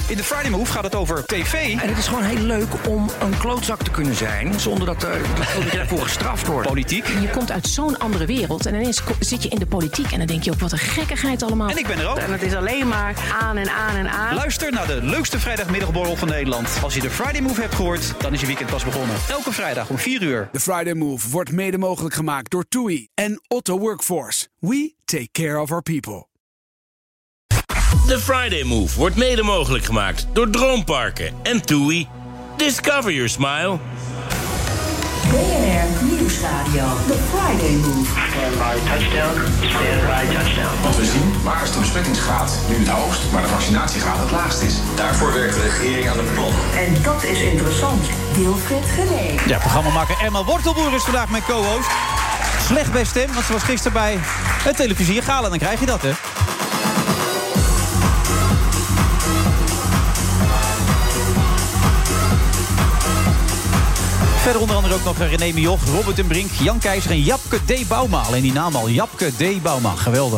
In de Friday Move gaat het over tv. En het is gewoon heel leuk om een klootzak te kunnen zijn, zonder dat je daarvoor gestraft wordt. Politiek. Je komt uit zo'n andere wereld en ineens zit je in de politiek en dan denk je ook, wat een gekkigheid allemaal. En ik ben er ook. En het is alleen maar aan en aan en aan. Luister naar de leukste vrijdagmiddagborrel van Nederland. Als je de Friday Move hebt gehoord, dan is je weekend pas begonnen. Elke vrijdag om 4 uur. De Friday Move wordt mede mogelijk gemaakt door TUI en Otto Workforce. We take care of our people. De Friday Move wordt mede mogelijk gemaakt door Droomparken en TUI. Discover your smile. BNR Nieuwsradio. The Friday Move. Stand by touchdown. Stand by touchdown. Wat we zien, waar is de besmettingsgraad nu het hoogst, maar de vaccinatiegraad het laagst is. Daarvoor werkt de regering aan een plan. En dat is interessant. Wilfred Genee. Ja, programmamaker Emma Wortelboer is vandaag mijn co-host. Slecht bij stem, want ze was gisteren bij het televisiegala. Dan krijg je dat, hè? Verder onder andere ook nog René Mioch, Robert en Brink, Jan Keizer en Japke D. Bouma. Alleen die naam al, Japke D. Bouma. Geweldig.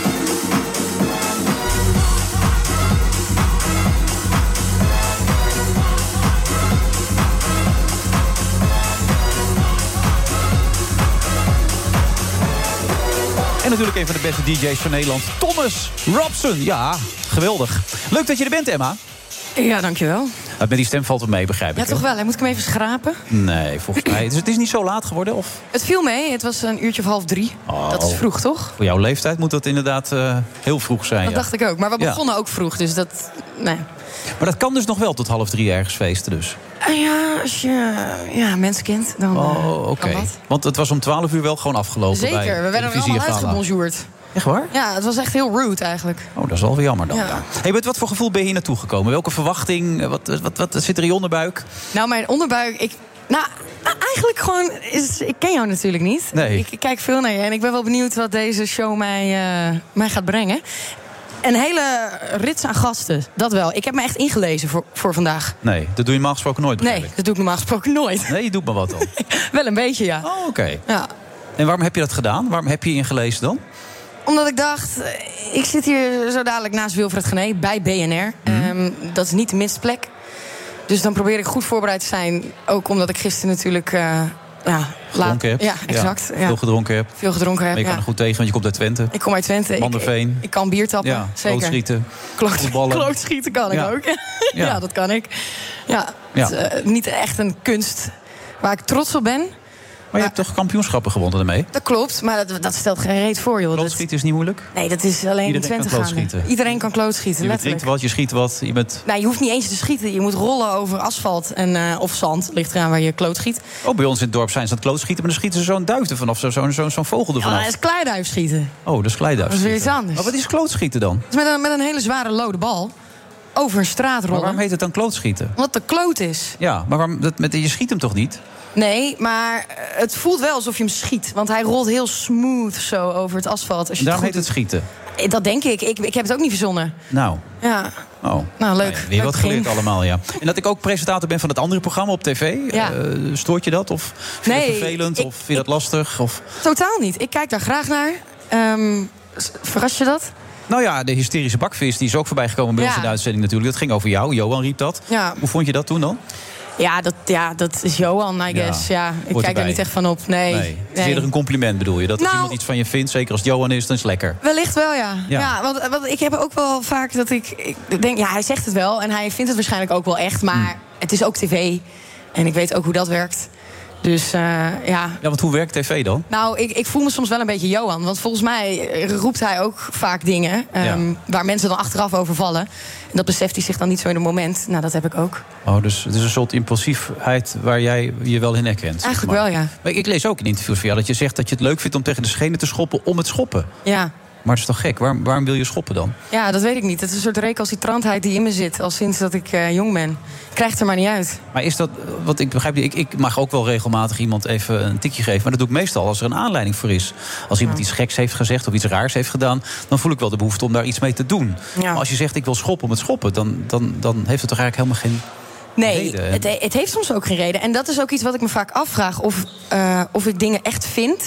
En natuurlijk een van de beste DJ's van Nederland, Thomas Robson. Ja, geweldig. Leuk dat je er bent, Emma. Ja, dankjewel. Met die stem valt het mee, begrijp ik. Ja, toch wel. Hè? Moet ik hem even schrapen? Nee, volgens mij. Dus het is niet zo laat geworden? Of? Het viel mee. Het was een uurtje of 2:30. Oh. Dat is vroeg, toch? Voor jouw leeftijd moet dat inderdaad heel vroeg zijn. Dat dacht ik ook. Maar we begonnen ook vroeg, dus dat... Nee. Maar dat kan dus nog wel tot 2:30 ergens feesten dus? Ja, als je mensen kent, dan oké. Want het was om 12 uur wel gewoon afgelopen. Zeker, we werden er allemaal uitgebonjourd. Echt waar? Ja, het was echt heel rude eigenlijk. Oh, dat is wel weer jammer dan. Ja. Hey, met wat voor gevoel ben je hier naartoe gekomen? Welke verwachting? Wat zit er in je onderbuik? Nou, mijn onderbuik... eigenlijk gewoon... Ik ken jou natuurlijk niet. Nee. Ik kijk veel naar je en ik ben wel benieuwd wat deze show mij gaat brengen. Een hele rits aan gasten, dat wel. Ik heb me echt ingelezen voor vandaag. Nee, dat doe je normaal gesproken nooit, begrijp ik. Nee, dat doe ik normaal gesproken nooit. Nee, je doet maar wat dan. Wel een beetje, ja. Oh, oké. Ja. En waarom heb je dat gedaan? Waarom heb je je ingelezen dan? Omdat ik dacht, ik zit hier zo dadelijk naast Wilfred Genee bij BNR. Dat is niet de minste plek. Dus dan probeer ik goed voorbereid te zijn. Ook omdat ik gisteren natuurlijk... gedronken hebt. Ja, exact. Ja. Veel gedronken hebt. Veel gedronken heb, Maar je kan er goed tegen, want je komt uit Twente. Ik kom uit Twente. Manderveen. Ik kan bier tappen, ja, zeker. Klootschieten. Klootschieten kan ik ook. Ja, dat kan ik. Ja, het is niet echt een kunst waar ik trots op ben. Maar je hebt toch kampioenschappen gewonnen ermee? Dat klopt, maar dat stelt geen reet voor, joh. Klootschieten is niet moeilijk? Nee, dat is alleen in Twente gaande. Iedereen kan klootschieten, je letterlijk. drinkt wat, je schiet wat. Je hoeft niet eens te schieten. Je moet rollen over asfalt of zand. Ligt eraan waar je klootschiet. Oh, bij ons in het dorp zijn ze aan het klootschieten, maar dan schieten ze zo'n duif ervan af, zo'n vogel ervan af. Dat is kleiduif schieten. Oh, dat is kleiduif. Dat is weer iets anders. Maar wat is klootschieten dan? Dat is met een hele zware lode bal over een straat rollen. Maar waarom heet het dan klootschieten? Omdat het de kloot is. Ja, maar je schiet hem toch niet? Nee, maar het voelt wel alsof je hem schiet. Want hij rolt heel smooth zo over het asfalt. Als je daarom heet het schieten? Dat denk ik. Ik heb het ook niet verzonnen. Nou. Ja. Oh. Nou, leuk. Weer wat geleerd allemaal, ja. En dat ik ook presentator ben van het andere programma op tv. Ja. Stoort je dat? Of vind je dat vervelend? Of vind je dat lastig? Of... Totaal niet. Ik kijk daar graag naar. Verras je dat? Nou ja, de hysterische bakvis die is ook voorbij gekomen bij ons in de uitzending natuurlijk. Dat ging over jou. Johan riep dat. Ja. Hoe vond je dat toen dan? Dat is Johan, I guess. Ja, ik kijk er niet echt van op. Nee. Het is eerder een compliment, bedoel je? Dat als iemand iets van je vindt, zeker als het Johan is, dan is het lekker. Wellicht wel, ja. Want ik heb ook wel vaak dat ik denk... Ja, hij zegt het wel en hij vindt het waarschijnlijk ook wel echt. Maar het is ook tv. En ik weet ook hoe dat werkt. Dus ja, want hoe werkt tv dan? Nou, ik voel me soms wel een beetje Johan. Want volgens mij roept hij ook vaak dingen waar mensen dan achteraf over vallen. En dat beseft hij zich dan niet zo in het moment. Nou, dat heb ik ook. Oh, dus het is een soort impulsiefheid waar jij je wel in herkent. Eigenlijk wel, ja. Maar ik lees ook in interviews van jou dat je zegt dat je het leuk vindt om tegen de schenen te schoppen om het schoppen. Ja. Maar het is toch gek? Waarom wil je schoppen dan? Ja, dat weet ik niet. Het is een soort recalcitrantheid die in me zit al sinds dat ik jong ben. Ik krijg het er maar niet uit. Maar is dat, wat ik begrijp, ik mag ook wel regelmatig iemand even een tikje geven. Maar dat doe ik meestal als er een aanleiding voor is. Als iemand iets geks heeft gezegd of iets raars heeft gedaan, dan voel ik wel de behoefte om daar iets mee te doen. Ja. Maar als je zegt ik wil schoppen om het schoppen, dan heeft het toch eigenlijk helemaal geen... Nee, het heeft soms ook geen reden. En dat is ook iets wat ik me vaak afvraag. Of ik dingen echt vind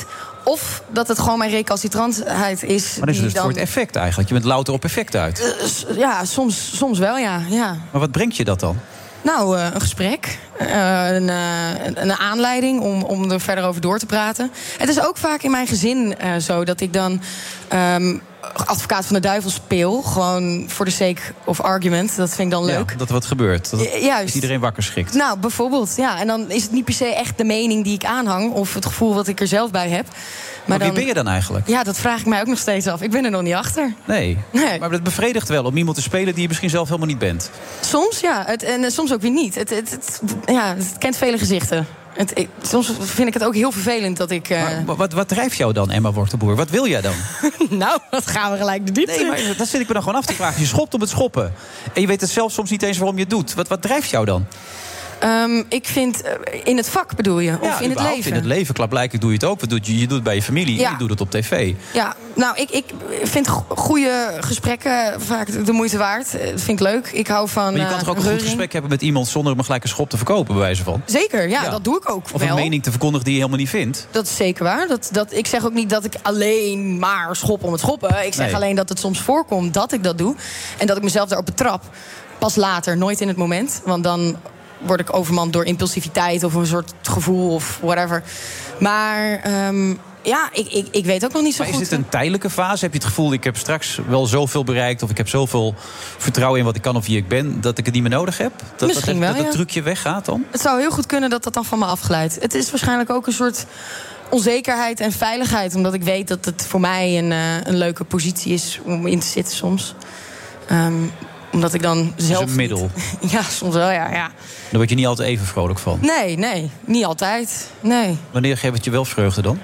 Of dat het gewoon mijn recalcitrantheid is. Maar dan is het dus voor het effect eigenlijk. Je bent louter op effect uit. Ja, soms wel, ja. Maar wat brengt je dat dan? Nou, een gesprek. Een aanleiding om er verder over door te praten. Het is ook vaak in mijn gezin zo dat ik dan advocaat van de duivel speel. Gewoon voor de sake of argument. Dat vind ik dan leuk. Ja, dat er wat gebeurt. Dat iedereen wakker schikt. Nou, bijvoorbeeld. Ja, en dan is het niet per se echt de mening die ik aanhang. Of het gevoel wat ik er zelf bij heb. Maar wie ben je dan eigenlijk? Ja, dat vraag ik mij ook nog steeds af. Ik ben er nog niet achter. Nee. Maar dat bevredigt wel om iemand te spelen die je misschien zelf helemaal niet bent. Soms, ja. En soms ook weer niet. Het kent vele gezichten. Soms vind ik het ook heel vervelend dat ik... Maar wat drijft jou dan, Emma Wortelboer? Wat wil jij dan? Nou, dat gaan we gelijk de diepte. Nee, maar dat zit ik me dan gewoon af te vragen. Je schopt om het schoppen. En je weet het zelf soms niet eens waarom je het doet. Wat drijft jou dan? Ik vind, in het vak bedoel je? Of in het leven? In het leven, klaarblijkelijk doe je het ook. Je doet het bij je familie, je doet het op tv. Ja, nou, ik vind goede gesprekken vaak de moeite waard. Dat vind ik leuk. Ik hou van maar je kan toch ook een goed gesprek hebben met iemand zonder hem gelijk een schop te verkopen, bij wijze van? Zeker, ja, dat doe ik ook of wel. Een mening te verkondigen die je helemaal niet vindt. Dat is zeker waar. Ik zeg ook niet dat ik alleen maar schop om het schoppen. Ik zeg alleen dat het soms voorkomt dat ik dat doe. En dat ik mezelf daarop betrap. Pas later, nooit in het moment. Want dan word ik overmand door impulsiviteit of een soort gevoel of whatever. Maar ik weet ook nog niet zo goed. Maar is dit een tijdelijke fase? Heb je het gevoel, ik heb straks wel zoveel bereikt, of ik heb zoveel vertrouwen in wat ik kan of wie ik ben, dat ik het niet meer nodig heb? Misschien wel, dat trucje weggaat dan? Het zou heel goed kunnen dat dat dan van me afglijdt. Het is waarschijnlijk ook een soort onzekerheid en veiligheid, omdat ik weet dat het voor mij een leuke positie is om in te zitten soms. Omdat ik dan zelf... Dus een middel? Ja, soms wel, ja. Daar word je niet altijd even vrolijk van? Nee, niet altijd. Nee. Wanneer geeft het je wel vreugde dan?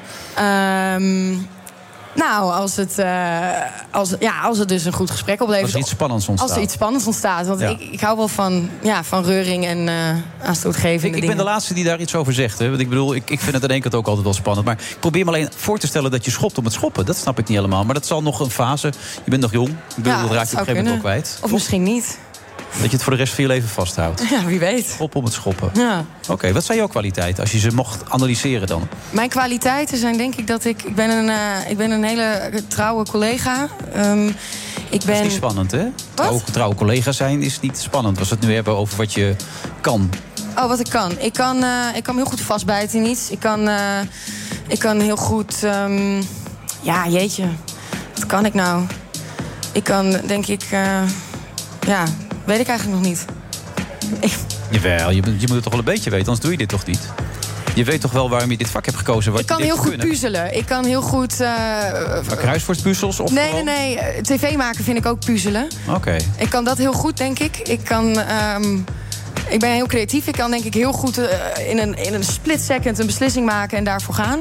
Nou, als het dus een goed gesprek oplevert. Als er iets spannends ontstaat. Als er iets spannends ontstaat. Want ik hou wel van reuring en aanstootgevende dingen. Ik ben de laatste die daar iets over zegt. Hè. Want ik bedoel, ik vind het aan de ene kant ook altijd wel spannend. Maar ik probeer me alleen voor te stellen dat je schopt om het schoppen. Dat snap ik niet helemaal. Maar dat zal nog een fase. Je bent nog jong. Ik bedoel, dat raak je op een gegeven moment ook kwijt. Of misschien niet. Dat je het voor de rest van je leven vasthoudt. Ja, wie weet. Schop om het schoppen. Ja. Oké, wat zijn jouw kwaliteiten als je ze mocht analyseren dan? Mijn kwaliteiten zijn denk ik dat ik ben een hele trouwe collega. Dat is niet spannend, hè? Trouwe collega zijn is niet spannend. Als we het nu hebben over wat je kan. Oh, wat ik kan. Ik kan heel goed vastbijten in iets. Ik kan heel goed... ja, jeetje. Wat kan ik nou? Ik kan, denk ik... weet ik eigenlijk nog niet. Jawel, je moet het toch wel een beetje weten, anders doe je dit toch niet? Je weet toch wel waarom je dit vak hebt gekozen? Ik kan heel goed puzzelen. Ik kan heel goed... kruiswoordpuzzels? Of nee. TV maken vind ik ook puzzelen. Oké. Ik kan dat heel goed, denk ik. Ik ben heel creatief. Ik kan denk ik heel goed in een split second een beslissing maken en daarvoor gaan.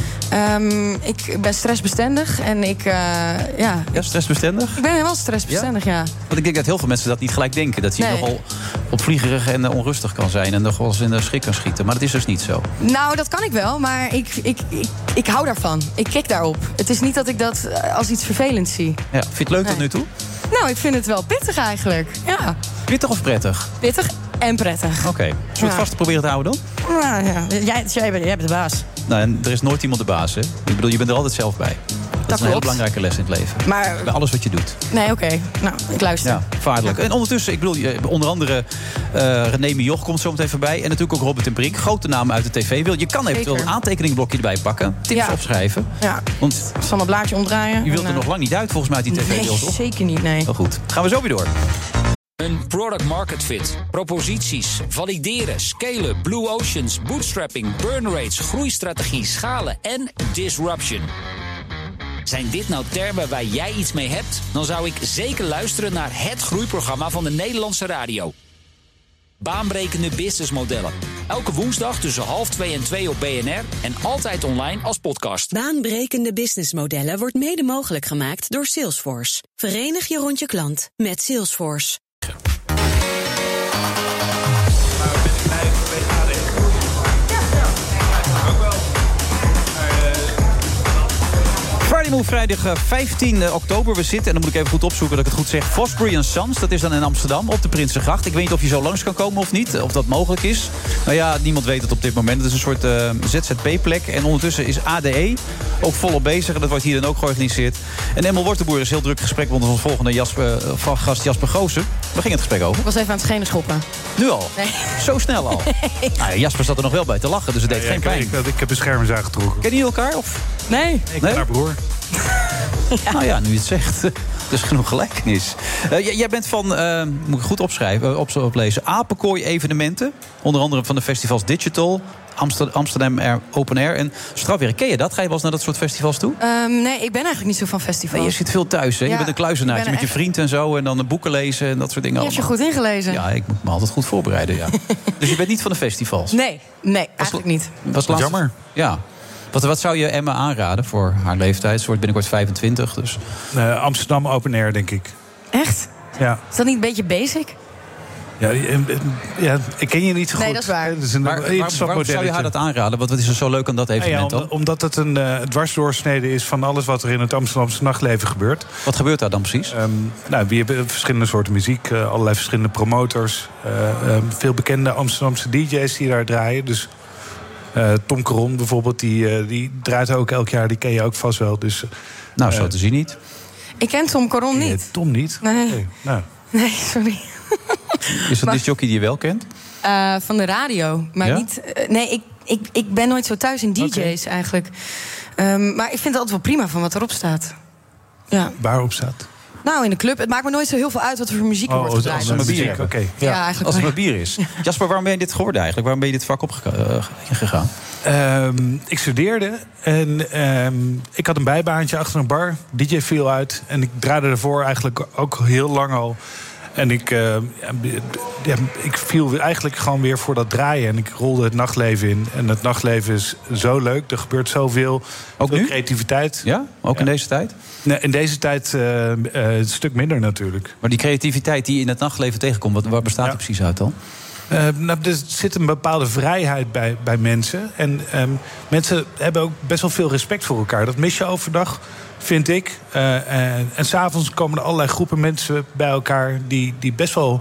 Ik ben stressbestendig en Ja, stressbestendig? Ik ben helemaal stressbestendig, ja. Want ik denk dat heel veel mensen dat niet gelijk denken. Dat je nogal opvliegerig en onrustig kan zijn en nog wel eens in de schrik kan schieten. Maar dat is dus niet zo. Nou, dat kan ik wel, maar ik hou daarvan. Ik kik daarop. Het is niet dat ik dat als iets vervelends zie. Ja, vind je het leuk tot nu toe? Nou, ik vind het wel pittig eigenlijk, ja. Pittig of prettig? Pittig en prettig. Oké. Zullen we het vast te proberen te houden dan? Nou ja, jij bent de baas. Nou, en er is nooit iemand de baas, hè? Ik bedoel, je bent er altijd zelf bij. Dat is een hele belangrijke les in het leven. Maar bij alles wat je doet. Nee, oké. Nou, ik luister. Ja, vaarlijk. En ondertussen, ik bedoel, onder andere René Mioch komt zo meteen voorbij. En natuurlijk ook Robert en Brink. Grote namen uit de tv. Je kan eventueel een aantekeningblokje erbij pakken. Tips opschrijven. Ja, want ik zal mijn blaadje omdraaien. Je wilt er nog lang niet uit, volgens mij, uit die tv-wereld, toch? Zeker niet, nee. Heel goed. Gaan we zo weer door. Een product market fit, proposities, valideren, scalen, blue oceans, bootstrapping, burn rates, groeistrategie, schalen en disruption. Zijn dit nou termen waar jij iets mee hebt? Dan zou ik zeker luisteren naar het groeiprogramma van de Nederlandse radio. Baanbrekende businessmodellen. Elke woensdag tussen 1:30 en 2 op BNR en altijd online als podcast. Baanbrekende businessmodellen wordt mede mogelijk gemaakt door Salesforce. Verenig je rond je klant met Salesforce. Friday Move, vrijdag 15 oktober. We zitten, en dan moet ik even goed opzoeken dat ik het goed zeg... Fosbury Sons, dat is dan in Amsterdam, op de Prinsengracht. Ik weet niet of je zo langs kan komen of niet, of dat mogelijk is. Nou ja, niemand weet het op dit moment. Het is een soort ZZP-plek. En ondertussen is ADE ook volop bezig. En dat wordt hier dan ook georganiseerd. En Emel Wortenboer is heel druk gesprek... want ons volgende gast Jasper Goossen. Waar ging het gesprek over? Ik was even aan het schenen schoppen. Nu al? Nee. Zo snel al? Nee. Nou, Jasper zat er nog wel bij te lachen, dus het deed geen pijn. Ik heb beschermers aangetrokken. Kennen jullie elkaar? Of? Nee. Ik ben haar broer. Ja. Nou ja, nu je het zegt. Dus genoeg gelijkenis. Jij bent van, moet ik goed opschrijven, oplezen... Apenkooi-evenementen. Onder andere van de festivals Digital... Amsterdam Open Air en Strafwerk. Ken je dat? Ga je wel eens naar dat soort festivals toe? Nee, ik ben eigenlijk niet zo van festivals. Je zit veel thuis, hè? Ja, je bent een kluizenaartje met je vriend en zo... en dan boeken lezen en dat soort dingen allemaal. Je hebt je goed ingelezen. Ja, ik moet me altijd goed voorbereiden, ja. Dus je bent niet van de festivals? Nee, eigenlijk niet. Was jammer. Ja. Wat zou je Emma aanraden voor haar leeftijd? Ze wordt binnenkort 25, dus... Amsterdam Open Air, denk ik. Echt? Ja. Is dat niet een beetje basic? Ja, ik ken je niet zo goed. Nee, dat is waar. Het is waarom zou je haar dat aanraden? Wat is er zo leuk aan dat evenement dan? Omdat het een dwarsdoorsnede is van alles wat er in het Amsterdamse nachtleven gebeurt. Wat gebeurt daar dan precies? We hebben verschillende soorten muziek, allerlei verschillende promotors. Veel bekende Amsterdamse DJ's die daar draaien. Dus Tom Caron bijvoorbeeld, die draait ook elk jaar. Die ken je ook vast wel. Dus, zo te zien niet. Ik ken Tom Caron niet. Tom niet? Nee. Nee, sorry. Is dat de jockey die je wel kent? Van de radio. Maar niet... ik ben nooit zo thuis in DJ's eigenlijk. Maar ik vind het altijd wel prima van wat erop staat. Ja. Waarop staat? Nou, in de club. Het maakt me nooit zo heel veel uit wat er voor muziek wordt gedraaid. Als het maar bier is. Okay. Ja, eigenlijk als het maar bier is. Jasper, waarom ben je dit geworden eigenlijk? Waarom ben je dit vak opgegaan? Ik studeerde en ik had een bijbaantje achter een bar. DJ viel uit en ik draaide ervoor eigenlijk ook heel lang al. En ik viel eigenlijk gewoon weer voor dat draaien. En ik rolde het nachtleven in. En het nachtleven is zo leuk. Er gebeurt zoveel. Ook nu? Creativiteit. Ja? Ook in deze tijd? Nee, in deze tijd een stuk minder natuurlijk. Maar die creativiteit die in het nachtleven tegenkomt... waar bestaat die precies uit dan? Er zit een bepaalde vrijheid bij mensen. En mensen hebben ook best wel veel respect voor elkaar. Dat mis je overdag, vind ik. En s'avonds komen er allerlei groepen mensen bij elkaar... die best wel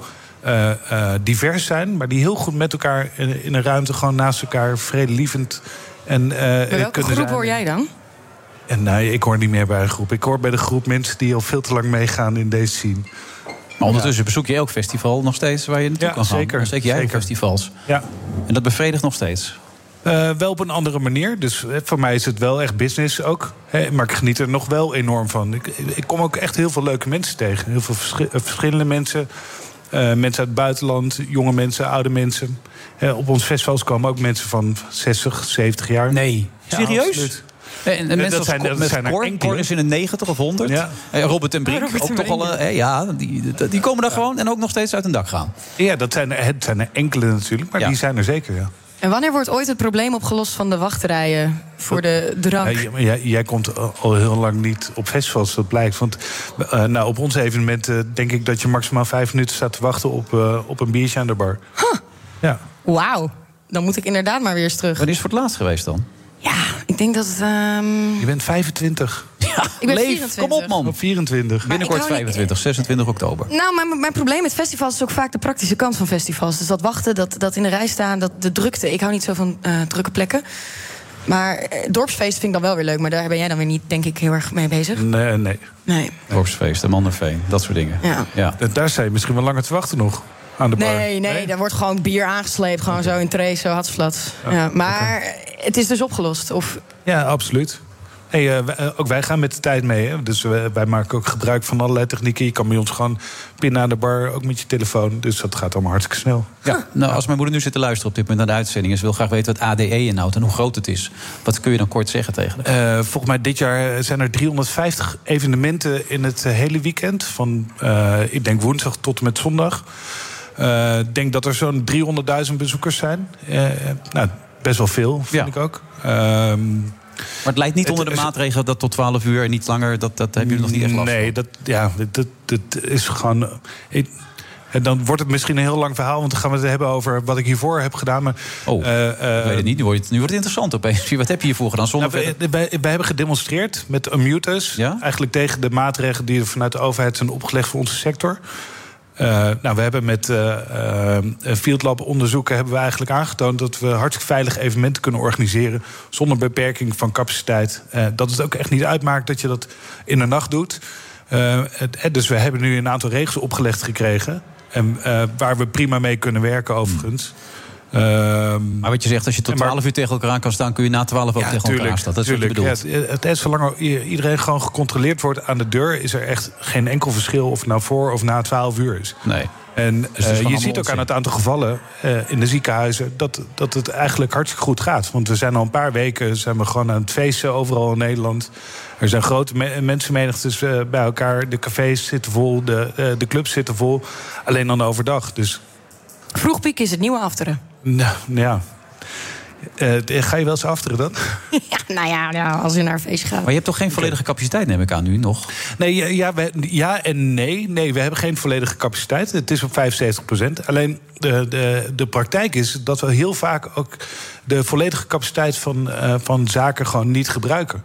divers zijn... maar die heel goed met elkaar in een ruimte... gewoon naast elkaar vredelievend en welke groep zijn. Hoor jij dan? En nee, ik hoor niet meer bij een groep. Ik hoor bij de groep mensen die al veel te lang meegaan in deze scene. Maar ondertussen bezoek je elk festival nog steeds waar je naartoe kan gaan. Zeker. Dan steek jij festivals. Ja. En dat bevredigt nog steeds? Wel op een andere manier. Dus voor mij is het wel echt business ook. Maar ik geniet er nog wel enorm van. Ik kom ook echt heel veel leuke mensen tegen. Heel veel verschillende mensen. Mensen uit het buitenland, jonge mensen, oude mensen. Op ons festivals komen ook mensen van 60, 70 jaar. Nee, serieus? Absoluut. En mensen als Cor is in de 90 of 100. Ja. Robert en Brink, ook toch al... die komen daar gewoon en ook nog steeds uit een dak gaan. Ja, het zijn er enkele natuurlijk, maar die zijn er zeker, ja. En wanneer wordt ooit het probleem opgelost van de wachtrijen voor de drank? Jij komt al heel lang niet op festivals, dat blijkt. Want op onze evenementen denk ik dat je maximaal 5 minuten staat te wachten op een biertje aan de bar. Huh. Ja. Wauw, dan moet ik inderdaad maar weer eens terug. Wanneer is het voor het laatst geweest dan? Ja, ik denk dat het... Je bent 25. Ja, ik ben 24. Kom op, man. Op 24. Binnenkort 25, 26 oktober. Nou, mijn probleem met festivals is ook vaak de praktische kant van festivals. Dus dat wachten, dat in de rij staan, de drukte. Ik hou niet zo van drukke plekken. Maar dorpsfeest vind ik dan wel weer leuk. Maar daar ben jij dan weer niet, denk ik, heel erg mee bezig. Nee. Dorpsfeest, de Manderveen, dat soort dingen. Ja. Daar sta je misschien wel langer te wachten nog. Aan de bar. Nee, daar wordt gewoon bier aangesleept. Gewoon zo in trays, zo hatsflat. Ja, maar het is dus opgelost? Of... Ja, absoluut. Ook wij gaan met de tijd mee. Hè? Dus wij maken ook gebruik van allerlei technieken. Je kan bij ons gewoon pinnen aan de bar, ook met je telefoon. Dus dat gaat allemaal hartstikke snel. Ja, als mijn moeder nu zit te luisteren op dit moment naar de uitzending... en ze wil graag weten wat ADE inhoudt en hoe groot het is. Wat kun je dan kort zeggen tegen haar? Volgens mij dit jaar zijn er 350 evenementen in het hele weekend. Van, ik denk woensdag tot en met zondag. Ik denk dat er zo'n 300.000 bezoekers zijn. Best wel veel, vind ik ook. Maar het lijkt niet onder de maatregelen dat tot 12 uur en niet langer... dat hebben jullie nog niet echt last van? Nee, dat is gewoon... En dan wordt het misschien een heel lang verhaal, want dan gaan we het hebben over wat ik hiervoor heb gedaan. Maar, ik weet het niet. Nu wordt het interessant opeens. Wat heb je hiervoor gedaan? Wij hebben gedemonstreerd met Unmute Us. Ja? Eigenlijk tegen de maatregelen die er vanuit de overheid zijn opgelegd voor onze sector. We hebben met Field Lab onderzoeken hebben we eigenlijk aangetoond dat we hartstikke veilig evenementen kunnen organiseren zonder beperking van capaciteit. Dat het ook echt niet uitmaakt dat je dat in de nacht doet. Dus we hebben nu een aantal regels opgelegd gekregen. En waar we prima mee kunnen werken overigens. Maar wat je zegt, als je tot 12 uur tegen elkaar aan kan staan, kun je na 12 ook tegen elkaar staan. Dat is wat je bedoelt. Ja, zolang iedereen gewoon gecontroleerd wordt aan de deur, is er echt geen enkel verschil of het nou voor of na 12 uur is. Nee. En je ziet ook aan het aantal gevallen in de ziekenhuizen dat het eigenlijk hartstikke goed gaat. Want we zijn al een paar weken gewoon aan het feesten overal in Nederland. Er zijn grote mensenmenigtes bij elkaar. De cafés zitten vol, de clubs zitten vol. Alleen dan overdag. Dus Vroegpiek is het nieuwe afteren. Nou ja. Ga je wel eens afteren dan? Ja, als je naar een feestje gaat. Maar je hebt toch geen volledige capaciteit, neem ik aan, nu nog? Nee, ja en nee. Nee, we hebben geen volledige capaciteit. Het is op 75%. Alleen de praktijk is dat we heel vaak ook de volledige capaciteit van zaken gewoon niet gebruiken.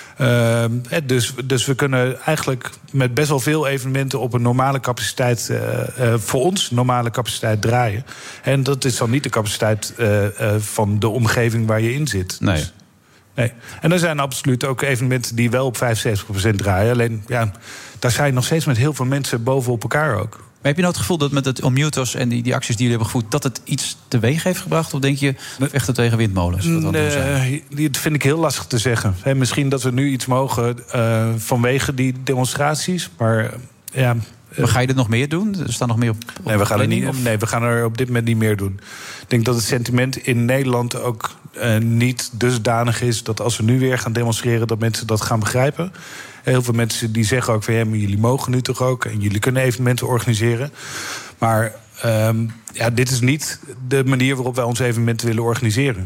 Dus we kunnen eigenlijk met best wel veel evenementen op een normale capaciteit, voor ons normale capaciteit draaien. En dat is dan niet de capaciteit van de omgeving waar je in zit. Nee. Dus, nee. En er zijn absoluut ook evenementen die wel op 75% draaien. Alleen, daar zijn nog steeds met heel veel mensen bovenop elkaar ook. Maar heb je nou het gevoel dat met het Unmute Us en die acties die jullie hebben gevoerd, dat het iets teweeg heeft gebracht? Of denk je vechten tegen windmolens? Dat vind ik heel lastig te zeggen. Misschien dat we nu iets mogen vanwege die demonstraties. Maar Maar ga je dit nog meer doen? Er staan nog meer op nee, we gaan er op dit moment niet meer doen. Ik denk dat het sentiment in Nederland ook niet dusdanig is dat als we nu weer gaan demonstreren, dat mensen dat gaan begrijpen. Heel veel mensen die zeggen ook van maar jullie mogen nu toch ook en jullie kunnen evenementen organiseren. Maar dit is niet de manier waarop wij onze evenementen willen organiseren.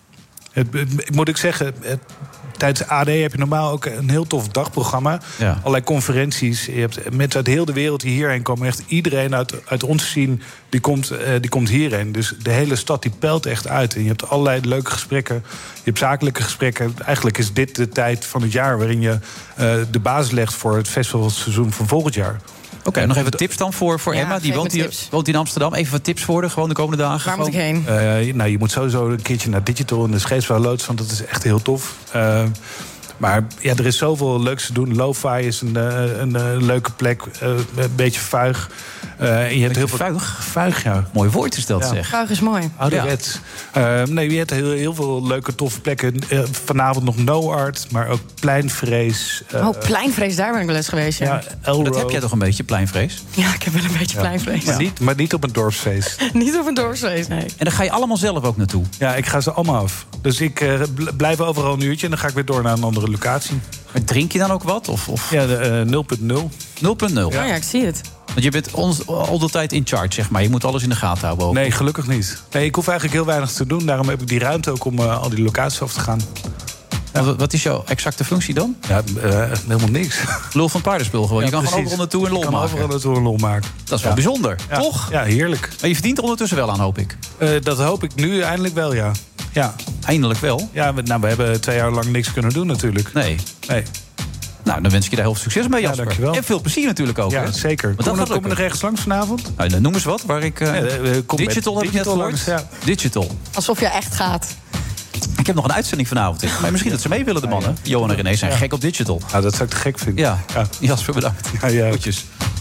Moet ik zeggen, tijdens AD heb je normaal ook een heel tof dagprogramma. Ja. Allerlei conferenties. Je hebt mensen uit heel de wereld die hierheen komen. Echt iedereen uit onze scene die komt hierheen. Dus de hele stad die pelt echt uit. En je hebt allerlei leuke gesprekken. Je hebt zakelijke gesprekken. Eigenlijk is dit de tijd van het jaar waarin je de basis legt voor het festivalseizoen van volgend jaar. Oké, nog even tips dan voor Emma. Die woont in Amsterdam. Even wat tips voor haar, gewoon de komende dagen. Waar moet ik heen? Je moet sowieso een keertje naar Digital in de Scheepsbouwloods, want dat is echt heel tof. Maar er is zoveel leuks te doen. Lo-fi is een leuke plek. Een beetje vuig. En je hebt heel veel vuig, ja. Mooi woord is dat, zeg. Vuig is mooi. Ouderwets. Ja. Je hebt heel veel leuke, toffe plekken. Vanavond nog No Art, maar ook Pleinvrees. Pleinvrees, daar ben ik wel eens geweest. Ja. Dat heb jij toch een beetje, Pleinvrees? Ja, ik heb wel een beetje Pleinvrees. Maar niet op een dorpsfeest. Niet op een dorpsfeest, nee. En daar ga je allemaal zelf ook naartoe? Ja, ik ga ze allemaal af. Dus ik blijf overal een uurtje en dan ga ik weer door naar een andere locatie. Maar drink je dan ook wat? Of? Ja, 0.0. 0.0? Ja, ik zie het. Want je bent al de tijd in charge, zeg maar. Je moet alles in de gaten houden. Ook. Nee, gelukkig niet. Nee, ik hoef eigenlijk heel weinig te doen. Daarom heb ik die ruimte ook om al die locaties af te gaan. Ja. Wat is jouw exacte functie dan? Ja, helemaal niks. Lul van paardenspul gewoon. Je kan gewoon overal naartoe en lol maken. Overal naartoe en lol maken. Dat is wel bijzonder, toch? Ja, heerlijk. Maar je verdient er ondertussen wel aan, hoop ik. Dat hoop ik nu eindelijk wel, ja. Eindelijk wel? Ja, we hebben 2 jaar lang niks kunnen doen natuurlijk. Nee. Nou, dan wens ik je daar heel veel succes mee, Jasper. Dankjewel. En veel plezier natuurlijk ook. Ja, hè? zeker. Kom je nog ergens langs vanavond? Nou, dan noem eens wat. Waar ik, Digital heb ik net gehoord. Digital. Alsof je echt gaat. Ik heb nog een uitzending vanavond. Maar misschien dat ze mee willen, de mannen. Johan en René zijn gek op Digital. Nou, dat zou ik te gek vinden. Ja. Jasper, bedankt. Ja. Goedjes.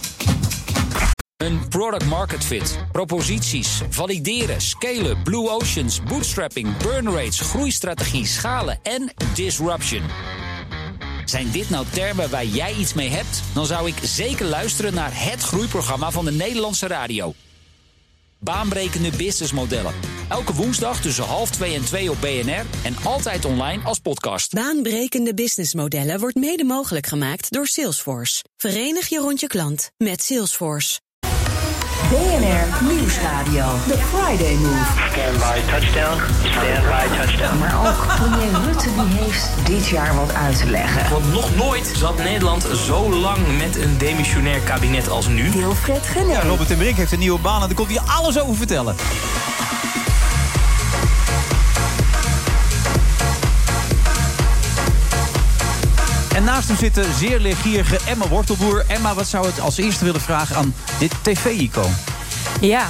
Een product market fit, proposities, valideren, scalen, blue oceans, bootstrapping, burn rates, groeistrategie, schalen en disruption. Zijn dit nou termen waar jij iets mee hebt? Dan zou ik zeker luisteren naar het groeiprogramma van de Nederlandse radio. Baanbrekende businessmodellen. Elke woensdag tussen 1:30 en 2 op BNR en altijd online als podcast. Baanbrekende businessmodellen wordt mede mogelijk gemaakt door Salesforce. Verenig je rond je klant met Salesforce. BNR Nieuwsradio. The Friday Move. Stand by touchdown. Stand by touchdown. Maar ook premier Rutte die heeft dit jaar wat uit te leggen. Want nog nooit zat Nederland zo lang met een demissionair kabinet als nu. Wilfred Genee. Ja, Robert ten Brink heeft een nieuwe baan en daar komt hij alles over vertellen. En naast hem zit de zeer leergierige Emma Wortelboer. Emma, wat zou het als eerste willen vragen aan dit tv-icoon? Ja,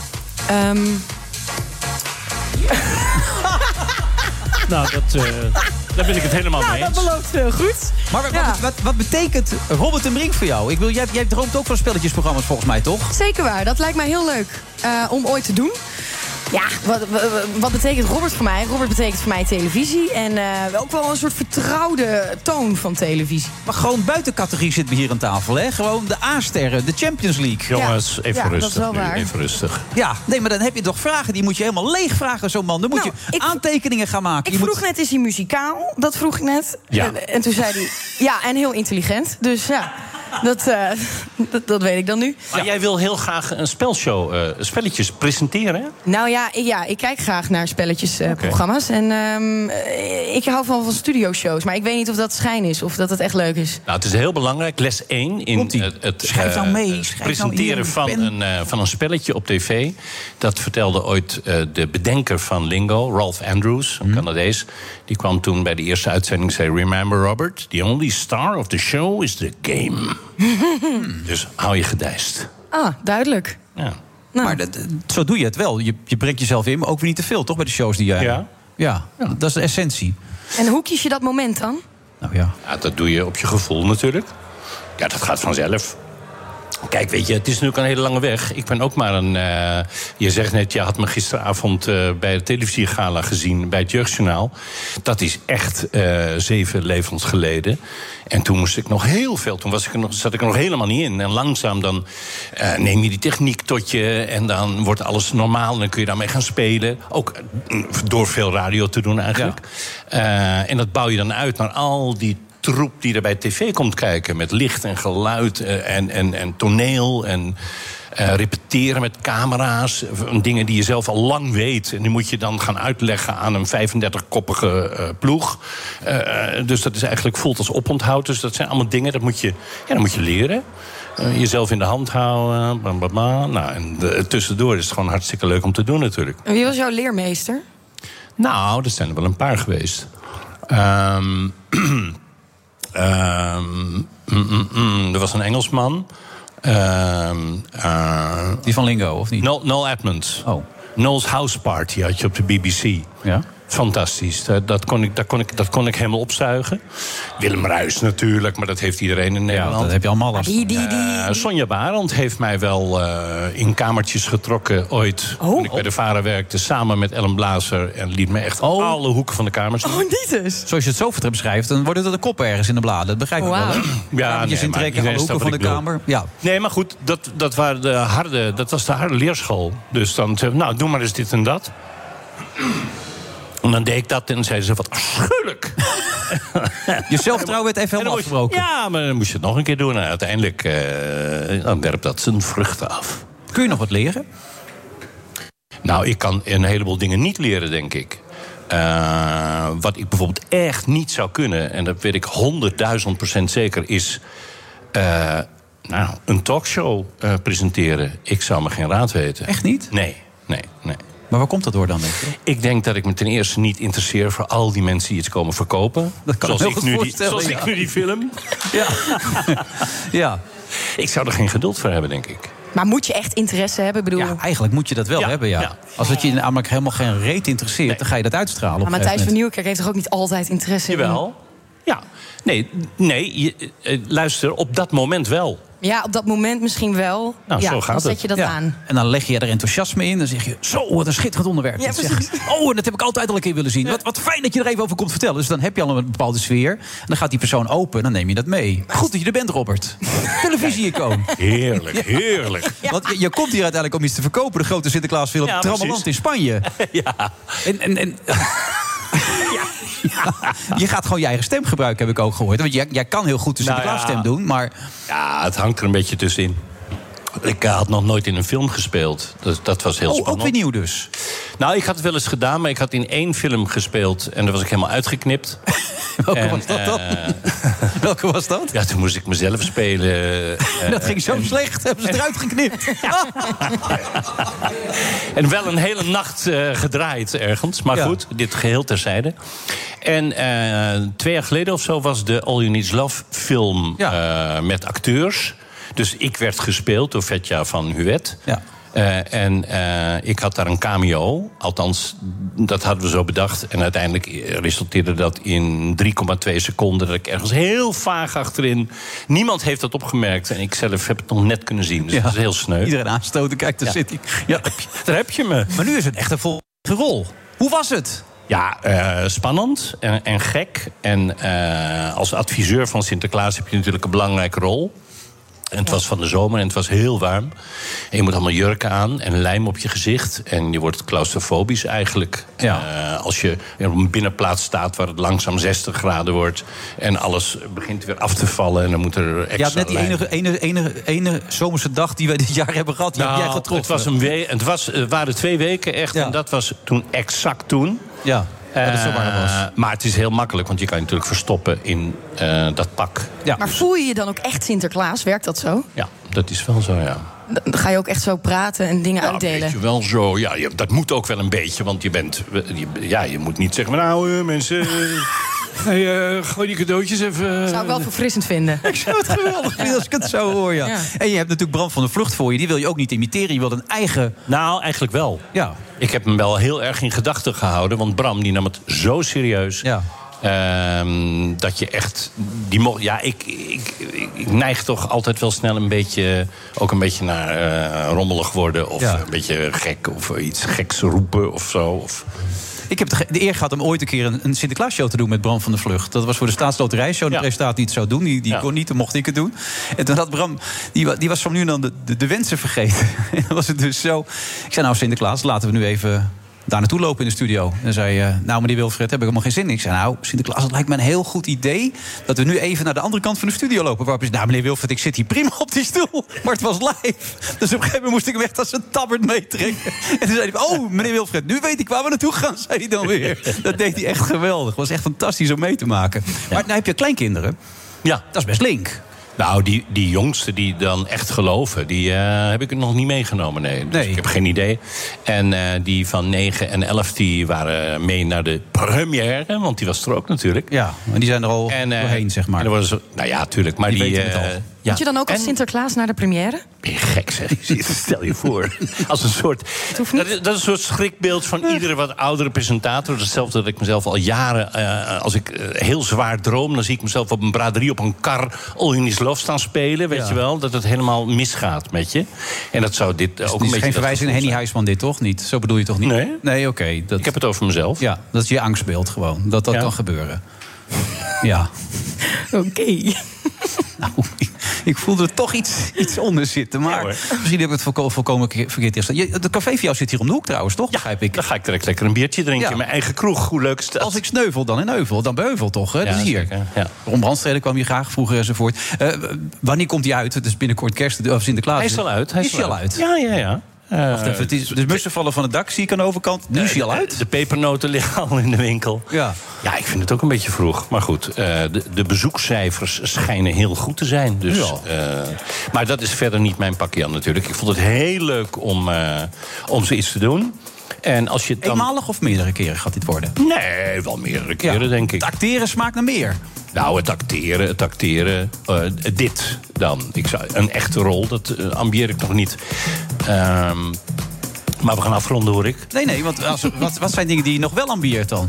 Nou, daar ben ik het helemaal mee eens. dat belooft heel goed. Maar wat betekent Robert ten Brink voor jou? Ik bedoel, jij droomt ook van spelletjesprogramma's volgens mij, toch? Zeker waar, dat lijkt mij heel leuk om ooit te doen. Ja, wat betekent Robert voor mij? Robert betekent voor mij televisie. En ook wel een soort vertrouwde toon van televisie. Maar gewoon buiten categorie zitten we hier aan tafel, hè? Gewoon de A-sterren, de Champions League. Jongens, even rustig. Dat is wel waar. Even rustig. Ja, nee, maar dan heb je toch vragen, die moet je helemaal leeg vragen, zo'n man. Dan moet je aantekeningen gaan maken. Ik vroeg net, is hij muzikaal? Dat vroeg ik net. Ja. En toen zei hij, ja, en heel intelligent. Dus ja, dat weet ik dan nu. Maar jij wil heel graag een spelshow, spelletjes presenteren, hè? Nou ja, ik kijk graag naar spelletjesprogramma's. En ik hou van studioshows. Maar ik weet niet of dat schijn is of dat het echt leuk is. Nou, het is heel belangrijk. Les 1 in Schrijf nou mee. presenteren van een spelletje op tv. Dat vertelde ooit de bedenker van Lingo, Ralph Andrews, een Canadees. Die kwam toen bij de eerste uitzending en zei: Remember, Robert, the only star of the show is the game. Dus hou je gedijst. Ah, duidelijk. Ja. Nou. Maar zo doe je het wel. Je brengt jezelf in, maar ook weer niet te veel, toch? Bij de shows die jij... Ja, dat is de essentie. En hoe kies je dat moment dan? Nou ja. Dat doe je op je gevoel natuurlijk. Ja, dat gaat vanzelf. Kijk, weet je, het is natuurlijk een hele lange weg. Ik ben ook maar een... je zegt net, je had me gisteravond bij het televisiegala gezien, bij het Jeugdjournaal. Dat is echt 7 levens geleden. En toen moest ik nog heel veel... Toen zat ik er nog helemaal niet in. En langzaam dan neem je die techniek tot je... en dan wordt alles normaal en dan kun je daarmee gaan spelen. Ook door veel radio te doen eigenlijk. Ja. En dat bouw je dan uit naar al die troep die er bij tv komt kijken. Met licht en geluid en toneel en repeteren met camera's. Dingen die je zelf al lang weet. En die moet je dan gaan uitleggen aan een 35-koppige ploeg. Dus dat is eigenlijk voelt als oponthoud. Dus dat zijn allemaal dingen, dat moet je leren. Jezelf in de hand houden. Nou, en tussendoor is het gewoon hartstikke leuk om te doen natuurlijk. En wie was jouw leermeester? Nou, dat zijn er wel een paar geweest. Er was een Engelsman. Die van Lingo, of niet? Noel Edmonds. Oh. Noel's House Party had je op de BBC. Ja? Fantastisch. Dat kon ik helemaal opzuigen. Willem Ruijs natuurlijk, maar dat heeft iedereen in Nederland. Ja, dat heb je allemaal last. Sonja Barend heeft mij wel in kamertjes getrokken ooit. Toen ik bij de VARA werkte, samen met Ellen Blazer. En liet me echt alle hoeken van de kamer zien. Niet eens. Zoals je het zo beschrijft, dan worden er de koppen ergens in de bladen. Dat begrijp ik wel, hè? Ja, intrekken, alle hoeken van de kamer. Ja. Nee, maar goed, dat was de harde leerschool. Dus dan zei nou, doe maar eens dit en dat. En dan deed ik dat en dan zeiden ze, wat afschuwelijk. Je zelfvertrouwen werd even helemaal afgebroken. Ja, maar dan moest je het nog een keer doen. En uiteindelijk dan werpt dat zijn vruchten af. Kun je nog wat leren? Nou, ik kan een heleboel dingen niet leren, denk ik. Wat ik bijvoorbeeld echt niet zou kunnen, en dat weet ik 100.000% zeker, is een talkshow presenteren. Ik zou me geen raad weten. Echt niet? Nee. Maar waar komt dat door dan, denk je? Ik denk dat ik me ten eerste niet interesseer voor al die mensen die iets komen verkopen. Dat kan zoals ik nu die film. Ja. Ja. Ik zou er geen geduld voor hebben, denk ik. Maar moet je echt interesse hebben? Ja, eigenlijk moet je dat wel hebben, ja. Als het je namelijk helemaal geen reet interesseert, dan ga je dat uitstralen. Maar Matthijs van Nieuwkerk heeft toch ook niet altijd interesse in? Jawel. Ja. Nee, luister, op dat moment wel. Ja, op dat moment misschien wel. Nou, zo gaat dan zet je dat aan. En dan leg je er enthousiasme in. Dan zeg je, zo, wat een schitterend onderwerp. Ja, precies. En dat heb ik altijd al een keer willen zien. Ja. Wat fijn dat je er even over komt vertellen. Dus dan heb je al een bepaalde sfeer. En dan gaat die persoon open en dan neem je dat mee. Goed dat je er bent, Robert. Televisie-icoon. Heerlijk. Ja. Want je komt hier uiteindelijk om iets te verkopen. De grote Sinterklaasfilm Trammeland in Spanje. Ja. En je gaat gewoon je eigen stem gebruiken, heb ik ook gehoord. Want jij kan heel goed de Sinterklaasstem doen, maar... Ja, het hangt er een beetje tussenin. Ik had nog nooit in een film gespeeld. Dat was heel spannend. Ook weer nieuw dus? Nou, ik had het wel eens gedaan, maar ik had in 1 film gespeeld. En daar was ik helemaal uitgeknipt. Welke was dat dan? Welke was dat? Ja, toen moest ik mezelf spelen. Dat ging zo slecht, hebben ze eruit geknipt. En wel een hele nacht gedraaid ergens. Maar goed, dit geheel terzijde. En 2 jaar geleden of zo was de All You Need Is Love film met acteurs. Dus ik werd gespeeld door Vetja van Huet. Ja. En ik had daar een cameo. Althans, dat hadden we zo bedacht. En uiteindelijk resulteerde dat in 3,2 seconden... dat ik ergens heel vaag achterin... Niemand heeft dat opgemerkt. En ik zelf heb het nog net kunnen zien. Dus dat is heel sneu. Iedereen aanstoten, kijk, daar zit hij. Ja, daar heb je me. Maar nu is het echt een volledige rol. Hoe was het? Ja, spannend en gek. En als adviseur van Sinterklaas heb je natuurlijk een belangrijke rol. En het was van de zomer en het was heel warm. En je moet allemaal jurken aan en lijm op je gezicht. En je wordt claustrofobisch eigenlijk. Als je op een binnenplaats staat waar het langzaam 60 graden wordt... en alles begint weer af te vallen en dan moet er extra net die ene zomerse dag die wij dit jaar hebben gehad. Die heb jij getroffen. Het waren 2 weken echt en dat was toen exact toen. Ja. Maar het is heel makkelijk, want je kan je natuurlijk verstoppen in dat pak. Ja. Maar voel je je dan ook echt Sinterklaas? Werkt dat zo? Ja, dat is wel zo, ja. Dan ga je ook echt zo praten en dingen uitdelen? Weet je wel zo. Ja, dat moet ook wel een beetje, want je moet niet zeggen... nou, mensen... Hey, gooi die cadeautjes even... Zou ik wel verfrissend vinden. Ik zou het geweldig vinden als ik het zo hoor, ja. En je hebt natuurlijk Bram van der Vlugt voor je. Die wil je ook niet imiteren. Je wilt een eigen... Nou, eigenlijk wel. Ja. Ik heb hem wel heel erg in gedachten gehouden. Want Bram, die nam het zo serieus... Ja. Dat je echt... Ik neig toch altijd wel snel een beetje naar rommelig worden... of een beetje gek of iets geks roepen of zo. Of... Ik heb de eer gehad om ooit een keer een Sinterklaasshow te doen met Bram van der Vlugt. Dat was voor de Staatsloterijshow. De presentator die het zou doen, die kon niet, dan mocht ik het doen. En toen had Bram, die was van nu en dan de wensen vergeten. En dan was het dus zo. Ik zei, nou Sinterklaas, laten we nu even daar naartoe lopen in de studio. En zei, nou meneer Wilfred, heb ik helemaal geen zin in. Ik zei, nou Sinterklaas, het lijkt me een heel goed idee... dat we nu even naar de andere kant van de studio lopen. Waarop is, nou meneer Wilfred, ik zit hier prima op die stoel. Maar het was live. Dus op een gegeven moment moest ik hem echt als een tabbert meetrekken. En toen zei hij, oh meneer Wilfred, nu weet ik waar we naartoe gaan, zei hij dan weer. Dat deed hij echt geweldig. Het was echt fantastisch om mee te maken. Maar nou heb je kleinkinderen. Ja. Dat is best link. Nou, die jongsten die dan echt geloven... die heb ik nog niet meegenomen, nee. Dus ik heb geen idee. En die van 9 en 11 die waren mee naar de première... want die was er ook natuurlijk. Ja, en die zijn er al doorheen, zeg maar. En dan ze, nou ja, tuurlijk. Maar die weten het al. Moet je dan ook als Sinterklaas naar de première? Ben je gek, zeg. Stel je voor. Als een soort... Dat is een soort schrikbeeld van iedere wat oudere presentator. Hetzelfde dat ik mezelf al jaren... als ik heel zwaar droom... dan zie ik mezelf op een braderie op een kar... All You Need Is Love staan spelen, weet je wel. Dat het helemaal misgaat met je. En dat zou dit ook een beetje... geen verwijzing naar Henny Huisman dit, toch? Niet? Zo bedoel je toch niet? Nee. Nee, oké. Ik heb het over mezelf. Ja, dat is je angstbeeld gewoon. Dat kan gebeuren. Ja. Oké. Nou, ik voelde er toch iets onder zitten. Maar misschien heb ik het volkomen verkeerd gestaan. Het café voor jou zit hier om de hoek trouwens, toch? Ja, begrijp ik. Dan ga ik direct lekker een biertje drinken in mijn eigen kroeg. Hoe leuk is dat? Als ik sneuvel, dan in Heuvel. Dan bij Heuvel, toch? Hè? Dat is hier. Ja. Ron Brandstede kwam hier graag vroeger enzovoort. Wanneer komt hij uit? Het is binnenkort kerst of Sinterklaas. Hij is al uit. Is hij al uit? Ja. Wacht even, de mussen vallen van het dak, zie ik aan de overkant. Nu is hij al uit. De pepernoten liggen al in de winkel. Ja, ik vind het ook een beetje vroeg. Maar goed, de bezoekcijfers schijnen heel goed te zijn. Dus, maar dat is verder niet mijn pakje aan natuurlijk. Ik vond het heel leuk om zoiets te doen. En als je dan... Eenmalig of meerdere keren gaat dit worden? Nee, wel meerdere keren, denk ik. Het acteren smaakt naar meer. Nou, het acteren, dit dan. Een echte rol, dat ambieer ik nog niet. Maar we gaan afronden, hoor ik. Nee, want wat zijn dingen die je nog wel ambieert dan?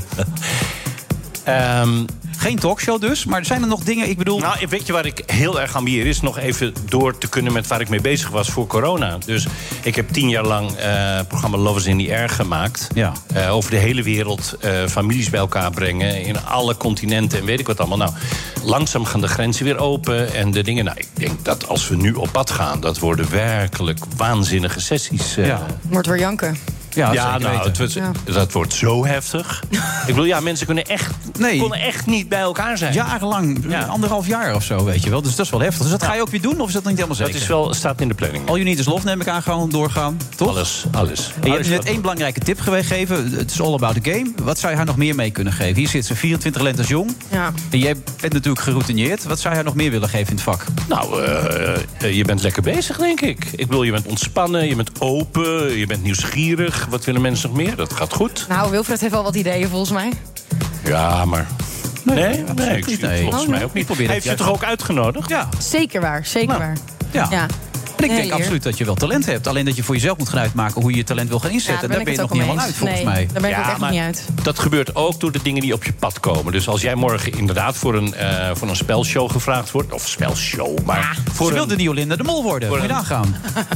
Geen talkshow dus, maar zijn er nog dingen, ik bedoel... Nou, weet je waar ik heel erg ambieer is? Nog even door te kunnen met waar ik mee bezig was voor corona. Dus ik heb 10 jaar lang het programma Lovers in the Air gemaakt. Ja. Over de hele wereld families bij elkaar brengen. In alle continenten en weet ik wat allemaal. Nou, langzaam gaan de grenzen weer open en de dingen... Nou, ik denk dat als we nu op pad gaan, dat worden werkelijk waanzinnige sessies. Wordt weer janken. dat wordt zo heftig. Ik bedoel, mensen konden echt niet bij elkaar zijn. Jarenlang, 1,5 jaar of zo, weet je wel. Dus dat is wel heftig. Dus dat ga je ook weer doen, of is dat niet helemaal zeker? Dat staat in de planning. All You Need Is Love neem ik aan, gewoon doorgaan, toch? Alles. En je hebt net 1 belangrijke tip gegeven. Het is all about the game. Wat zou je haar nog meer mee kunnen geven? Hier zit ze 24 lentes jong. Ja. En jij bent natuurlijk geroutineerd. Wat zou je haar nog meer willen geven in het vak? Nou, je bent lekker bezig, denk ik. Ik bedoel, je bent ontspannen, je bent open, je bent nieuwsgierig. Wat willen mensen nog meer? Dat gaat goed. Nou, Wilfred heeft wel wat ideeën, volgens mij. Ja, maar... Nee, volgens mij ook niet. Hij heeft je toch ook uitgenodigd? Ja. Zeker waar. Ja. En ik denk absoluut dat je wel talent hebt. Alleen dat je voor jezelf moet gaan uitmaken hoe je je talent wil gaan inzetten. Daar ben je nog niet helemaal uit, volgens mij. Daar ben ik ook echt nog niet uit. Dat gebeurt ook door de dingen die op je pad komen. Dus als jij morgen inderdaad voor een spelshow gevraagd wordt... of spelshow, maar... Ze wilde die Jolinda de Mol worden. Moet je nagaan.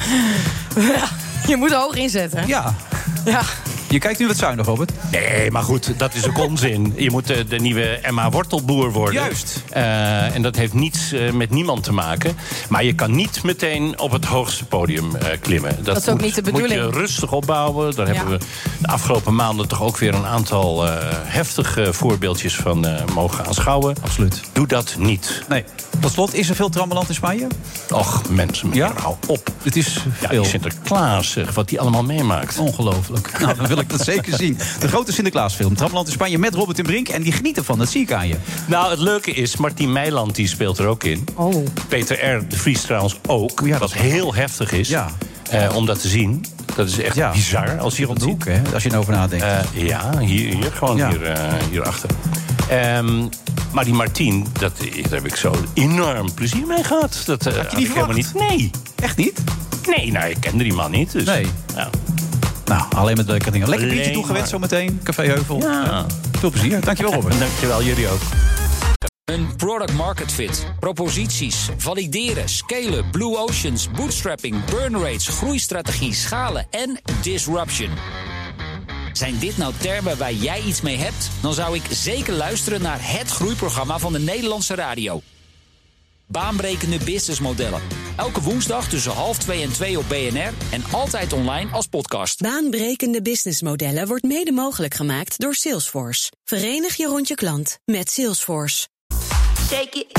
Je moet er hoog inzetten. Ja. Je kijkt nu wat zuinig op het. Nee, maar goed, dat is ook onzin. Je moet de nieuwe Emma Wortelboer worden. Juist. En dat heeft niets met niemand te maken. Maar je kan niet meteen op het hoogste podium klimmen. Dat is ook niet de bedoeling. Moet je rustig opbouwen. Daar hebben we de afgelopen maanden toch ook weer een aantal heftige voorbeeldjes van mogen aanschouwen. Absoluut. Doe dat niet. Nee. Tot slot, is er veel trammeland in Spanje? Och, mensen, hou op. Het is veel. Die Sinterklaas, wat die allemaal meemaakt. Ongelooflijk. Nou, dan wil ik dat zeker zien. De grote Sinterklaasfilm, Trammeland in Spanje met Robert en Brink. En die genieten van, dat zie ik aan je. Nou, het leuke is, Martien Meiland die speelt er ook in. Oh. Peter R. de Vries trouwens ook. Wat heel heftig is om dat te zien. Dat is echt bizar als je hier op de hoek, hè, als je erover nadenkt. Hierachter. Maar die Martien, daar heb ik zo enorm plezier mee gehad. Dat had je niet verwacht? Niet. Nee. Echt niet? Nee, nou, ik kende die man niet. Dus, nee. Ja. Nou, alleen met leuke dingen. Lekker biertje toegewenst zometeen. Café Heuvel. Ja. Veel plezier. Dankjewel, Robert. Dankjewel, jullie ook. Een product market fit, proposities, valideren, scalen, blue oceans, bootstrapping, burn rates, groeistrategie, schalen en disruption. Zijn dit nou termen waar jij iets mee hebt? Dan zou ik zeker luisteren naar het groeiprogramma van de Nederlandse radio. Baanbrekende businessmodellen. Elke woensdag tussen 1:30 en 2 op BNR en altijd online als podcast. Baanbrekende businessmodellen wordt mede mogelijk gemaakt door Salesforce. Verenig je rond je klant met Salesforce. Shake it.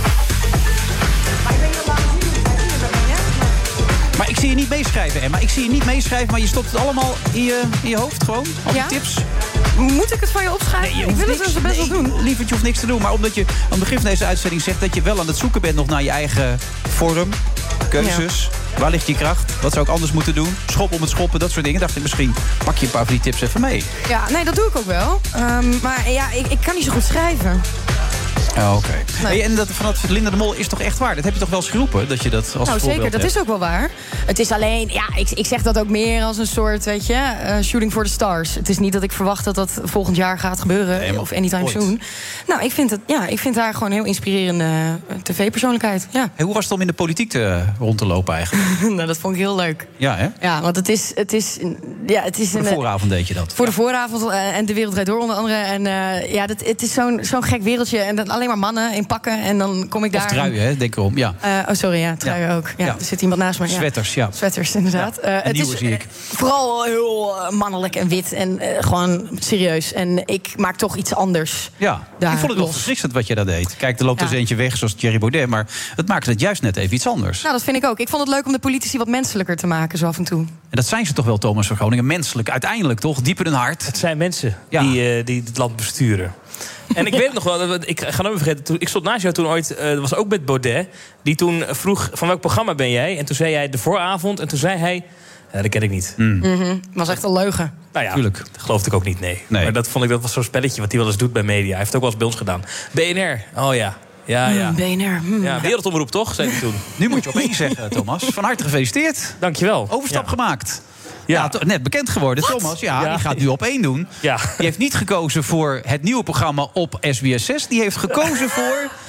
Maar ik zie je niet meeschrijven, Emma. Ik zie je niet meeschrijven, maar je stopt het allemaal in je hoofd gewoon. Al die tips. Moet ik het van je opschrijven? Nee, ik wil het dus best wel doen. Liever, je hoeft niks te doen. Maar omdat je aan het begin van deze uitzending zegt dat je wel aan het zoeken bent nog naar je eigen vorm, keuzes. Ja. Waar ligt je kracht? Wat zou ik anders moeten doen? Schop om het schoppen, dat soort dingen. Dacht ik, misschien pak je een paar van die tips even mee. Ja, nee, dat doe ik ook wel. Maar ja, ik kan niet zo goed schrijven. Oh, oké. Nee. Hey, en dat van dat Linda de Mol is toch echt waar? Dat heb je toch wel eens geroepen? Dat je dat als zeker, dat hebt. Is ook wel waar. Het is alleen, ik zeg dat ook meer als een soort, weet je, shooting for the stars. Het is niet dat ik verwacht dat dat volgend jaar gaat gebeuren. Of anytime soon. Nou, ik vind haar gewoon een heel inspirerende tv-persoonlijkheid. Ja. Hey, hoe was het om in de politiek rond te lopen eigenlijk? Nou, dat vond ik heel leuk. Ja, hè? Ja, want het is voor de vooravond deed je dat. Voor de vooravond en De Wereld Draait Door onder andere. En het is zo'n gek wereldje. En dan alleen maar mannen in pakken. En dan kom ik daar... Of truien, hè? Denk erom, ja. Truien ook. Ja, er zit iemand naast me. Sweaters, ja. Sweaters, inderdaad. Het nieuwe zie ik. Vooral heel mannelijk en wit. En gewoon serieus. En ik maak toch iets anders. Ja, ik vond het wel verfrissend wat je daar deed. Kijk, er loopt dus eentje weg, zoals Thierry Baudet. Maar het maakte het juist net even iets anders. Nou, dat vind ik ook. Ik vond het leuk om de politici wat menselijker te maken, zo af en toe. En dat zijn ze toch wel, Thomas van Groningen. Menselijk, uiteindelijk toch? Diep in hun hart. Het zijn mensen die het land besturen. En ik weet het nog wel, ik ga nooit vergeten. Ik stond naast jou toen ooit, dat was ook met Baudet. Die toen vroeg, van welk programma ben jij? En toen zei jij De Vooravond. En toen zei hij, dat ken ik niet. Was echt een leugen. Nou ja, tuurlijk. Dat geloofde ik ook niet, nee. Maar dat was zo'n spelletje wat hij wel eens doet bij media. Hij heeft het ook wel eens bij ons gedaan. BNR, oh ja. Ja. BNR. Ja, Wereldomroep toch, zei hij toen. Nu moet je opeens zeggen, Thomas. Van harte gefeliciteerd. Dankjewel. Overstap gemaakt. Ja, net bekend geworden. What? Thomas, die gaat nu op 1 doen. Ja. Die heeft niet gekozen voor het nieuwe programma op SBS 6. Die heeft gekozen voor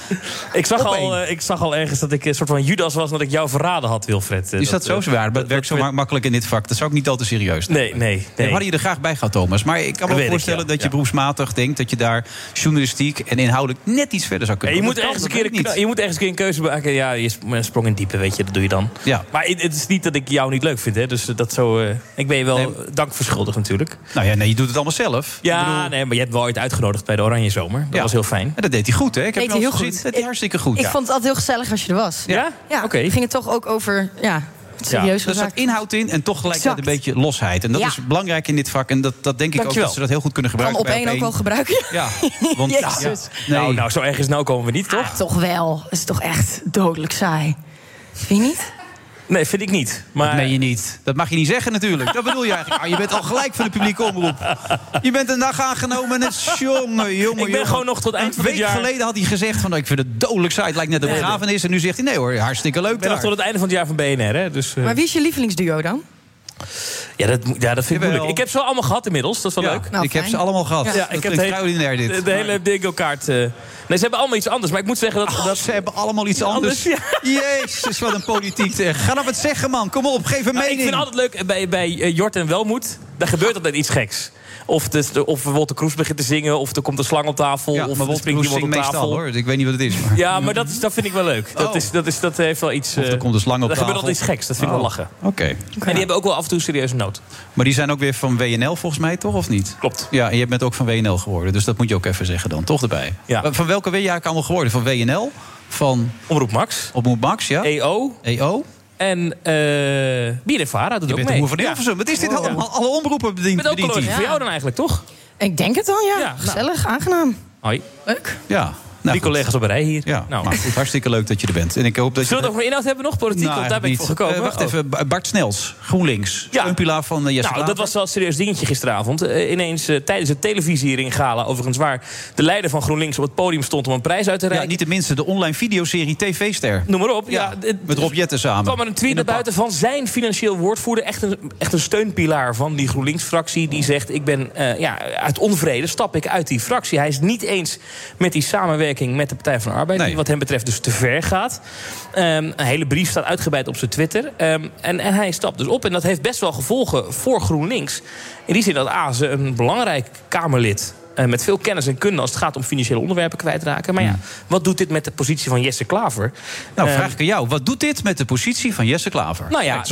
Ik zag al ergens dat ik een soort van Judas was... dat ik jou verraden had, Wilfred. Is dat zo zwaar? Dat werkt zo makkelijk in dit vak. Dat zou ik niet al te serieus nemen. Nee. We hadden je er graag bij gehad, Thomas. Maar ik kan me voorstellen dat je beroepsmatig denkt... dat je daar journalistiek en inhoudelijk net iets verder zou kunnen. Je moet ergens een keer een keuze maken. Ja, je sprong in diepe, weet je. Dat doe je dan. Ja. Maar het is niet dat ik jou niet leuk vind, hè. Dus dat zo... ik ben je wel dank verschuldigd, natuurlijk. Nou ja, nee, je doet het allemaal zelf. Ja, nee, maar je hebt wel ooit uitgenodigd bij de Oranje Zomer. Dat was heel fijn. En dat deed hij goed, hè? Ik heb het gezien. Dat deed hij hartstikke goed. Ik vond het altijd heel gezellig als je er was. Ja? Oké. Ging het toch ook over... serieus er zat inhoud in en toch gelijkheid een beetje losheid. En dat is belangrijk in dit vak. En dat denk ik ook dat ze dat heel goed kunnen gebruiken. Kan op één ook wel gebruiken. Ja, want Jezus. Nou, zo erg is nou komen we niet, toch? Toch wel. Het is toch echt dodelijk saai. Vind je niet? Nee, vind ik niet. Maar... Dat meen je niet. Dat mag je niet zeggen natuurlijk. Dat bedoel je eigenlijk. Je bent al gelijk van de publieke omroep. Je bent een dag aangenomen en het jongen. Ik ben gewoon nog tot eind van het jaar... Een week geleden had hij gezegd van... ik vind het dodelijk saai, het lijkt net een begrafenis. En nu zegt hij, nee hoor, hartstikke leuk. Ik ben nog tot het einde van het jaar van BNR, hè. Dus, Maar wie is je lievelingsduo dan? Ja, dat vind ik moeilijk. Ik heb ze allemaal gehad inmiddels, dat is wel leuk. Nou, ik heb ze allemaal gehad. Ja, ik heb de hele bingo-kaart. Nee, ze hebben allemaal iets anders, maar ik moet zeggen dat... Ze hebben allemaal iets anders? Jezus, wat een politiek. Ga nou wat zeggen, man. Kom op, geef een mening. Ik vind het altijd leuk, bij Jort en Welmoed... daar gebeurt altijd iets geks. Of Wolter Kroes begint te zingen, of er komt een slang op tafel... Ja, of maar er springt iemand op tafel. Meestal, hoor. Ik weet niet wat het is. Maar... Ja, maar dat vind ik wel leuk. Dat heeft wel iets... Of er komt een slang op tafel. Er gebeurt altijd iets geks, dat vind ik wel lachen. Oké. En die hebben ook wel af en toe een serieuze noot. Maar die zijn ook weer van WNL volgens mij, toch? Of niet? Klopt. Ja, en je bent ook van WNL geworden. Dus dat moet je ook even zeggen dan, toch erbij? Ja. Van welke ben je eigenlijk allemaal geworden? Van WNL? Van... Omroep Max. Omroep Max, ja. EO. En BNNVARA doet ook mee. Je bent de boer van Hilversum. Wat is dit allemaal? Alle omroepen bedient hij. Met ook voor jou dan eigenlijk, toch? Ik denk het wel, ja. Gezellig, aangenaam. Hoi. Leuk. Ja. Nou, 3 collega's op een rij hier. Ja, maar goed, hartstikke leuk dat je er bent. En ik hoop dat Zullen we het over inhoud hebben nog? Politiek, want daar ben ik voor gekomen. Wacht even, Bart Snels, GroenLinks. Steunpilaar van Jesse Klaver. Nou, dat was wel een serieus dingetje gisteravond. Ineens tijdens het televisiering gala, overigens waar de leider van GroenLinks op het podium stond om een prijs uit te reiken. Ja, niet tenminste de online videoserie TV-ster. Noem maar op. Ja, met Rob Jetten samen. Er kwam een tweet naar buiten van zijn financieel woordvoerder. Echt een steunpilaar van die GroenLinks-fractie. Die zegt, ik ben uit onvrede stap ik uit die fractie. Hij is niet eens met die samenwerking met de Partij van de Arbeid, die wat hem betreft dus te ver gaat. Een hele brief staat uitgebreid op zijn Twitter. En hij stapt dus op. En dat heeft best wel gevolgen voor GroenLinks. In die zin dat ze een belangrijk Kamerlid... met veel kennis en kunde als het gaat om financiële onderwerpen kwijtraken. Maar ja, wat doet dit met de positie van Jesse Klaver? Nou, vraag ik aan jou. Wat doet dit met de positie van Jesse Klaver? Nou ja,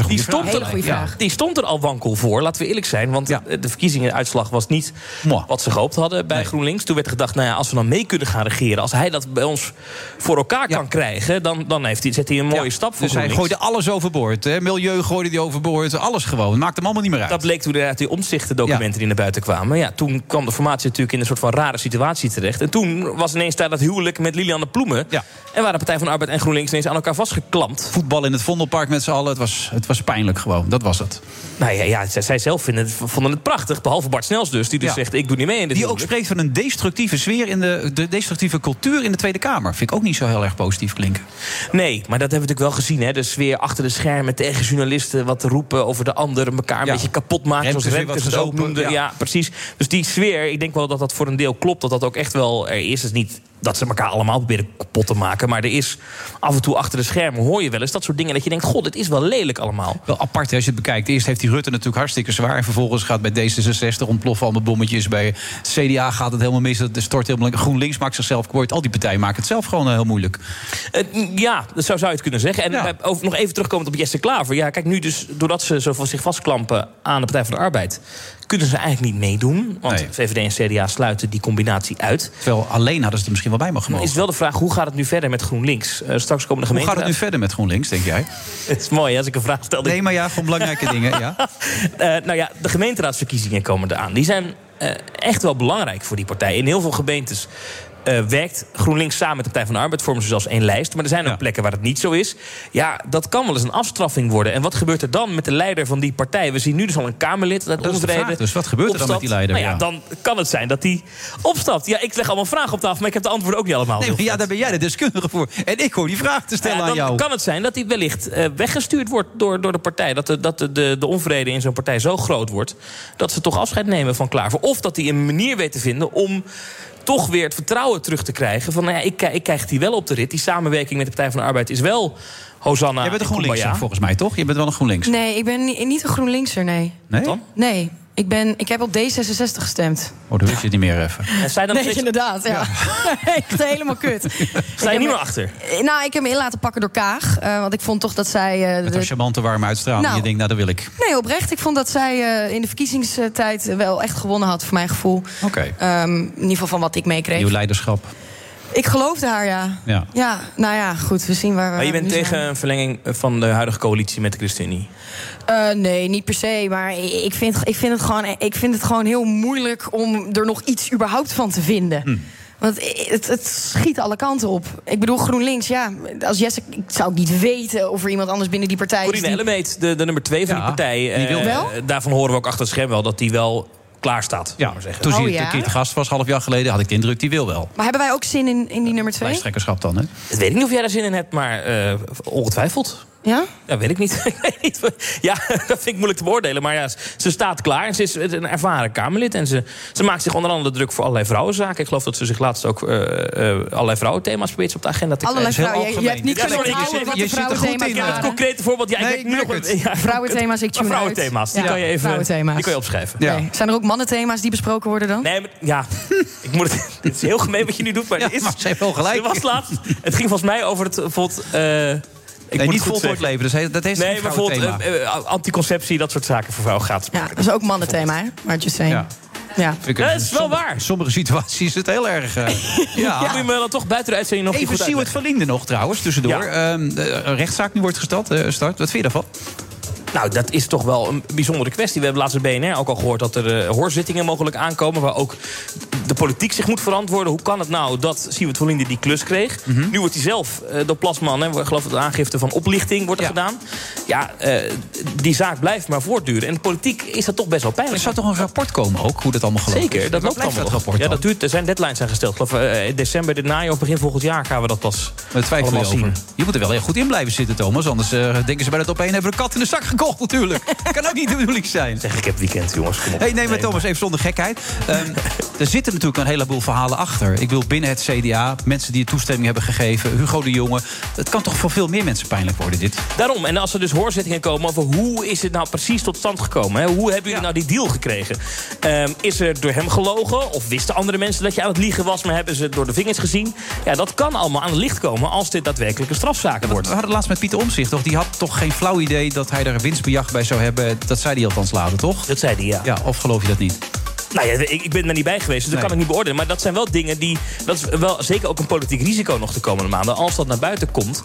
die stond er al wankel voor, laten we eerlijk zijn. Want de verkiezingsuitslag was niet wat ze gehoopt hadden bij GroenLinks. Toen werd er gedacht, als we dan mee kunnen gaan regeren... als hij dat bij ons voor elkaar kan krijgen... dan zet hij een mooie stap voor Dus hij gooide alles overboord. Hè? Milieu gooide hij overboord. Alles gewoon. Maakt hem allemaal niet meer uit. Dat bleek toen uit die Omtzigt-documenten die naar buiten kwamen. Ja, toen kwam de formatie natuurlijk in een soort van rare situatie terecht. En toen was ineens daar dat huwelijk met Lilianne Ploemen. Ja. En waren Partij van de Arbeid en GroenLinks ineens aan elkaar vastgeklampt. Voetbal in het Vondelpark met z'n allen. Het was pijnlijk gewoon. Dat was het. Nou ja, zij zelf vonden het prachtig. Behalve Bart Snels dus. Die dus zegt, ik doe niet mee in dit die huwelijk. Ook spreekt van een destructieve sfeer in de destructieve cultuur in de Tweede Kamer. Vind ik ook niet zo heel erg positief klinken. Nee, maar dat hebben we natuurlijk wel gezien. Hè? De sfeer achter de schermen tegen journalisten wat te roepen over de ander. Elkaar een beetje kapot maken. Zoals Remkes het ook noemde. Ja, precies. Dus die sfeer, ik denk wel dat dat voor een deel klopt. Dat ook echt wel er is. Het is niet dat ze elkaar allemaal proberen kapot te maken. Maar er is af en toe achter de schermen, hoor je wel eens dat soort dingen dat je denkt, god, het is wel lelijk allemaal. Wel apart als je het bekijkt. Eerst heeft die Rutte natuurlijk hartstikke zwaar. En vervolgens gaat bij D66 ontploffen allemaal bommetjes. Bij CDA gaat het helemaal mis. Het stort helemaal. GroenLinks maakt zichzelf kort. Al die partijen maken het zelf gewoon heel moeilijk. Ja, dat zou je het kunnen zeggen. En nog even terugkomend op Jesse Klaver. Ja, kijk, nu dus, doordat ze zo van zich vastklampen aan de Partij van de Arbeid, kunnen ze eigenlijk niet meedoen. Want VVD en CDA sluiten die combinatie uit. Terwijl alleen hadden ze er misschien wel bij mogen. Is wel de vraag, hoe gaat het nu verder met GroenLinks? Straks komen de gemeenten. Hoe gaat het nu verder met GroenLinks, denk jij? Het is mooi als ik een vraag stel. Nee, maar gewoon belangrijke dingen. Ja. De gemeenteraadsverkiezingen komen eraan. Die zijn echt wel belangrijk voor die partij. In heel veel gemeentes werkt GroenLinks samen met de Partij van de Arbeid, vormen ze zelfs één lijst. Maar er zijn ook plekken waar het niet zo is. Ja, dat kan wel eens een afstraffing worden. En wat gebeurt er dan met de leider van die partij? We zien nu dus al een Kamerlid dat is de vraag. Dus wat gebeurt er dan met die leider? Nou dan kan het zijn dat hij opstapt. Ja, ik leg allemaal vragen op tafel, maar ik heb de antwoorden ook niet allemaal. Nee, daar ben jij de deskundige voor. En ik hoor die vraag te stellen aan jou. Dan kan het zijn dat hij wellicht weggestuurd wordt door de partij. Dat de onvrede in zo'n partij zo groot wordt dat ze toch afscheid nemen van Klaver. Of dat hij een manier weet te vinden om toch weer het vertrouwen vertrouwen terug te krijgen. Van, ik krijg die wel op de rit. Die samenwerking met de Partij van de Arbeid is wel Hosanna. Jij bent een GroenLinkser volgens mij, toch? Je bent wel een GroenLinks. Nee, ik ben niet een GroenLinkser, nee. Nee? Dan? Nee. Ik heb op D66 gestemd. Oh, dan weet je het niet meer even. Nee, inderdaad, ja. Echt helemaal kut. Sta je niet meer achter? Nou, ik heb me in laten pakken door Kaag. Want ik vond toch dat zij... Met een charmante, warme uitstraling. Nou, je denkt, dat wil ik. Nee, oprecht. Ik vond dat zij in de verkiezingstijd wel echt gewonnen had, voor mijn gevoel. Oké. In ieder geval van wat ik meekreeg. Nieuw leiderschap. Ik geloofde haar, ja. Ja, nou ja, goed, we zien waar we... Maar je bent tegen zijn. een verlenging van de huidige coalitie met de ChristenUnie? Nee, niet per se. Maar ik vind het gewoon heel moeilijk om er nog iets überhaupt van te vinden. Want het schiet alle kanten op. Ik bedoel, GroenLinks, ja, als Jesse... Ik zou niet weten of er iemand anders binnen die partij is. Corine Ellemeet, de nummer 2 van die partij. Die wil wel. Daarvan horen we ook achter het scherm wel dat die wel klaar staat. Ja, toen hij een keer te gast was, half jaar geleden, had ik de indruk, die wil wel. Maar hebben wij ook zin in die nummer 2? Lijsttrekkerschap dan, hè? Ik weet niet of jij daar zin in hebt, maar ongetwijfeld. Ja? Ja, weet ik niet. Ja, dat vind ik moeilijk te beoordelen. Maar ja, ze staat klaar en ze is een ervaren Kamerlid. En ze maakt zich onder andere druk voor allerlei vrouwenzaken. Ik geloof dat ze zich laatst ook allerlei vrouwenthema's probeert op de agenda te krijgen. Allerlei vrouwen. Je hebt niet kunnen onthouden wat de vrouwenthema's waren. Ik heb het concrete voorbeeld. Ja, nee, ik merk het. Vrouwenthema's, ik tune uit. Vrouwenthema's, die kan je even die kan je opschrijven. Ja. Nee. Zijn er ook mannenthema's die besproken worden dan? Nee, maar, ja. Het is heel gemeen wat je nu doet. Maar, maar ze heeft wel gelijk. Het ging volgens mij over het bijvoorbeeld... niet vol voor het leven. Dus dat heeft nee, maar bijvoorbeeld anticonceptie, dat soort zaken voor vrouwen gaat. Ja, dat is ook mannenthema, hè? Maar just saying. Ja. Dat is wel waar. In sommige situaties is het heel erg... ja. Moet je me dan toch buiten de uitzending nog even Siewert van Linden nog trouwens, tussendoor. Ja. Een rechtszaak nu wordt gestart. Wat vind je daarvan? Nou, dat is toch wel een bijzondere kwestie. We hebben laatst bij BNR ook al gehoord dat er hoorzittingen mogelijk aankomen... waar ook de politiek zich moet verantwoorden. Hoe kan het nou dat Siewert van Linden die klus kreeg? Nu wordt hij zelf door Plasman, ik geloof dat de aangifte van oplichting wordt er gedaan. Ja, die zaak blijft maar voortduren. En de politiek is dat toch best wel pijnlijk. Er zou toch een rapport komen ook, hoe dat allemaal gelopen is? Zeker, dat loopt allemaal nog. Ja, dat duurt, er zijn deadlines aangesteld. Ik geloof in december, dit najaar of begin volgend jaar gaan we dat pas allemaal zien. Je moet er wel heel goed in blijven zitten, Thomas. Anders denken ze bij dat opeen hebben een kat in de zak gekocht natuurlijk. Kan ook niet de bedoeling zijn. Zeg, ik heb weekend, jongens. Kom op. Nee, maar Thomas, even zonder gekheid. Er zitten natuurlijk een heleboel verhalen achter. Ik wil binnen het CDA, mensen die toestemming hebben gegeven... Hugo de Jonge, het kan toch voor veel meer mensen pijnlijk worden, dit? Daarom, en als er dus hoorzittingen komen over hoe is het nou precies tot stand gekomen? Hè? Hoe hebben jullie nou die deal gekregen? Is er door hem gelogen? Of wisten andere mensen dat je aan het liegen was... maar hebben ze het door de vingers gezien? Ja, dat kan allemaal aan het licht komen als dit daadwerkelijk een strafzaak wordt. We hadden het laatst met Pieter Omtzigt, toch? Die had toch geen flauw idee dat hij er winstbejag bij zou hebben. Dat zei hij althans later, toch? Dat zei hij, ja. Ja, of geloof je dat niet? Nou ja, ik ben er niet bij geweest, dus dat kan ik niet beoordelen. Maar dat zijn wel dingen die... Dat is wel zeker ook een politiek risico nog de komende maanden. Als dat naar buiten komt,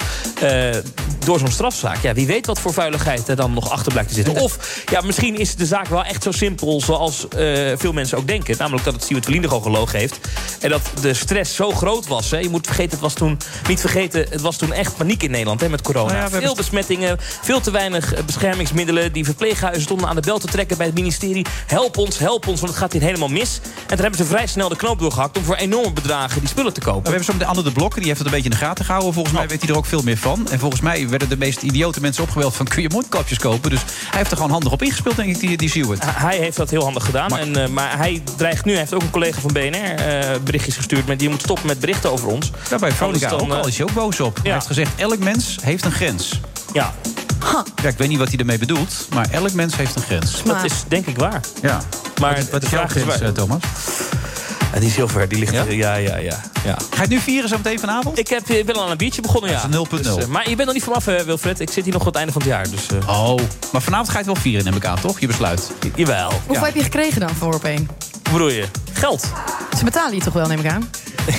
door zo'n strafzaak. Ja, wie weet wat voor vuiligheid er dan nog achter blijkt te zitten. Of, ja, misschien is de zaak wel echt zo simpel zoals veel mensen ook denken. Namelijk dat het Siewert van Linden gewoon gelogen heeft. En dat de stress zo groot was. Hè. Je moet vergeten, het was toen echt paniek in Nederland, hè, met corona. Nou ja, veel besmettingen, veel te weinig beschermingsmiddelen. Die verpleeghuizen stonden aan de bel te trekken bij het ministerie. Help ons, want het gaat hier helemaal mis. En toen hebben ze vrij snel de knoop doorgehakt om voor enorme bedragen die spullen te kopen. We hebben zo meteen Anne de Blokker, die heeft het een beetje in de gaten gehouden. Volgens mij weet hij er ook veel meer van. En volgens mij werden de meest idiote mensen opgebeld van kun je mondkapjes kopen. Dus hij heeft er gewoon handig op ingespeeld, denk ik, die Siewert. Hij heeft dat heel handig gedaan. Maar hij dreigt nu, hij heeft ook een collega van BNR berichtjes gestuurd met die moet stoppen met berichten over ons. Ja, bij Veronica ook al is hij ook boos op. Ja. Hij heeft gezegd, elk mens heeft een grens. Ja. Ja, ik weet niet wat hij ermee bedoelt, maar elk mens heeft een grens. Dat is denk ik waar. Ja. Maar wat is jouw grens, Thomas? Ja, die is heel ver, die ligt... Ja. Ga je het nu vieren zo meteen vanavond? Ik ben al aan een biertje begonnen, ja. Dat is 0.0. Dus, maar je bent nog niet vanaf, Wilfred. Ik zit hier nog tot het einde van het jaar. Dus, Oh, maar vanavond ga je het wel vieren, neem ik aan, toch? Je besluit. Jawel. Hoeveel heb je gekregen dan voor opeen? Hoe bedoel je? Geld. Ze betalen je toch wel, neem ik aan?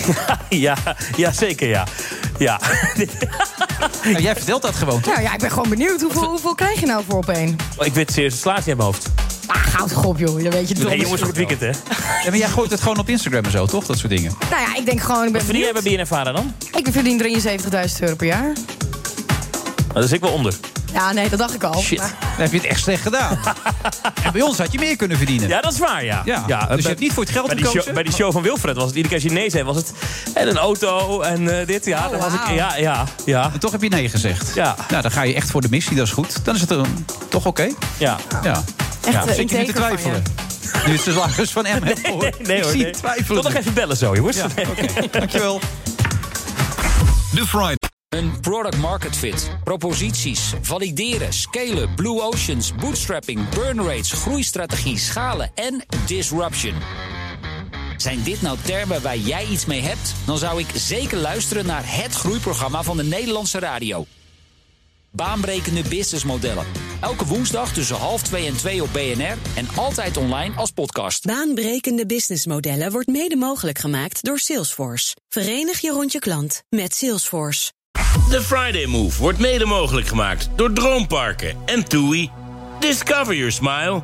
ja, zeker, ja. Ja. Nou, jij vertelt dat gewoon, toch? Nou ja, ik ben gewoon benieuwd. Hoeveel krijg je nou voor opeen? Ik weet serieus het slaatje in mijn hoofd. Goud gop, joh. Je weet je het Nee, jongens, goed weekend, hè? Ja, maar jij gooit het gewoon op Instagram en zo, toch? Dat soort dingen. Nou ja, ik denk gewoon... Wat verdien jij bij BNNVARA dan? Ik verdien €73.000 per jaar. Dat is ik wel onder. Ja, nee, dat dacht ik al. Shit, dan heb je het echt slecht gedaan. En bij ons had je meer kunnen verdienen. Ja, dat is waar, ja. Dus je hebt niet voor het geld gekozen? Bij die show van Wilfred was het, iedere keer als je nee zei, was het... En een auto en dit, ja. Dan was ik, ja. En toch heb je nee gezegd. Ja. Nou, dan ga je echt voor de missie, dat is goed. Dan is het toch oké. Ja. Echt zit je niet te twijfelen. Nu het salaris van Emma hebt gehoord. Nee hoor, ik zie twijfelen. Tot nog even bellen zo, jongens. Ja, oké. Dankjewel. De Friday. Een product market fit, proposities, valideren, scalen, blue oceans, bootstrapping, burn rates, groeistrategie, schalen en disruption. Zijn dit nou termen waar jij iets mee hebt? Dan zou ik zeker luisteren naar het groeiprogramma van de Nederlandse radio. Baanbrekende businessmodellen. Elke woensdag tussen 1:30 en 2 op BNR en altijd online als podcast. Baanbrekende businessmodellen wordt mede mogelijk gemaakt door Salesforce. Verenig je rond je klant met Salesforce. De Friday Move wordt mede mogelijk gemaakt door Droomparken en TUI. Discover your smile.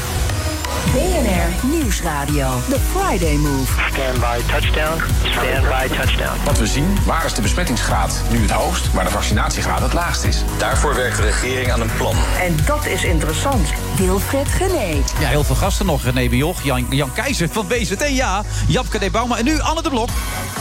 BNR Nieuwsradio. The Friday Move. Stand by touchdown. Stand by touchdown. Wat we zien, waar is de besmettingsgraad nu het hoogst, maar de vaccinatiegraad het laagst is. Daarvoor werkt de regering aan een plan. En dat is interessant. Wilfred Genee. Ja, heel veel gasten nog. René Bioch, Jan Keizer van BZT, ja. Japke de Bauma en nu Anne de Blok.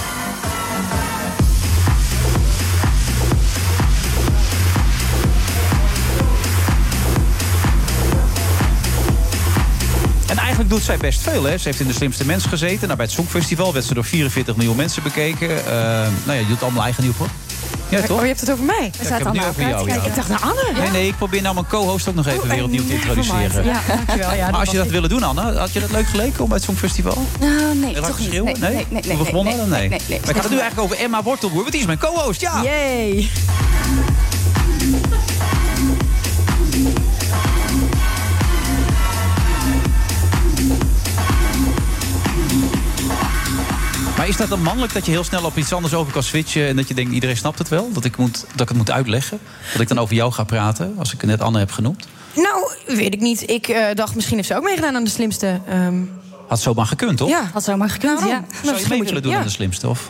En eigenlijk doet zij best veel, hè. Ze heeft in De Slimste Mens gezeten. Nou, bij het Songfestival werd ze door 44 miljoen mensen bekeken. Nou ja, je doet allemaal eigen nieuw, hoor. Ja, toch? Oh, je hebt het over mij? Ja, ik heb het nu over jou, ja. Ik dacht naar Anne. Nee, ik probeer nou mijn co-host ook nog even weer opnieuw te introduceren. Ja, dankjewel. Ja, maar als je dat willen doen, Anne, had je dat leuk geleken om bij het Songfestival? Nee, toch toch niet. niet. Nee. We gewonnen? Nee. Maar ik had het nu eigenlijk over Emma Wortelboer, want die is mijn co-host, ja! Yay! Maar is dat dan mannelijk dat je heel snel op iets anders over kan switchen en dat je denkt, iedereen snapt het wel? Dat ik het moet uitleggen? Dat ik dan over jou ga praten, als ik net Anne heb genoemd? Nou, weet ik niet. Ik dacht, misschien heeft ze ook meegedaan aan De Slimste. Had zomaar gekund, toch? Ja, had zomaar gekund, ja. Zou je mee willen doen aan De Slimste, of?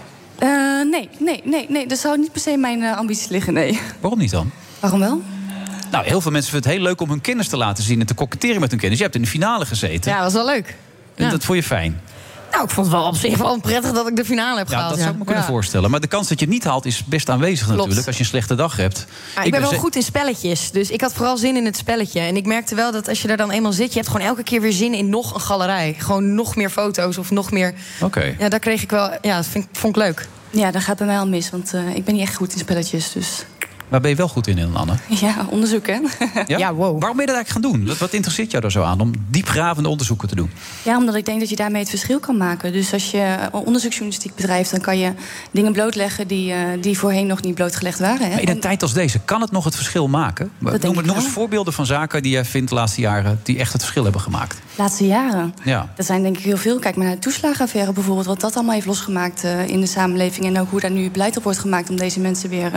Nee. Dat zou niet per se mijn ambities liggen, nee. Waarom niet dan? Waarom wel? Nou, heel veel mensen vinden het heel leuk om hun kennis te laten zien en te koketteren met hun kennis. Je hebt in de finale gezeten. Ja, dat was wel leuk. En dat vond je fijn? Nou, ik vond het wel op zich wel prettig dat ik de finale heb gehaald. Dat zou ik me kunnen voorstellen. Maar de kans dat je het niet haalt is best aanwezig natuurlijk. Als je een slechte dag hebt. Ik ben wel goed in spelletjes. Dus ik had vooral zin in het spelletje. En ik merkte wel dat als je daar dan eenmaal zit, je hebt gewoon elke keer weer zin in nog een galerij. Gewoon nog meer foto's of nog meer. Oké. Ja, daar kreeg ik wel. Ja, dat vond ik leuk. Ja, dat gaat bij mij al mis. Want ik ben niet echt goed in spelletjes. Dus. Waar ben je wel goed in, Anne? Ja, onderzoek, hè? Ja, wow. Waarom ben je dat eigenlijk gaan doen? Wat interesseert jou daar zo aan om diepgravende onderzoeken te doen? Ja, omdat ik denk dat je daarmee het verschil kan maken. Dus als je onderzoeksjournalistiek bedrijft, dan kan je dingen blootleggen die voorheen nog niet blootgelegd waren. Hè? Maar in een tijd als deze, kan het nog het verschil maken? Noem eens voorbeelden van zaken die jij vindt de laatste jaren die echt het verschil hebben gemaakt. Laatste jaren? Ja. Dat zijn denk ik heel veel. Kijk maar naar de toeslagenaffaire bijvoorbeeld. Wat dat allemaal heeft losgemaakt in de samenleving. En ook hoe daar nu beleid op wordt gemaakt om deze mensen weer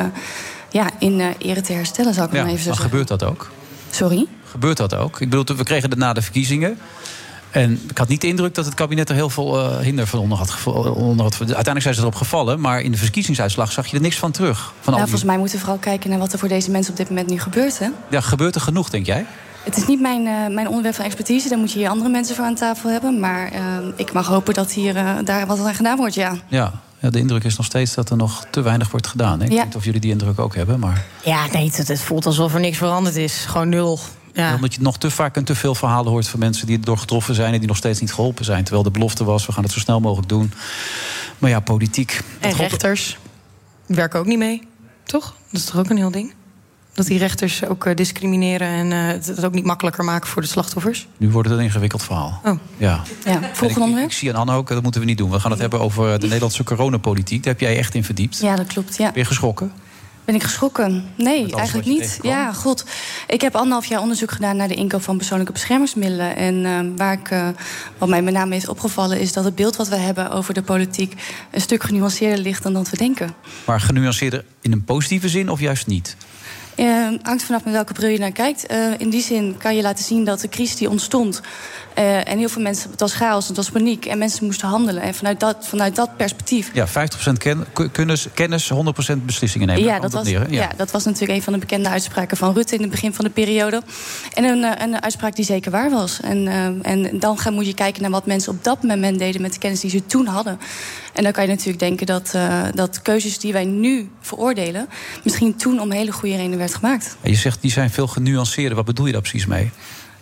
in ere te herstellen, zou ik maar even zo zeggen. Maar gebeurt dat ook? Sorry? Gebeurt dat ook? Ik bedoel, we kregen het na de verkiezingen. En ik had niet de indruk dat het kabinet er heel veel hinder van onder had. Uiteindelijk zijn ze erop gevallen. Maar in de verkiezingsuitslag zag je er niks van terug. Volgens mij moeten we vooral kijken naar wat er voor deze mensen op dit moment nu gebeurt. Hè? Ja, gebeurt er genoeg, denk jij? Het is niet mijn onderwerp van expertise. Daar moet je hier andere mensen voor aan tafel hebben. Maar ik mag hopen dat daar wat aan gedaan wordt, ja. Ja, de indruk is nog steeds dat er nog te weinig wordt gedaan. Hè? Ik weet niet of jullie die indruk ook hebben, maar... Ja, nee, het voelt alsof er niks veranderd is. Gewoon nul. Ja. Omdat je nog te vaak en te veel verhalen hoort van mensen die erdoor getroffen zijn en die nog steeds niet geholpen zijn. Terwijl de belofte was, we gaan het zo snel mogelijk doen. Maar ja, politiek. En rechters werken ook niet mee, toch? Dat is toch ook een heel ding? Dat die rechters ook discrimineren en het ook niet makkelijker maken voor de slachtoffers? Nu wordt het een ingewikkeld verhaal. Oh. Ja, volgende onderwerp? Ik zie aan Anne ook, dat moeten we niet doen. We gaan het hebben over de Nederlandse coronapolitiek. Daar heb jij echt in verdiept. Ja, dat klopt, ja. Ben je geschrokken? Ben ik geschrokken? Nee, eigenlijk niet. Ja, god. Ik heb 1,5 jaar onderzoek gedaan naar de inkoop van persoonlijke beschermingsmiddelen. En wat mij met name heeft opgevallen is dat het beeld wat we hebben over de politiek een stuk genuanceerder ligt dan dat we denken. Maar genuanceerder in een positieve zin of juist niet? Hangt vanaf met welke bril je naar kijkt. In die zin kan je laten zien dat de crisis die ontstond en heel veel mensen, het was chaos, het was paniek en mensen moesten handelen. En vanuit dat perspectief. Ja, 50% kennis, 100% beslissingen nemen. Ja, dat was natuurlijk een van de bekende uitspraken van Rutte in het begin van de periode. En een uitspraak die zeker waar was. En dan moet je kijken naar wat mensen op dat moment deden met de kennis die ze toen hadden. En dan kan je natuurlijk denken dat keuzes die wij nu veroordelen misschien toen om hele goede redenen werd gemaakt. Je zegt die zijn veel genuanceerder. Wat bedoel je daar precies mee?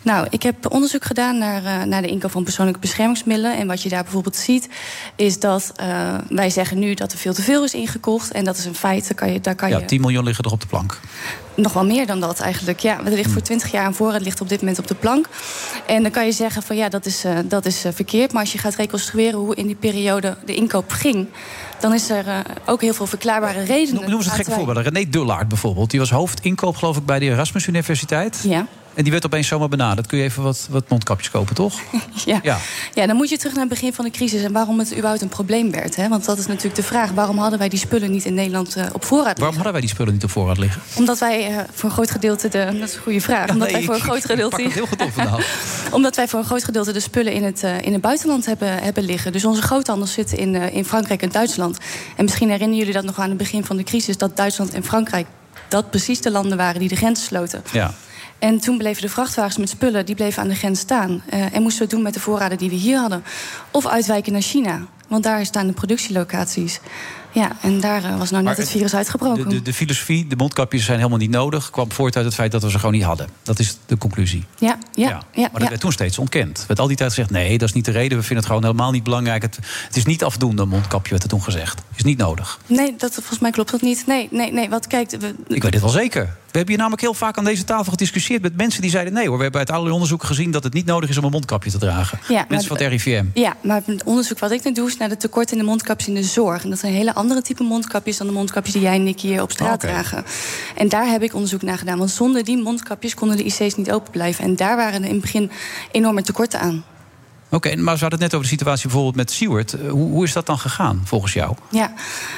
Nou, ik heb onderzoek gedaan naar de inkoop van persoonlijke beschermingsmiddelen. En wat je daar bijvoorbeeld ziet, is dat wij zeggen nu dat er veel te veel is ingekocht. En dat is een feit. Daar kan je 10 miljoen liggen er op de plank. Nog wel meer dan dat eigenlijk. Ja, er ligt voor 20 jaar aan voorraad, ligt op dit moment op de plank. En dan kan je zeggen van ja, dat is verkeerd. Maar als je gaat reconstrueren hoe in die periode de inkoop ging, dan is er ook heel veel verklaarbare redenen. Noem eens een gekke voorbeeld. René Dullaert bijvoorbeeld. Die was hoofdinkoop geloof ik bij de Erasmus Universiteit. Ja. En die werd opeens zomaar benaderd. Kun je even wat mondkapjes kopen, toch? Ja, dan moet je terug naar het begin van de crisis en waarom het überhaupt een probleem werd. Hè? Want dat is natuurlijk de vraag. Waarom hadden wij die spullen niet in Nederland op voorraad liggen? Waarom hadden wij die spullen niet op voorraad liggen? Omdat wij voor een groot gedeelte dat is een goede vraag. Omdat wij voor een groot gedeelte. Heel goed op vandaag. Omdat wij voor een groot gedeelte de spullen in het buitenland hebben liggen. Dus onze groothandels zitten in Frankrijk en Duitsland. En misschien herinneren jullie dat nog aan het begin van de crisis, dat Duitsland en Frankrijk dat precies de landen waren die de grenzen sloten. Ja. En toen bleven de vrachtwagens met spullen, die bleven aan de grens staan. En moesten we het doen met de voorraden die we hier hadden. Of uitwijken naar China, want daar staan de productielocaties. Ja, en daar was nou net het virus uitgebroken. De filosofie, de mondkapjes zijn helemaal niet nodig, kwam voort uit het feit dat we ze gewoon niet hadden. Dat is de conclusie. Ja. Maar dat werd toen steeds ontkend. Er werd al die tijd gezegd, nee, dat is niet de reden. We vinden het gewoon helemaal niet belangrijk. Het is niet afdoende, een mondkapje, werd er toen gezegd. Is niet nodig. Nee, volgens mij klopt dat niet. Nee, wat kijk... Ik weet dit wel zeker. We hebben hier namelijk heel vaak aan deze tafel gediscussieerd met mensen die zeiden, nee hoor, we hebben uit allerlei onderzoeken gezien dat het niet nodig is om een mondkapje te dragen. Ja, mensen van het RIVM. Ja, maar het onderzoek wat ik nu doe is naar de tekort in de mondkapjes in de zorg. En dat zijn hele andere type mondkapjes dan de mondkapjes die jij en ik hier op straat dragen. En daar heb ik onderzoek naar gedaan. Want zonder die mondkapjes konden de IC's niet open blijven. En daar waren er in het begin enorme tekorten aan. Oké, maar we hadden het net over de situatie bijvoorbeeld met Siewert. Hoe is dat dan gegaan, volgens jou? Ja.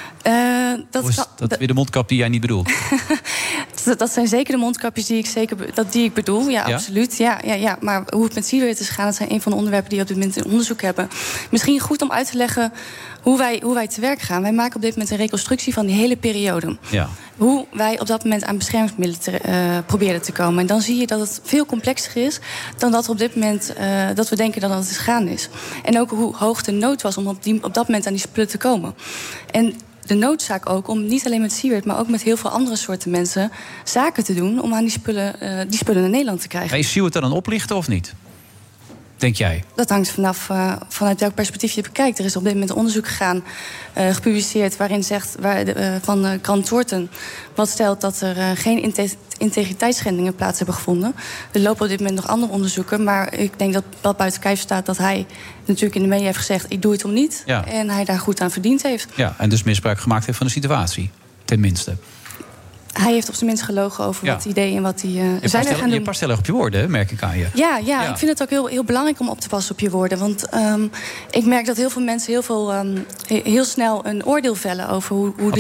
Dat weer de mondkap die jij niet bedoelt? Dat zijn zeker de mondkapjes die ik bedoel. Ja, absoluut. Ja. Maar hoe het met Siewert is gegaan, dat zijn een van de onderwerpen die we op dit moment in onderzoek hebben. Misschien goed om uit te leggen hoe wij te werk gaan. Wij maken op dit moment een reconstructie van die hele periode. Ja. Hoe wij op dat moment aan beschermingsmiddelen proberen te komen. En dan zie je dat het veel complexer is dan dat op dit moment dat we denken dat het gaande is. En ook hoe hoog de nood was om op dat moment aan die spullen te komen. En de noodzaak ook om niet alleen met Siewert, maar ook met heel veel andere soorten mensen zaken te doen om aan die spullen naar Nederland te krijgen. Maar is Siewert dan een oplichter of niet? Denk jij? Dat hangt vanuit welk perspectief je bekijkt. Er is op dit moment onderzoek gegaan, gepubliceerd, waarin zegt van Grant Thornton, wat stelt dat er geen integriteitsschendingen plaats hebben gevonden. Er lopen op dit moment nog andere onderzoeken, maar ik denk dat dat buiten kijf staat dat hij natuurlijk in de media heeft gezegd, ik doe het om niet. Ja. En hij daar goed aan verdiend heeft. Ja, en dus misbruik gemaakt heeft van de situatie, tenminste. Hij heeft op zijn minst gelogen over wat hij deed en wat hij zijn gaan doen. Je past heel erg op je woorden, merk ik aan je. Ja, ik vind het ook heel, heel belangrijk om op te passen op je woorden. Want ik merk dat heel veel mensen heel snel een oordeel vellen over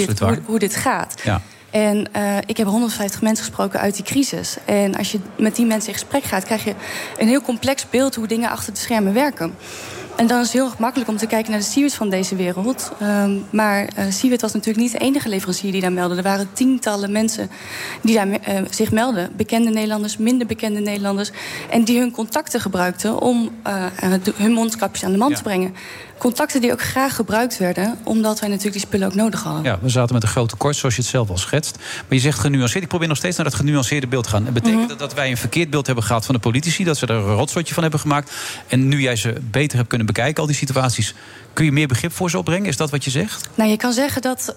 hoe dit gaat. Ja. En ik heb 150 mensen gesproken uit die crisis. En als je met die mensen in gesprek gaat, krijg je een heel complex beeld hoe dingen achter de schermen werken. En dan is het heel erg makkelijk om te kijken naar de Siewert van deze wereld. Maar Siewert was natuurlijk niet de enige leverancier die daar meldde. Er waren tientallen mensen die daar zich melden. Bekende Nederlanders, minder bekende Nederlanders. En die hun contacten gebruikten om hun mondkapjes aan de man te brengen. Contacten die ook graag gebruikt werden, omdat wij natuurlijk die spullen ook nodig hadden. Ja, we zaten met een groot tekort, zoals je het zelf al schetst. Maar je zegt genuanceerd. Ik probeer nog steeds naar dat genuanceerde beeld te gaan. En betekent dat wij een verkeerd beeld hebben gehad van de politici, dat ze er een rotzotje van hebben gemaakt. En nu jij ze beter hebt kunnen bekijken, al die situaties, kun je meer begrip voor ze opbrengen? Is dat wat je zegt? Nou, je kan zeggen dat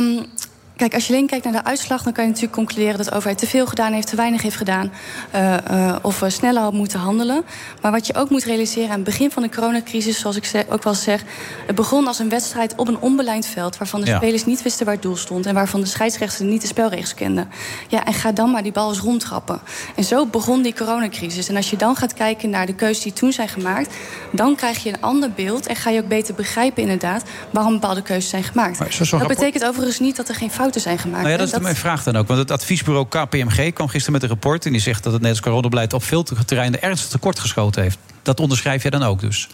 Kijk, als je alleen kijkt naar de uitslag, dan kan je natuurlijk concluderen dat de overheid te veel gedaan heeft, te weinig heeft gedaan, of sneller had moeten handelen. Maar wat je ook moet realiseren aan het begin van de coronacrisis, zoals ik ook wel zeg, het begon als een wedstrijd op een onbelijnd veld, waarvan de spelers niet wisten waar het doel stond en waarvan de scheidsrechter niet de spelregels kenden. Ja, en ga dan maar die bal eens rondtrappen. En zo begon die coronacrisis. En als je dan gaat kijken naar de keuzes die toen zijn gemaakt, dan krijg je een ander beeld en ga je ook beter begrijpen inderdaad waarom bepaalde keuzes zijn gemaakt. Dat betekent overigens niet dat er geen fouten zijn gemaakt. Nou ja, dat is mijn vraag dan ook. Want het adviesbureau KPMG kwam gisteren met een rapport en die zegt dat het Nederlands coronabeleid op veel terreinen ernstig tekort geschoten heeft. Dat onderschrijf jij dan ook dus?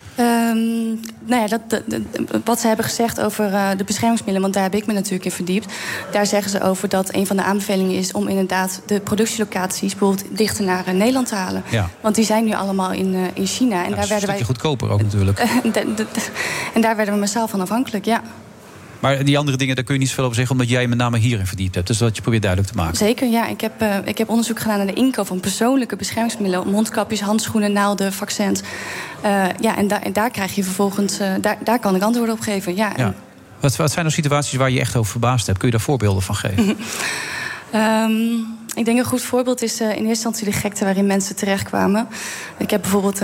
Nou ja, wat ze hebben gezegd over de beschermingsmiddelen, want daar heb ik me natuurlijk in verdiept. Daar zeggen ze over dat een van de aanbevelingen is om inderdaad de productielocaties bijvoorbeeld dichter naar Nederland te halen. Ja. Want die zijn nu allemaal in China. En ja, daar werden wij goedkoper ook natuurlijk. En daar werden we massaal van afhankelijk, ja. Maar die andere dingen, daar kun je niet zoveel over zeggen, omdat jij met name hierin verdiept hebt. Dus dat je probeert duidelijk te maken. Zeker, ja. Ik heb onderzoek gedaan naar de inkoop van persoonlijke beschermingsmiddelen. Mondkapjes, handschoenen, naalden, vaccins. En daar krijg je vervolgens... Daar kan ik antwoorden op geven, ja. Wat zijn nou situaties waar je je echt over verbaasd hebt? Kun je daar voorbeelden van geven? Ik denk een goed voorbeeld is in eerste instantie de gekte waarin mensen terectkwamen. Ik heb bijvoorbeeld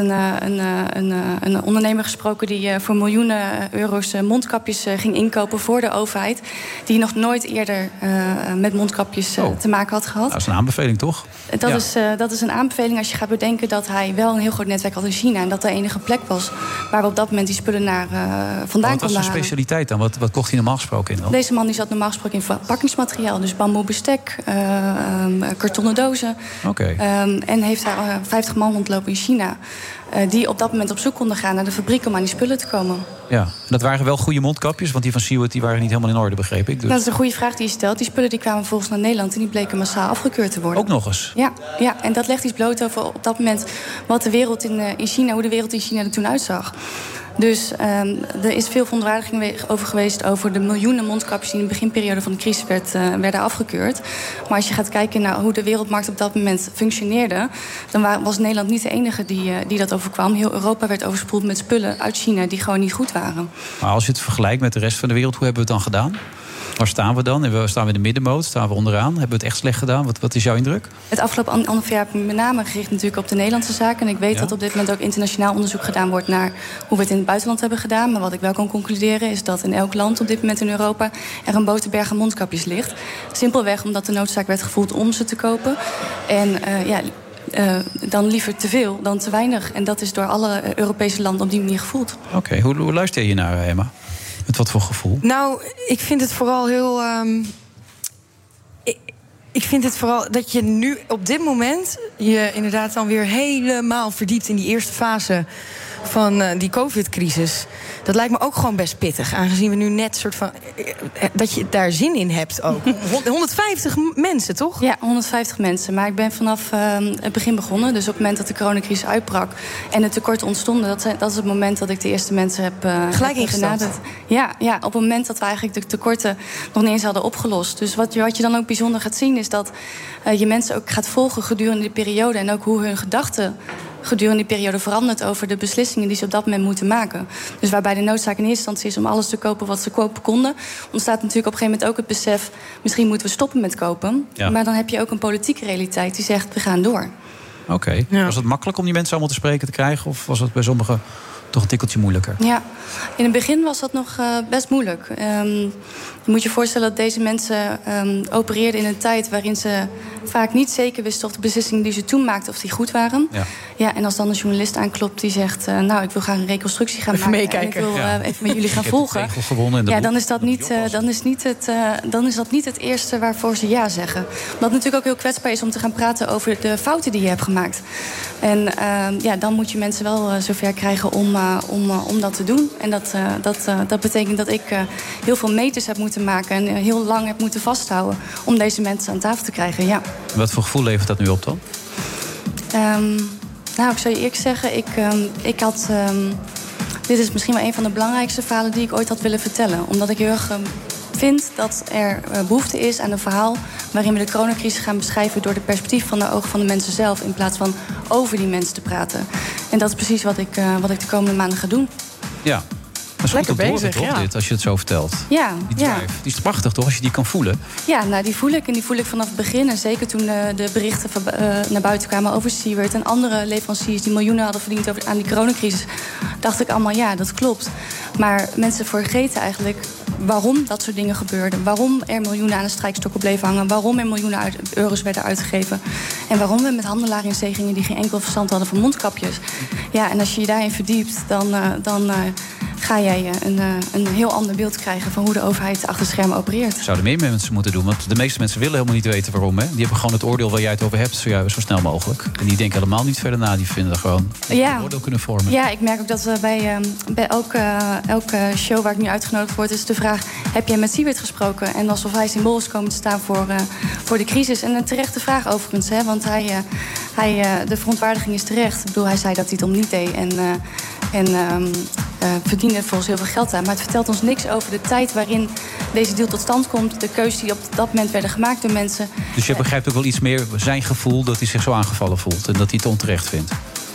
een ondernemer gesproken die voor miljoenen euro's mondkapjes ging inkopen voor de overheid. Die nog nooit eerder met mondkapjes te maken had gehad. Dat is een aanbeveling, toch? Dat is een aanbeveling als je gaat bedenken dat hij wel een heel groot netwerk had in China. En dat de enige plek was waar we op dat moment die spullen naar vandaan konden halen. Wat was zijn specialiteit dan? Wat kocht hij normaal gesproken in dan? Deze man die zat normaal gesproken in verpakkingsmateriaal. Dus bamboe bestek, kartonnen dozen. En heeft daar 50 man rondlopen in China. Die op dat moment op zoek konden gaan naar de fabriek om aan die spullen te komen. Ja, en dat waren wel goede mondkapjes, want die van Seward die waren niet helemaal in orde, begreep ik. Dus. Dat is een goede vraag die je stelt. Die spullen die kwamen vervolgens naar Nederland en die bleken massaal afgekeurd te worden. Ook nog eens? Ja, en dat legt iets bloot over op dat moment wat de wereld in China, hoe de wereld in China er toen uitzag. Dus er is veel verontwaardiging over geweest over de miljoenen mondkapjes die in de beginperiode van de crisis werden afgekeurd. Maar als je gaat kijken naar hoe de wereldmarkt op dat moment functioneerde, dan was Nederland niet de enige die dat overkwam. Heel Europa werd overspoeld met spullen uit China die gewoon niet goed waren. Maar als je het vergelijkt met de rest van de wereld, hoe hebben we het dan gedaan? Waar staan we dan? Staan we in de middenmoot? Staan we onderaan? Hebben we het echt slecht gedaan? Wat is jouw indruk? Het afgelopen anderhalf jaar heb ik met name gericht natuurlijk op de Nederlandse zaken. En ik weet dat op dit moment ook internationaal onderzoek gedaan wordt naar hoe we het in het buitenland hebben gedaan. Maar wat ik wel kan concluderen is dat in elk land op dit moment in Europa er een boterberg aan mondkapjes ligt. Simpelweg omdat de noodzaak werd gevoeld om ze te kopen. En dan liever te veel dan te weinig. En dat is door alle Europese landen op die manier gevoeld. Oké, hoe luister je naar, Emma? Met wat voor gevoel? Nou, ik vind het vooral heel... Ik vind het vooral dat je nu op dit moment je inderdaad dan weer helemaal verdiept in die eerste fase van die COVID-crisis. Dat lijkt me ook gewoon best pittig. Aangezien we nu net soort van... dat je daar zin in hebt ook. 150 mensen, toch? Ja, 150 mensen. Maar ik ben vanaf het begin begonnen. Dus op het moment dat de coronacrisis uitbrak en de tekorten ontstonden, dat is het moment dat ik de eerste mensen heb gelijk ingestapt. Ja, op het moment dat we eigenlijk de tekorten nog niet eens hadden opgelost. Dus wat je dan ook bijzonder gaat zien is dat je mensen ook gaat volgen gedurende die periode. En ook hoe hun gedachten gedurende die periode verandert over de beslissingen die ze op dat moment moeten maken. Dus waarbij de noodzaak in eerste instantie is om alles te kopen wat ze kopen konden, ontstaat natuurlijk op een gegeven moment ook het besef, misschien moeten we stoppen met kopen. Ja. Maar dan heb je ook een politieke realiteit die zegt, we gaan door. Oké. Was het makkelijk om die mensen allemaal te spreken te krijgen? Of was het bij sommigen toch een tikkeltje moeilijker? Ja, in het begin was dat nog best moeilijk. Je moet je voorstellen dat deze mensen opereerden in een tijd waarin ze vaak niet zeker wisten of de beslissingen die ze toen maakten, of die goed waren. Ja, en als dan een journalist aanklopt die zegt, nou, ik wil graag een reconstructie gaan maken. Meekijken. En ik wil even met jullie gaan volgen. Ja, dan is dat niet het eerste waarvoor ze ja zeggen. Omdat het natuurlijk ook heel kwetsbaar is om te gaan praten over de fouten die je hebt gemaakt. En dan moet je mensen wel zover krijgen om dat te doen. En dat betekent dat ik heel veel meters heb moeten maken en heel lang heb moeten vasthouden om deze mensen aan tafel te krijgen. Ja. Wat voor gevoel levert dat nu op dan? Ik zou je eerlijk zeggen, ik had... dit is misschien wel een van de belangrijkste verhalen die ik ooit had willen vertellen. Omdat ik heel erg vind dat er behoefte is aan een verhaal waarin we de coronacrisis gaan beschrijven door de perspectief van de ogen van de mensen zelf, in plaats van over die mensen te praten. En dat is precies wat ik de komende maanden ga doen. Ja. Dat is lekker bezig, toch, dit, als je het zo vertelt. Ja, die drive. Die is prachtig, toch, als je die kan voelen? Ja, nou, die voel ik. En die voel ik vanaf het begin. En zeker toen de berichten naar buiten kwamen over Seward en andere leveranciers die miljoenen hadden verdiend aan die coronacrisis, dacht ik allemaal, ja, dat klopt. Maar mensen vergeten eigenlijk waarom dat soort dingen gebeurden. Waarom er miljoenen aan de strijkstokken bleven hangen. Waarom er miljoenen euro's werden uitgegeven. En waarom we met handelaren in zee gingen die geen enkel verstand hadden van mondkapjes. Ja, en als je je daarin verdiept, dan ga jij een heel ander beeld krijgen van hoe de overheid achter schermen opereert. Zouden meer mensen moeten doen, want de meeste mensen willen helemaal niet weten waarom. Hè? Die hebben gewoon het oordeel waar jij het over hebt zo snel mogelijk. En die denken helemaal niet verder na, die vinden gewoon een oordeel kunnen vormen. Ja, ik merk ook dat we bij elke show waar ik nu uitgenodigd word, is de vraag, heb jij met Seward gesproken? En alsof hij symbool is komen te staan voor de crisis. En een terechte vraag overigens, hè, want de verontwaardiging is terecht. Ik bedoel, hij zei dat hij het om niet deed. verdienen volgens heel veel geld aan. Maar het vertelt ons niks over de tijd waarin deze deal tot stand komt. De keuzes die op dat moment werden gemaakt door mensen. Dus je begrijpt ook wel iets meer zijn gevoel dat hij zich zo aangevallen voelt. En dat hij het onterecht vindt.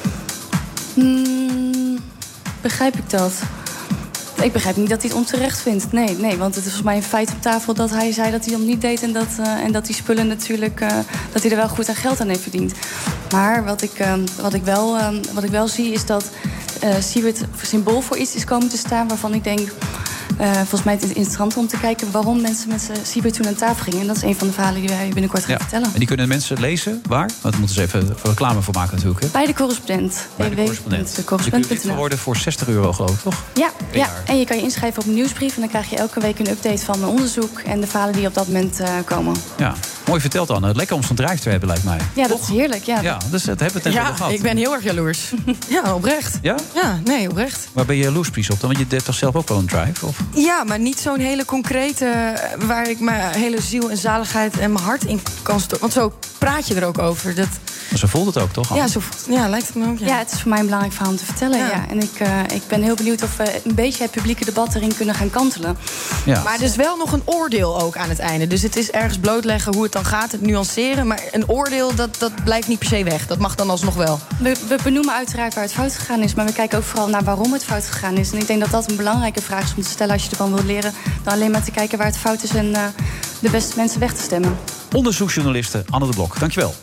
Begrijp ik dat? Ik begrijp niet dat hij het onterecht vindt. Nee, want het is volgens mij een feit op tafel dat hij zei dat hij hem niet deed. En dat die spullen natuurlijk, dat hij er wel goed aan geld aan heeft verdiend. Maar wat ik wel zie is dat Siewert symbool voor iets is komen te staan waarvan ik denk, volgens mij is het interessant om te kijken waarom mensen met Siewert toen aan tafel gingen. En dat is een van de verhalen die wij binnenkort gaan vertellen. En die kunnen mensen lezen? Waar? Want daar moeten ze even reclame voor maken natuurlijk. Hè? Bij de correspondent. www.decorrespondent.nl worden voor €60 geloof ik, toch? Ja. En je kan je inschrijven op een nieuwsbrief. En dan krijg je elke week een update van mijn onderzoek en de verhalen die op dat moment komen. Ja, mooi verteld Anne. Lekker om zo'n drive te hebben lijkt mij. Ja, dat is heerlijk. Ja, dus dat hebben we het net gehad. Ik ben heel erg jaloers. Ja, oprecht. Ja? Ja, nee, oprecht. Waar ben je jaloers precies op dan? Want je hebt toch zelf ook wel een drive? Of? Ja, maar niet zo'n hele concrete, waar ik mijn hele ziel en zaligheid en mijn hart in kan storten. Want zo praat je er ook over. Maar zo voelt het ook, toch? Ja, lijkt het me ook. Ja, het is voor mij een belangrijk verhaal om te vertellen. Ja. En ik ben heel benieuwd of we een beetje het publieke debat erin kunnen gaan kantelen. Ja. Maar er is wel nog een oordeel ook aan het einde. Dus het is ergens blootleggen hoe het dan gaat, het nuanceren. Maar een oordeel, dat blijft niet per se weg. Dat mag dan alsnog wel. We benoemen uiteraard waar het fout gegaan is. Maar we kijken ook vooral naar waarom het fout gegaan is. En ik denk dat dat een belangrijke vraag is om te stellen als je ervan wilt leren. Dan alleen maar te kijken waar het fout is en de beste mensen weg te stemmen. Onderzoeksjournaliste Anne de Blok, dankjewel.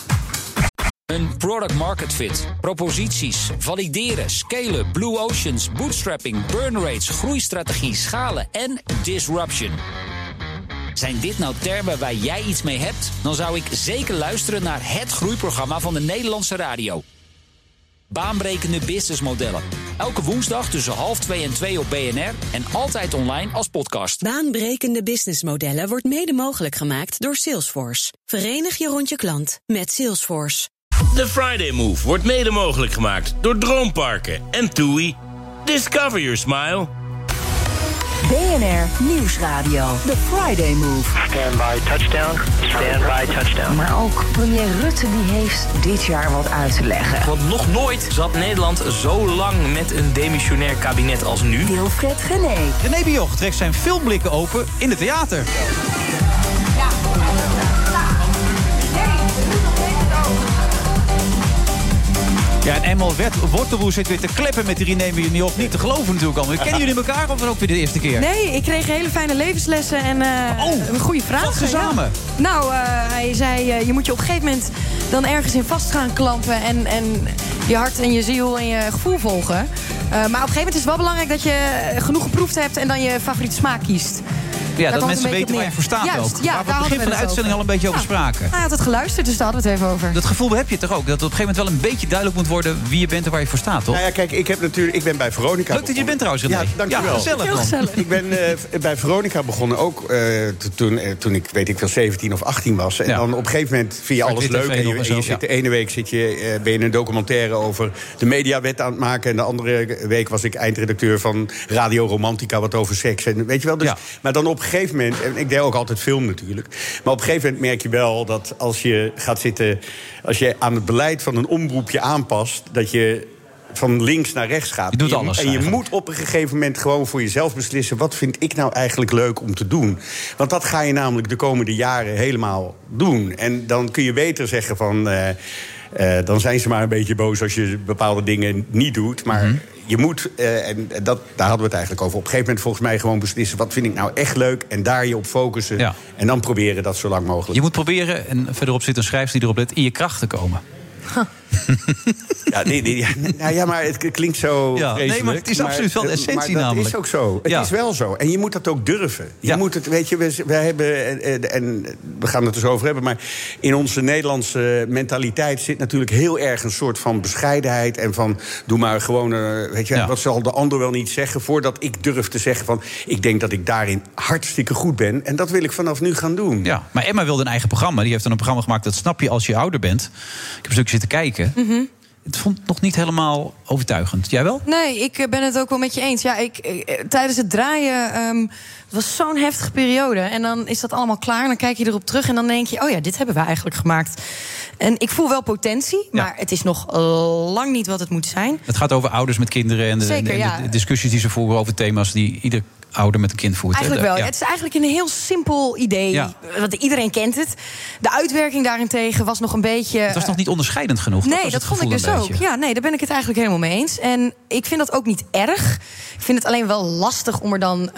Een product market fit, proposities, valideren, scalen, blue oceans, bootstrapping, burn rates, groeistrategie, schalen en disruption. Zijn dit nou termen waar jij iets mee hebt? Dan zou ik zeker luisteren naar het groeiprogramma van de Nederlandse radio. Baanbrekende businessmodellen. Elke woensdag tussen 1:30 en 2 op BNR en altijd online als podcast. Baanbrekende businessmodellen wordt mede mogelijk gemaakt door Salesforce. Verenig je rond je klant met Salesforce. The Friday Move wordt mede mogelijk gemaakt door Droomparken en TUI. Discover your smile. BNR Nieuwsradio. The Friday Move. Stand by touchdown. Stand by touchdown. Maar ook premier Rutte die heeft dit jaar wat uit te leggen. Want nog nooit zat Nederland zo lang met een demissionair kabinet als nu. Wilfred Genee. René Bioch trekt zijn filmblikken open in het theater. Ja, en Emel Wortelboer zit weer te kleppen met die René Bioch. Niet te geloven natuurlijk al. Kennen jullie elkaar of ook weer de eerste keer? Nee, ik kreeg hele fijne levenslessen en een goede vraag. Wat ze samen? Ja. Nou, hij zei, je moet je op een gegeven moment dan ergens in vast gaan klampen en je hart en je ziel en je gevoel volgen. Maar op een gegeven moment is het wel belangrijk dat je genoeg geproefd hebt en dan je favoriete smaak kiest. Ja, dat mensen weten waar je voor staat ook. Ja, waar we aan het begin van de uitzending al een beetje over spraken. Hij had het geluisterd, dus daar hadden we het even over. Dat gevoel heb je toch ook? Dat het op een gegeven moment wel een beetje duidelijk moet worden wie je bent en waar je voor staat, toch? Nou ja, kijk, ik ben bij Veronica. Leuk dat je bent trouwens, René. Ja, dankjewel. Ja, gezellig, heel gezellig. Ik ben bij Veronica begonnen ook toen ik weet ik veel 17 of 18 was. En dan op een gegeven moment vind je alles leuk. En je zit de ene week ben je een documentaire over de mediawet aan het maken. En de andere week was ik eindredacteur van Radio Romantica, wat over seks. En weet je wel, dus, maar dan op een gegeven moment, en ik deed ook altijd film natuurlijk. Maar op een gegeven moment merk je wel dat als je gaat zitten, als je aan het beleid van een omroepje aanpast, dat je van links naar rechts gaat. Je doet alles en je moet op een gegeven moment gewoon voor jezelf beslissen, wat vind ik nou eigenlijk leuk om te doen? Want dat ga je namelijk de komende jaren helemaal doen. En dan kun je beter zeggen van, dan zijn ze maar een beetje boos als je bepaalde dingen niet doet. Maar je moet, en daar hadden we het eigenlijk over, op een gegeven moment volgens mij gewoon beslissen, wat vind ik nou echt leuk, en daar je op focussen. Ja. En dan proberen dat zo lang mogelijk. Je moet proberen, en verderop zit een schrijfster die erop let, in je kracht te komen. Ja, maar het klinkt zo vreselijk. Nee, maar het is absoluut wel de essentie namelijk. Maar dat is ook zo. Het is wel zo. En je moet dat ook durven. Je moet het, weet je, we hebben, en we gaan het dus over hebben, maar in onze Nederlandse mentaliteit zit natuurlijk heel erg een soort van bescheidenheid en van, doe maar gewoon, weet je, wat zal de ander wel niet zeggen, voordat ik durf te zeggen van, ik denk dat ik daarin hartstikke goed ben. En dat wil ik vanaf nu gaan doen. Ja, maar Emma wilde een eigen programma. Die heeft dan een programma gemaakt, dat snap je als je ouder bent. Ik heb een stukje zitten kijken. het vond nog niet helemaal overtuigend. Jij wel? Nee, ik ben het ook wel met je eens. Ja, tijdens het draaien... het was zo'n heftige periode. En dan is dat allemaal klaar. Dan kijk je erop terug en dan denk je... oh ja, dit hebben we eigenlijk gemaakt. En ik voel wel potentie, maar het is nog lang niet wat het moet zijn. Het gaat over ouders met kinderen en de discussies die ze voeren over thema's die ieder ouder met een kind voert. Eigenlijk wel. Ja. Het is eigenlijk een heel simpel idee. Ja. Want iedereen kent het. De uitwerking daarentegen was nog een beetje... Het was nog niet onderscheidend genoeg. Nee, dat vond ik dus ook. Ja, nee, daar ben ik het eigenlijk helemaal mee eens. En ik vind dat ook niet erg. Ik vind het alleen wel lastig om er dan...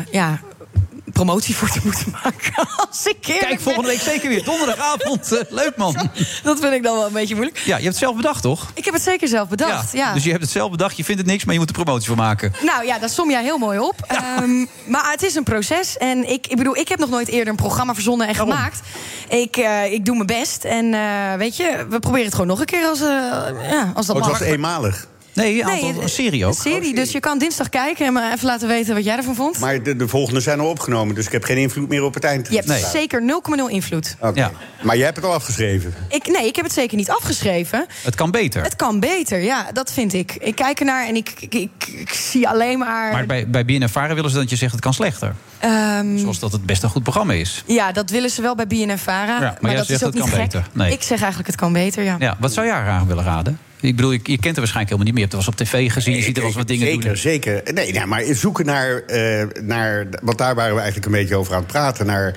promotie voor te moeten maken. Als ik Kijk, volgende week zeker weer. Donderdagavond. Leuk, man. Dat vind ik dan wel een beetje moeilijk. Ja, je hebt het zelf bedacht, toch? Ik heb het zeker zelf bedacht, ja. Dus je hebt het zelf bedacht, je vindt het niks, maar je moet er promotie voor maken. Nou ja, dat som jij heel mooi op. Ja. Maar het is een proces. En ik bedoel, ik heb nog nooit eerder een programma verzonnen en gemaakt. Ik doe mijn best. En weet je, we proberen het gewoon nog een keer als dat mag. Het was eenmalig. Nee, een serie ook. Een serie, dus je kan dinsdag kijken en me even laten weten wat jij ervan vond. Maar de volgende zijn al opgenomen, dus ik heb geen invloed meer op het eind. Je hebt zeker 0,0 invloed. Okay. Ja. Maar jij hebt het al afgeschreven? Ik heb het zeker niet afgeschreven. Het kan beter. Het kan beter, ja, dat vind ik. Ik kijk ernaar en ik zie alleen maar... Maar bij BNNVARA willen ze dat je zegt het kan slechter. Zoals dat het best een goed programma is. Ja, dat willen ze wel bij BNNVARA. Ja, maar dat is ook niet gek. Beter. Nee. Ik zeg eigenlijk het kan beter, ja. Wat zou jij graag willen raden? Ik bedoel, je kent er waarschijnlijk helemaal niet meer. Je hebt er wel eens op tv gezien, je ziet er wel eens wat dingen doen. Zeker. Nee, maar zoeken naar... Want daar waren we eigenlijk een beetje over aan het praten. Naar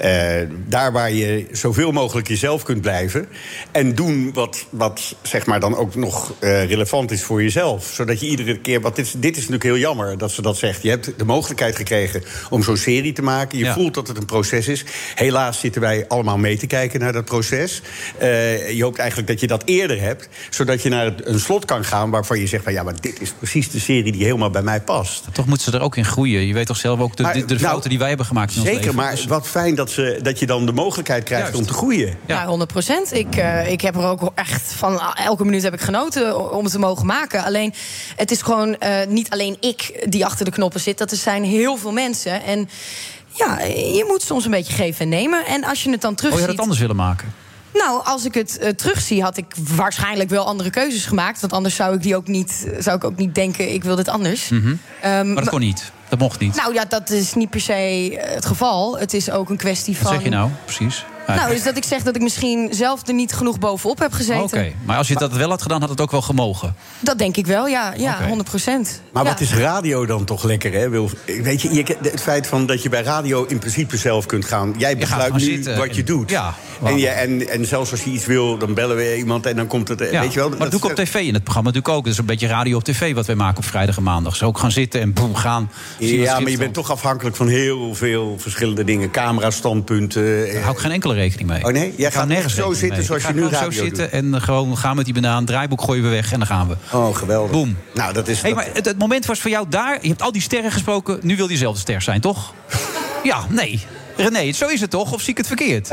daar waar je zoveel mogelijk jezelf kunt blijven. En doen wat zeg maar dan ook nog relevant is voor jezelf. Zodat je iedere keer... Want dit is natuurlijk heel jammer dat ze dat zegt. Je hebt de mogelijkheid gekregen om zo'n serie te maken. Je voelt dat het een proces is. Helaas zitten wij allemaal mee te kijken naar dat proces. Je hoopt eigenlijk dat je dat eerder hebt. Zodat je naar een slot kan gaan waarvan je zegt van... ja, maar dit is precies de serie die helemaal bij mij past. Toch moeten ze er ook in groeien. Je weet toch zelf ook de fouten die wij hebben gemaakt in ons leven. Zeker, maar wat fijn dat je dan de mogelijkheid krijgt om te groeien. Ja, 100%. Ik heb er ook echt van... elke minuut heb ik genoten om het te mogen maken. Alleen, het is gewoon niet alleen ik die achter de knoppen zit. Dat er zijn heel veel mensen. En ja, je moet soms een beetje geven en nemen. En als je het dan terugziet... Oh, je had het anders willen maken? Nou, als ik het terugzie, had ik waarschijnlijk wel andere keuzes gemaakt. Want anders zou ik ook niet denken, ik wil dit anders. Mm-hmm. Maar dat kon niet? Dat mocht niet? Nou ja, dat is niet per se het geval. Het is ook een kwestie van... Wat zeg je nou, precies? Nou, dus dat ik zeg dat ik misschien zelf er niet genoeg bovenop heb gezeten. Oké, maar als je dat wel had gedaan, had het ook wel gemogen? Dat denk ik wel, ja, 100%. Maar wat is radio dan toch lekker, hè? Weet je, het feit van dat je bij radio in principe zelf kunt gaan. Jij besluit nu wat je doet. Ja, en zelfs als je iets wil, dan bellen we iemand en dan komt het... Weet je wel, maar dat doe ik op tv in het programma natuurlijk ook. Dat is een beetje radio op tv wat wij maken op vrijdag en maandag. Zo ook gaan zitten en boem, gaan. Ja, maar je bent toch afhankelijk van heel veel verschillende dingen. Camerastandpunten. Daar hou ik geen enkele rekening mee. Oh nee? Jij gaat nergens zo zitten zoals je nu radio doet? Zo zitten en gewoon gaan met die banaan. Draaiboek gooien we weg en dan gaan we. Oh, geweldig. Boom. Nou, dat is... Maar het moment was voor jou daar. Je hebt al die sterren gesproken. Nu wil je dezelfde ster zijn, toch? Ja, nee. René, zo is het toch? Of zie ik het verkeerd?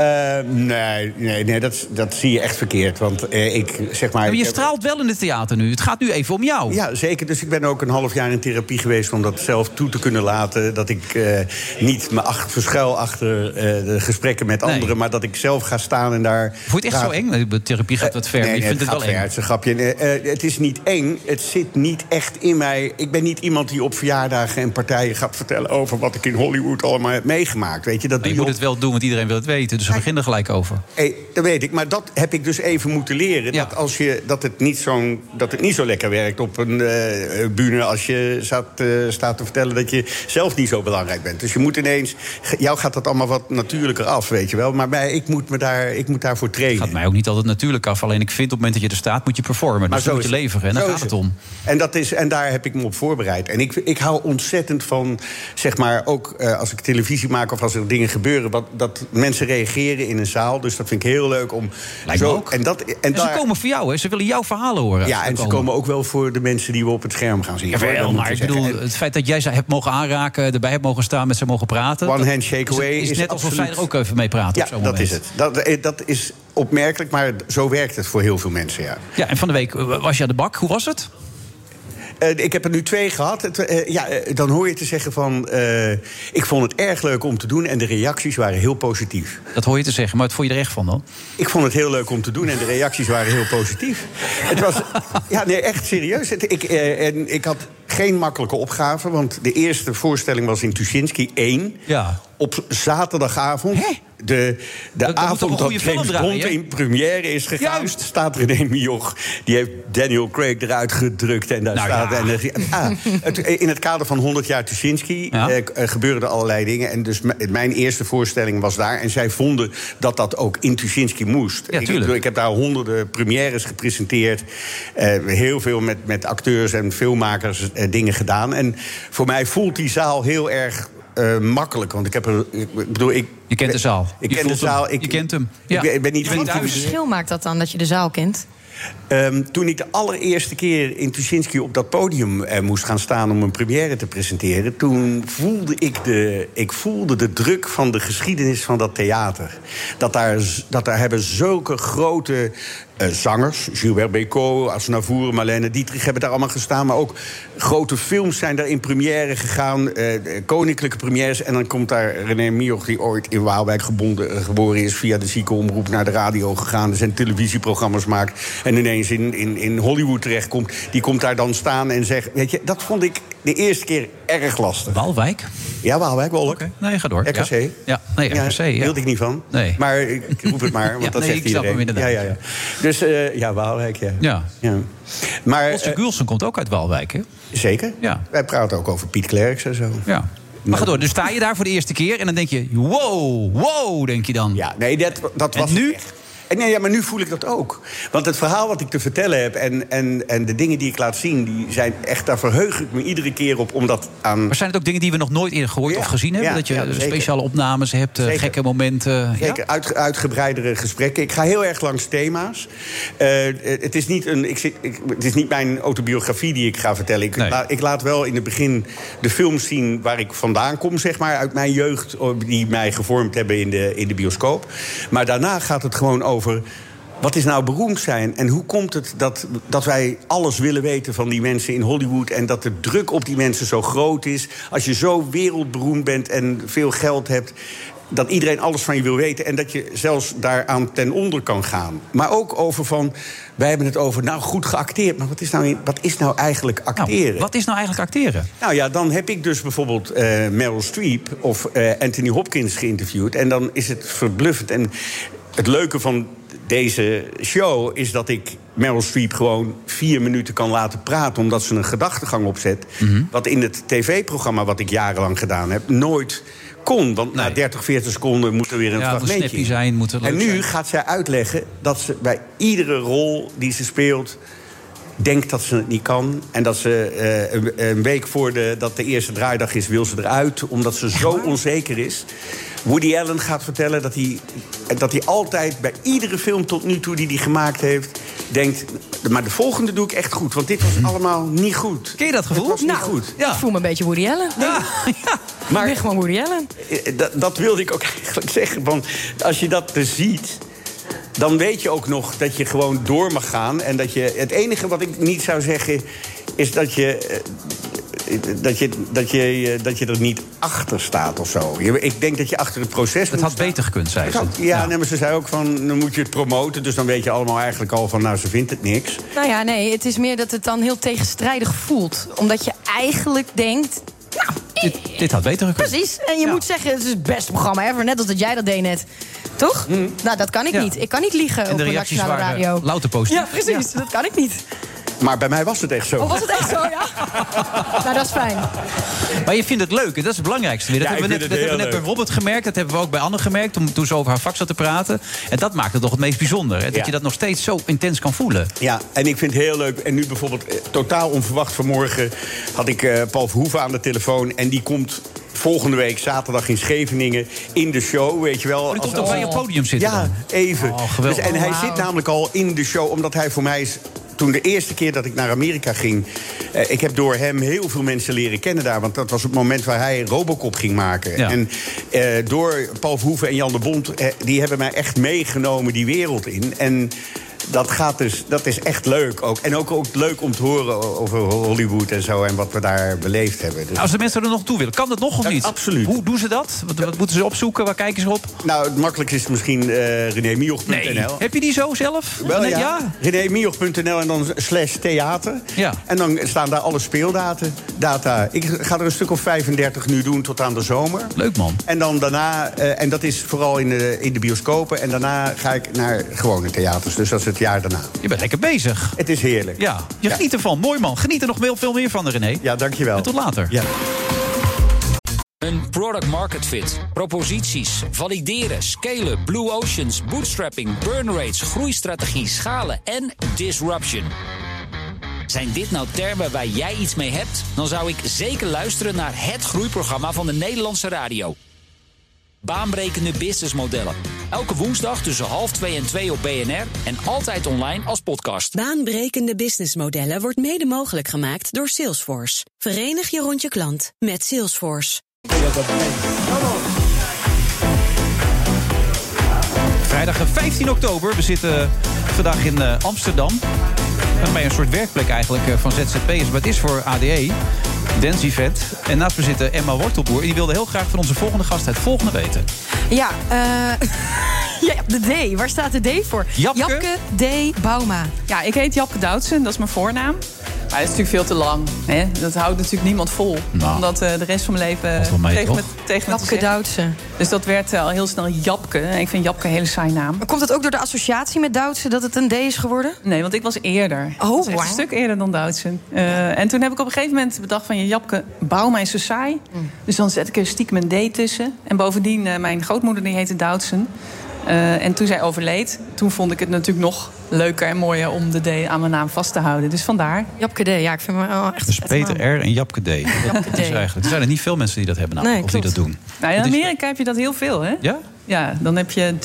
Nee, dat zie je echt verkeerd. Want ik zeg maar... Maar je straalt wel in het theater nu. Het gaat nu even om jou. Ja, zeker. Dus ik ben ook een half jaar in therapie geweest om dat zelf toe te kunnen laten. Dat ik niet me verschuil achter de gesprekken met anderen, maar dat ik zelf ga staan en daar... Vond je het echt zo eng? De therapie gaat wat ver. Nee, je vindt het wel eng. Het is een grapje. Het is niet eng. Het zit niet echt in mij. Ik ben niet iemand die op verjaardagen en partijen gaat vertellen over wat ik in Hollywood allemaal heb meegemaakt. Weet je, je moet het wel doen, want iedereen wil het weten. Dus we beginnen gelijk over. Dat weet ik, maar dat heb ik dus even moeten leren. Ja. Dat het niet zo lekker werkt op een bühne als je staat te vertellen dat je zelf niet zo belangrijk bent. Dus je moet ineens... Jou gaat dat allemaal wat natuurlijker af, weet je wel. Maar ik moet daarvoor trainen. Het gaat mij ook niet altijd natuurlijk af. Alleen ik vind op het moment dat je er staat, moet je performen. Dus dan moet je leveren. En daar gaat het om. En daar heb ik me op voorbereid. En ik hou ontzettend van, zeg maar, ook als ik televisie maak of als er dingen gebeuren, dat mensen reageren in een zaal. Dus dat vind ik heel leuk om... Lijkt me ook. En ze komen voor jou, hè? Ze willen jouw verhalen horen. Ja, en ze komen ook wel voor de mensen die we op het scherm gaan zien. Ja, maar ik bedoel, het feit dat jij ze hebt mogen aanraken, erbij hebt mogen staan, met ze mogen praten... One handshake away is net alsof zij er ook even mee praten op zo'n moment. Ja, dat is het. Dat is opmerkelijk, maar zo werkt het voor heel veel mensen, ja. Ja, en van de week was je aan de bak. Hoe was het? Ik heb er nu 2 gehad. Dan hoor je te zeggen van... ik vond het erg leuk om te doen en de reacties waren heel positief. Dat hoor je te zeggen, maar wat vond je er echt van dan? Ik vond het heel leuk om te doen en de reacties waren heel positief. Het was... Ja, nee, echt serieus. Ik had geen makkelijke opgave, want de eerste voorstelling was in Tuschinski 1. Ja. Op zaterdagavond. De avond dat James Bond in première is gegaan. Juist. Staat René Mioch. Die heeft Daniel Craig eruit gedrukt. En daar staat. In het kader van 100 jaar Tuschinski gebeurden er allerlei dingen. En dus mijn eerste voorstelling was daar. En zij vonden dat dat ook in Tuschinski moest. Ja, ik heb daar honderden premières gepresenteerd. Heel veel met acteurs en filmmakers dingen gedaan. En voor mij voelt die zaal heel erg makkelijk. Want ik heb er. Je kent de zaal. Ik ken de zaal. Je kent hem. Ja. Ik ben niet Wat voor verschil maakt dat dan, dat je de zaal kent? Toen ik de allereerste keer in Tuschinski op dat podium moest gaan staan om een première te presenteren, toen voelde ik voelde de druk van de geschiedenis van dat theater. Dat daar hebben zulke grote zangers, Gilbert Bécaud, Aznavour, Marlène Dietrich hebben daar allemaal gestaan. Maar ook grote films zijn daar in première gegaan. Koninklijke premières. En dan komt daar René Mioch, die ooit in Waalwijk geboren is, via de ziekenomroep naar de radio gegaan. Er zijn televisieprogramma's maakt. En ineens in Hollywood terechtkomt. Die komt daar dan staan en zegt... Weet je, dat vond ik de eerste keer erg lastig. Waalwijk? Ja, Waalwijk, Wolk. Okay. Nee, ga door. RKC. Ja, nee, RKC, ja. Daar wilde ik niet van. Nee. Maar ik roep het maar, want dat zegt iedereen. Ik snap hem inderdaad. Ja. Dus Waalwijk, ja. Maar Oscar Gulsen komt ook uit Waalwijk, hè? Zeker. Ja. Wij praten ook over Piet Klerks en zo. Ja. Maar ga door, dus sta je daar voor de eerste keer en dan denk je... wow, denk je dan. Ja, nee, dat was... En nu? Echt. Nee, maar nu voel ik dat ook. Want het verhaal wat ik te vertellen heb en de dingen die ik laat zien, die zijn echt, daar verheug ik me iedere keer op. Omdat aan... Maar zijn het ook dingen die we nog nooit eerder gehoord of gezien hebben? Dat je speciale opnames hebt, gekke momenten? Zeker, uitgebreidere gesprekken. Ik ga heel erg langs thema's. Het is niet mijn autobiografie die ik ga vertellen. Ik laat wel in het begin de films zien waar ik vandaan kom, zeg maar, uit mijn jeugd, die mij gevormd hebben in de bioscoop. Maar daarna gaat het gewoon over wat is nou beroemd zijn en hoe komt het dat wij alles willen weten van die mensen in Hollywood en dat de druk op die mensen zo groot is. Als je zo wereldberoemd bent en veel geld hebt, dat iedereen alles van je wil weten en dat je zelfs daaraan ten onder kan gaan. Maar ook over van, wij hebben het over, nou goed geacteerd, maar wat is nou eigenlijk acteren? Nou, wat is nou eigenlijk acteren? Nou ja, dan heb ik dus bijvoorbeeld Meryl Streep of Anthony Hopkins geïnterviewd en dan is het verbluffend. En het leuke van deze show is dat ik Meryl Streep gewoon 4 minuten kan laten praten, omdat ze een gedachtegang opzet. Mm-hmm. Wat in het tv-programma wat ik jarenlang gedaan heb nooit kon. Want na 30, 40 seconden moet er weer een fragmentje zijn. En nu gaat zij uitleggen dat ze bij iedere rol die ze speelt denkt dat ze het niet kan. En dat ze een week dat de eerste draaidag is, wil ze eruit, omdat ze zo onzeker is. Woody Allen gaat vertellen dat hij altijd bij iedere film tot nu toe die hij gemaakt heeft denkt, maar de volgende doe ik echt goed. Want dit was allemaal niet goed. Ken je dat gevoel? Het was niet goed. Ja. Ik voel me een beetje Woody Allen. Ja. Maar ik ben gewoon Woody Allen. Dat wilde ik ook eigenlijk zeggen. Want als je dat dus ziet, dan weet je ook nog dat je gewoon door mag gaan. En dat je, het enige wat ik niet zou zeggen is dat je er niet achter staat of zo. Ik denk dat je achter het proces Het had beter gekund, zei ze. Ja, nee, maar ze zei ook van, dan moet je het promoten. Dus dan weet je allemaal eigenlijk al van, nou, ze vindt het niks. Nou ja, nee, het is meer dat het dan heel tegenstrijdig voelt. Omdat je eigenlijk denkt, nou, dit had beter gekund. Precies, en je moet zeggen, het is het beste programma ever. Net als dat jij dat deed net. Toch? Nou, dat kan ik niet. Ik kan niet liegen op de nationale radio. Louter positief. Ja, precies, dat kan ik niet. Maar bij mij was het echt zo. Oh, was het echt zo, ja? Nou, dat is fijn. Maar je vindt het leuk, en dat is het belangrijkste weer. Dat hebben we net bij Robert gemerkt, dat hebben we ook bij Anne gemerkt, toen ze over haar vak zat te praten. En dat maakt het toch het meest bijzonder. Hè? Dat je dat nog steeds zo intens kan voelen. Ja, en ik vind het heel leuk. En nu bijvoorbeeld, totaal onverwacht vanmorgen had ik Paul Verhoeven aan de telefoon. En die komt volgende week zaterdag in Scheveningen in de show, weet je wel. Die komt ook bij je podium zitten. Ja, dan. even. Geweldig. Dus, en hij zit namelijk al in de show, omdat hij voor mij is. Toen de eerste keer dat ik naar Amerika ging, ik heb door hem heel veel mensen leren kennen daar. Want dat was het moment waar hij Robocop ging maken. Ja. En door Paul Verhoeven en Jan de Bont, die hebben mij echt meegenomen die wereld in. En dat is echt leuk ook. En ook leuk om te horen over Hollywood en zo... en wat we daar beleefd hebben. Dus... Als de mensen er nog toe willen, kan dat nog of niet? Absoluut. Hoe doen ze dat? Wat moeten ze opzoeken? Waar kijken ze op? Nou, het makkelijkste is misschien renémioch.nl. Nee. Heb je die zo zelf? Wel, ja. renémioch.nl en dan /theater. Ja. En dan staan daar alle speeldata. Ik ga er een stuk of 35 nu doen tot aan de zomer. Leuk, man. En dan daarna, en dat is vooral in de bioscopen... en daarna ga ik naar gewone theaters. Dus dat is het jaar daarna. Je bent lekker bezig. Het is heerlijk. Ja, je geniet ervan. Mooi, man. Geniet er nog veel meer van, René. Ja, dankjewel. En tot later. Ja. Een product market fit, proposities, valideren, scalen, blue oceans, bootstrapping, burn rates, groeistrategie, schalen en disruption. Zijn dit nou termen waar jij iets mee hebt? Dan zou ik zeker luisteren naar het groeiprogramma van de Nederlandse radio. Baanbrekende businessmodellen. Elke woensdag tussen 12:30 en 2 op BNR en altijd online als podcast. Baanbrekende businessmodellen wordt mede mogelijk gemaakt door Salesforce. Verenig je rond je klant met Salesforce. Vrijdag 15 oktober. We zitten vandaag in Amsterdam. Bij een soort werkplek eigenlijk van ZZP'ers. Maar het is voor ADE. Dance Event. En naast me zit Emma Wortelboer. En die wilde heel graag van onze volgende gast het volgende weten. Ja, de D. Waar staat de D voor? Japke D. Bauma. Ja, ik heet Japke Doutsen. Dat is mijn voornaam. Maar dat is natuurlijk veel te lang. Hè? Dat houdt natuurlijk niemand vol. Nou, omdat de rest van mijn leven tegen me Japke Doutsen. Dus dat werd al heel snel Japke. En ik vind Japke een hele saai naam. Maar komt het ook door de associatie met Doutsen dat het een D is geworden? Nee, want ik was eerder. Oh, een stuk eerder dan Doutsen. En toen heb ik op een gegeven moment bedacht van... Japke, Bauma is zo saai. Dus dan zet ik er stiekem een D tussen. En bovendien, mijn grootmoeder die heette Doutsen. En toen zij overleed, toen vond ik het natuurlijk nog leuker en mooier om de D aan mijn naam vast te houden. Dus vandaar. Japke D, ja, ik vind me echt... Dus Peter R. en Japke D. Japke D. Dus eigenlijk, er zijn er niet veel mensen die dat hebben namelijk, of die dat doen. Nou, in Amerika heb je dat heel veel, hè? Ja? Ja, dan heb je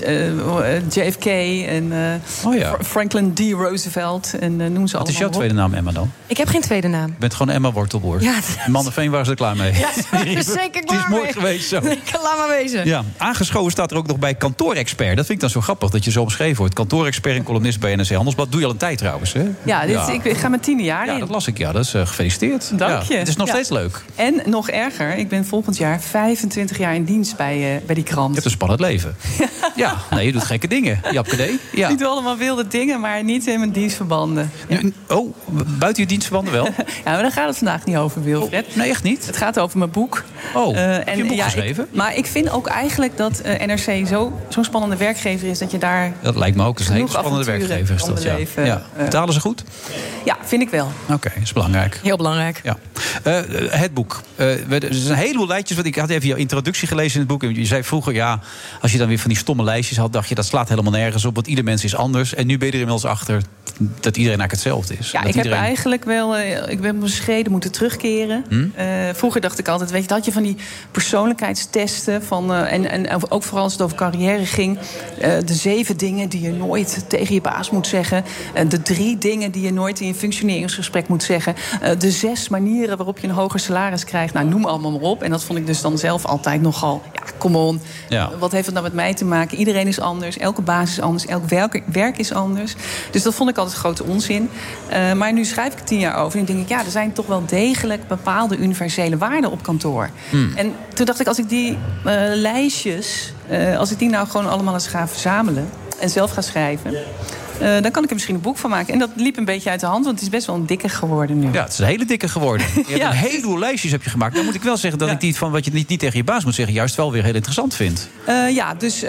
JFK en Franklin D. Roosevelt en noem ze allemaal. Wat is jouw tweede naam, Emma, dan? Ik heb geen tweede naam. Je bent gewoon Emma Wortelboer. Ja, Mannenveen waren ze er klaar mee. Ja, daar is zeker klaar. Het is mooi geweest zo. Laat maar wezen. Ja, aangeschoven staat er ook nog bij kantoorexpert. Dat vind ik dan zo grappig dat je zo omschreven wordt. Kantoorexpert en columnist bij NRC Handelsblad. Doe je al een tijd trouwens, hè? Ja, ik ga met 10 jaar in. Ja, dat las ik. Ja, dat is gefeliciteerd. Dank je. Het is nog steeds leuk. En nog erger, ik ben volgend jaar 25 jaar in dienst bij die krant. Je hebt een spannend leven. Ja, nee, je doet gekke dingen. Japke D. Ja. Ik doe allemaal wilde dingen, maar niet in mijn dienstverbanden. Ja. Oh, buiten je dienstverbanden wel? Ja, maar daar gaat het vandaag niet over, Wilfred. Oh, nee, echt niet? Het gaat over mijn boek. Oh, heb je een boek geschreven? Maar ik vind ook eigenlijk dat NRC zo'n spannende werkgever is... dat je daar... Dat lijkt me ook. Dat is een hele spannende werkgever. Is dat, ja. Betalen ze goed? Ja, vind ik wel. Oké, dat is belangrijk. Heel belangrijk. Ja. Het boek. Er zijn een heleboel lijstjes. Want ik had even jouw introductie gelezen in het boek. En je zei vroeger, ja, als je dan weer van die stomme lijstjes had... dacht je, dat slaat helemaal nergens op. Want ieder mens is anders. En nu ben je er inmiddels achter dat iedereen eigenlijk hetzelfde is. Ja, ik heb eigenlijk wel... ik ben mijn schreden moeten terugkeren. Vroeger dacht ik altijd, weet je, dat had je van die persoonlijkheidstesten. En ook vooral als het over carrière ging. De 7 dingen die je nooit tegen je baas moet zeggen. De 3 dingen die je nooit in je functioneringsgesprek moet zeggen. De 6 manieren waarop je een hoger salaris krijgt. Nou, noem allemaal maar op. En dat vond ik dus dan zelf altijd nogal... Ja, come on. Ja. Wat heeft het nou met mij te maken? Iedereen is anders. Elke baas is anders. Elk werk is anders. Dus dat vond ik altijd grote onzin. Maar nu schrijf ik 10 jaar over. En denk ik, ja, er zijn toch wel degelijk bepaalde universele waarden op kantoor. En toen dacht ik, als ik die lijstjes... als ik die nou gewoon allemaal eens ga verzamelen... en zelf ga schrijven... dan kan ik er misschien een boek van maken. En dat liep een beetje uit de hand, want het is best wel een dikke geworden nu. Ja, het is een hele dikke geworden. Je hebt een heleboel lijstjes heb je gemaakt. Dan moet ik wel zeggen dat ik die van wat je niet tegen je baas moet zeggen... juist wel weer heel interessant vind. Dus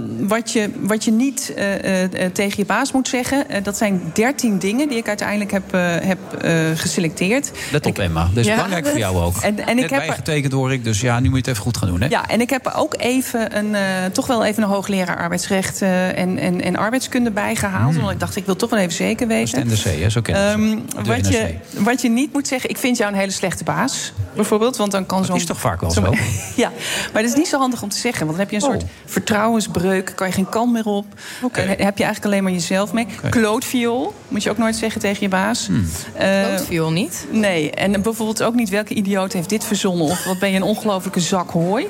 wat je niet tegen je baas moet zeggen... dat zijn 13 dingen die ik uiteindelijk heb geselecteerd. Let op, Emma. Dat is belangrijk voor jou ook. En ik heb bijgetekend hoor ik, dus ja, nu moet je het even goed gaan doen. Hè? Ja, en ik heb er ook toch wel even een hoogleraar arbeidsrecht... en arbeidskunde bijgehaald. Want ik dacht, ik wil toch wel even zeker weten. Dat is de NRC, hè? Zo kennen wat je niet moet zeggen, ik vind jou een hele slechte baas. bijvoorbeeld. Want dan kan dat is toch vaak wel zo? Ja, maar dat is niet zo handig om te zeggen. Want dan heb je een soort vertrouwensbreuk. Kan je geen kant meer op. Heb je eigenlijk alleen maar jezelf mee. Klootviool moet je ook nooit zeggen tegen je baas. Klootviool niet? Nee, en bijvoorbeeld ook niet welke idioot heeft dit verzonnen. Of wat ben je een ongelofelijke zak hooi.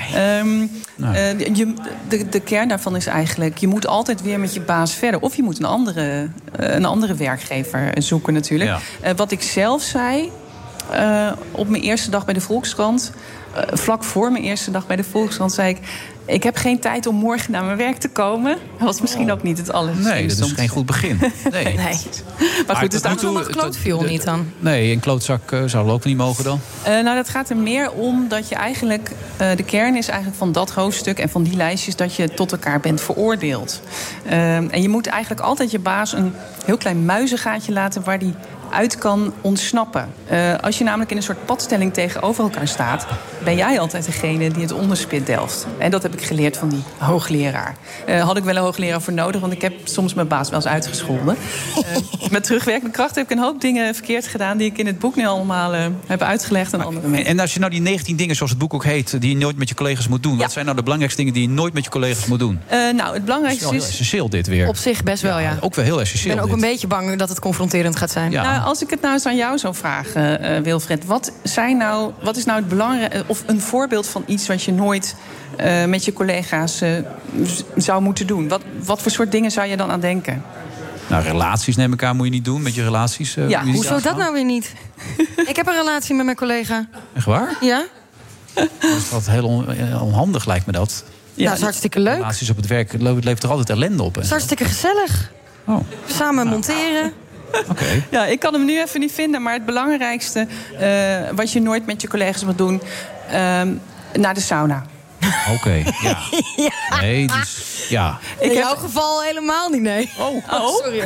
De kern daarvan is eigenlijk... je moet altijd weer met je baas verder. Of je moet een andere werkgever zoeken natuurlijk. Ja. Wat ik zelf zei... op mijn eerste dag bij de Volkskrant... vlak voor mijn eerste dag bij de Volkskrant zei ik... ik heb geen tijd om morgen naar mijn werk te komen. Dat was misschien ook niet het allerslimste. Nee, dat is geen goed begin. Nee. Maar goed, dus daarom mag klootviool niet dan? Nee, een klootzak zou lopen niet mogen dan? Nou, dat gaat er meer om dat je eigenlijk... de kern is eigenlijk van dat hoofdstuk en van die lijstjes... dat je tot elkaar bent veroordeeld. En je moet eigenlijk altijd je baas een heel klein muizengaatje laten... waar die uit kan ontsnappen. Als je namelijk in een soort padstelling tegenover elkaar staat... ben jij altijd degene die het onderspit delft. En dat heb ik geleerd van die hoogleraar. Had ik wel een hoogleraar voor nodig... want ik heb soms mijn baas wel eens uitgescholden. Met terugwerkende kracht heb ik een hoop dingen verkeerd gedaan... die ik in het boek nu allemaal heb uitgelegd aan andere mensen. En als je nou die 19 dingen, zoals het boek ook heet... die je nooit met je collega's moet doen... wat zijn nou de belangrijkste dingen die je nooit met je collega's moet doen? Nou, het belangrijkste is... heel essentieel dit weer. Op zich best wel, ja. Ook wel heel essentieel. Ik ben ook een beetje bang dat het confronterend gaat zijn. Ja. Als ik het nou eens aan jou zou vragen, Wilfred... wat is nou het belangrijke... of een voorbeeld van iets wat je nooit met je collega's zou moeten doen? Wat voor soort dingen zou je dan aan denken? Nou, relaties neem ik aan moet je niet doen met je relaties. Hoezo dat nou weer niet? Ik heb een relatie met mijn collega. Echt waar? Ja. Dat is wat heel onhandig, lijkt me dat. Ja, dat is hartstikke leuk. Relaties op het werk levert er altijd ellende op. Dat is hartstikke gezellig. Samen monteren. Okay. Ja, ik kan hem nu even niet vinden. Maar het belangrijkste wat je nooit met je collega's moet doen... naar de sauna. Oké, ja. Nee, dus ja. In jouw geval helemaal niet, nee. Sorry.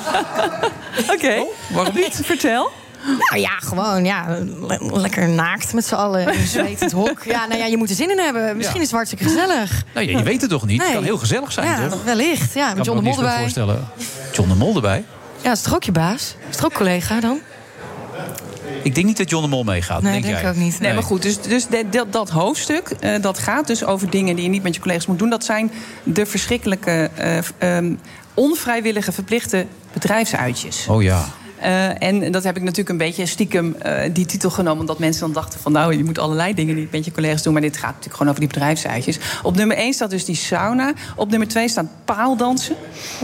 Oké. Waarom niet? Vertel. Nou ja, gewoon lekker naakt met z'n allen in een zwetend hok. Ja, nou ja, je moet er zin in hebben. Misschien is het hartstikke gezellig. Nou, je weet het toch niet? Nee. Het kan heel gezellig zijn, toch? Wellicht. Ja, met John de Mol erbij. Voorstellen. John de Mol erbij? Ja, is toch ook je baas? Is toch ook collega dan? Ik denk niet dat John de Mol meegaat. Nee, denk ik ook niet. Nee, maar goed, dus dat hoofdstuk... dat gaat dus over dingen die je niet met je collega's moet doen. Dat zijn de verschrikkelijke... onvrijwillige verplichte bedrijfsuitjes. Oh ja. En dat heb ik natuurlijk een beetje stiekem die titel genomen... omdat mensen dan dachten van nou, je moet allerlei dingen niet met je collega's doen... maar dit gaat natuurlijk gewoon over die bedrijfsuitjes. Op nummer 1 staat dus die sauna. Op nummer 2 staat paaldansen.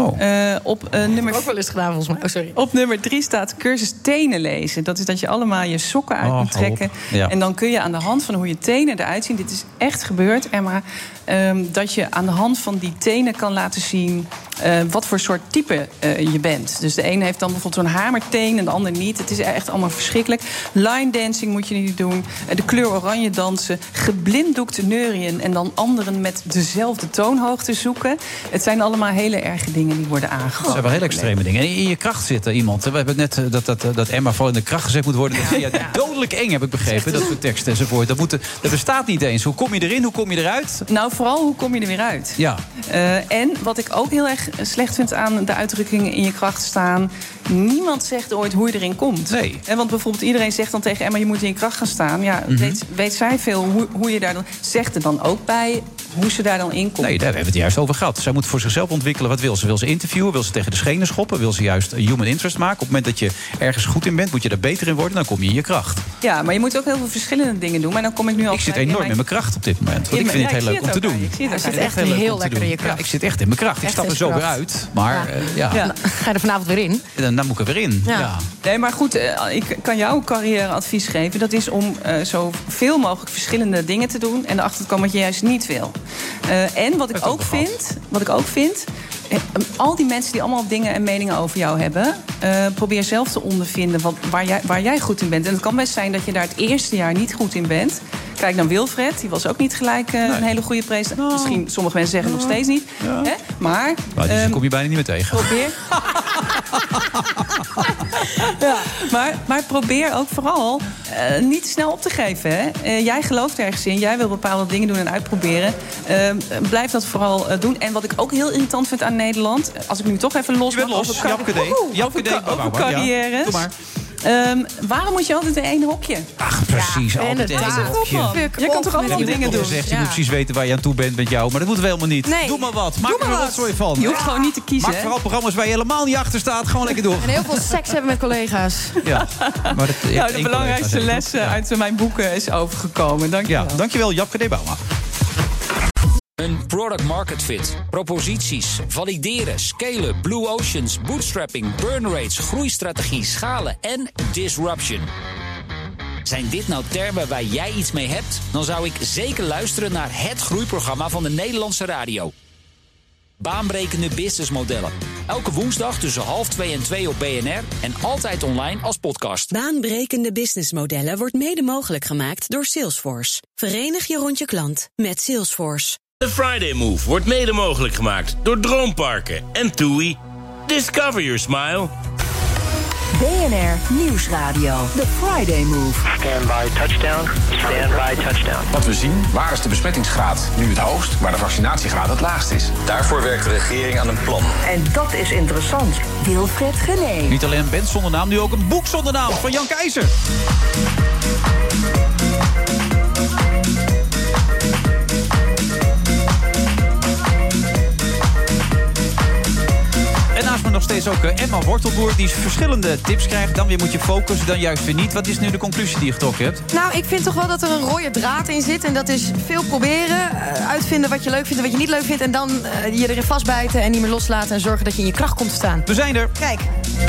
Op nummer ook wel eens gedaan volgens mij. Sorry. Op nummer 3 staat cursus tenen lezen. Dat is dat je allemaal je sokken uit moet trekken. Ja. En dan kun je aan de hand van hoe je tenen eruit zien... dit is echt gebeurd, Emma... dat je aan de hand van die tenen kan laten zien... wat voor soort type je bent. Dus de een heeft dan bijvoorbeeld zo'n hamerteen en de ander niet. Het is echt allemaal verschrikkelijk. Line dancing moet je niet doen. De kleur oranje dansen. Geblinddoekt neurien en dan anderen met dezelfde toonhoogte zoeken. Het zijn allemaal hele erge dingen die worden aangepakt. Dat zijn wel heel extreme dingen. En in je kracht zitten iemand. We hebben net dat Emma vooral in de kracht gezet moet worden. Dat dodelijk eng, heb ik begrepen. Dat soort teksten enzovoort. Dat bestaat niet eens. Hoe kom je erin? Hoe kom je eruit? Nou, vooral hoe kom je er weer uit? Ja. En wat ik ook heel erg slecht vind aan de uitdrukking in je kracht staan... niemand zegt ooit hoe je erin komt. Nee. Want bijvoorbeeld iedereen zegt dan tegen Emma... je moet in je kracht gaan staan. Ja, weet zij veel hoe je daar dan... zegt er dan ook bij hoe ze daar dan in komt? Nee, daar hebben we het juist over gehad. Zij moet voor zichzelf ontwikkelen. Wat wil ze? Wil ze interviewen? Wil ze tegen de schenen schoppen? Wil ze juist human interest maken? Op het moment dat je ergens goed in bent... moet je er beter in worden, dan kom je in je kracht. Ja, maar je moet ook heel veel verschillende dingen doen. Maar dan kom ik nu al... Ik zit enorm in mijn kracht op dit moment. Want ik vind het heel leuk om te doen. Je zit echt heel lekker in je kracht. Ja, ik zit echt in mijn kracht. Ik stap er zo weer uit. Maar ga je er vanavond weer in? Dan moet ik er weer in. Ja. Nee, maar goed, ik kan jou een carrièreadvies geven. Dat is om zoveel mogelijk verschillende dingen te doen... en erachter te komen wat je juist niet wil. En wat ik ook vind... al die mensen die allemaal dingen en meningen over jou hebben... probeer zelf te ondervinden waar jij goed in bent. En het kan best zijn dat je daar het eerste jaar niet goed in bent. Kijk dan Wilfred, die was ook niet gelijk een hele goede presentator. Misschien, sommige mensen zeggen nog steeds niet. Ja. Hè? Maar die kom je bijna niet meer tegen. Probeer... maar probeer ook vooral niet te snel op te geven. Hè? Jij gelooft ergens in. Jij wil bepaalde dingen doen en uitproberen. Blijf dat vooral doen. En wat ik ook heel irritant vind aan Nederland... als ik nu toch even los mag over carrière... Doe maar. Waarom moet je altijd in één hokje? Ach, precies. Altijd in één hokje. Je kan toch allerlei dingen doen? Je moet precies weten waar je aan toe bent met jou. Maar dat moeten we helemaal niet. Nee. Doe maar wat. Maak er een rotzooi van. Je hoeft gewoon niet te kiezen. Maak vooral programma's waar je helemaal niet achter staat. Gewoon lekker door. En heel veel seks hebben met collega's. Ja. Maar de belangrijkste les uit mijn boeken is overgekomen. Dankjewel. Ja, dankjewel Japke Debauma. Een product market fit, proposities, valideren, scalen, blue oceans, bootstrapping, burn rates, groeistrategie, schalen en disruption. Zijn dit nou termen waar jij iets mee hebt? Dan zou ik zeker luisteren naar het groeiprogramma van de Nederlandse radio. Baanbrekende businessmodellen. Elke woensdag tussen 12:30 en 2 op BNR en altijd online als podcast. Baanbrekende businessmodellen wordt mede mogelijk gemaakt door Salesforce. Verenig je rond je klant met Salesforce. The Friday Move wordt mede mogelijk gemaakt door Droomparken en TUI. Discover your smile. BNR Nieuwsradio. The Friday Move. Stand by touchdown. Stand by touchdown. Wat we zien, waar is de besmettingsgraad nu het hoogst, waar de vaccinatiegraad het laagst is. Daarvoor werkt de regering aan een plan. En dat is interessant. Wilfred Genee. Niet alleen een band zonder naam, nu ook een boek zonder naam van Jan Keizer. En naast me nog steeds ook Emma Wortelboer, die verschillende tips krijgt. Dan weer moet je focussen, dan juist weer niet. Wat is nu de conclusie die je getrokken hebt? Nou, ik vind toch wel dat er een rode draad in zit. En dat is veel proberen, uitvinden wat je leuk vindt en wat je niet leuk vindt. En dan je erin vastbijten en niet meer loslaten en zorgen dat je in je kracht komt te staan. We zijn er. Kijk.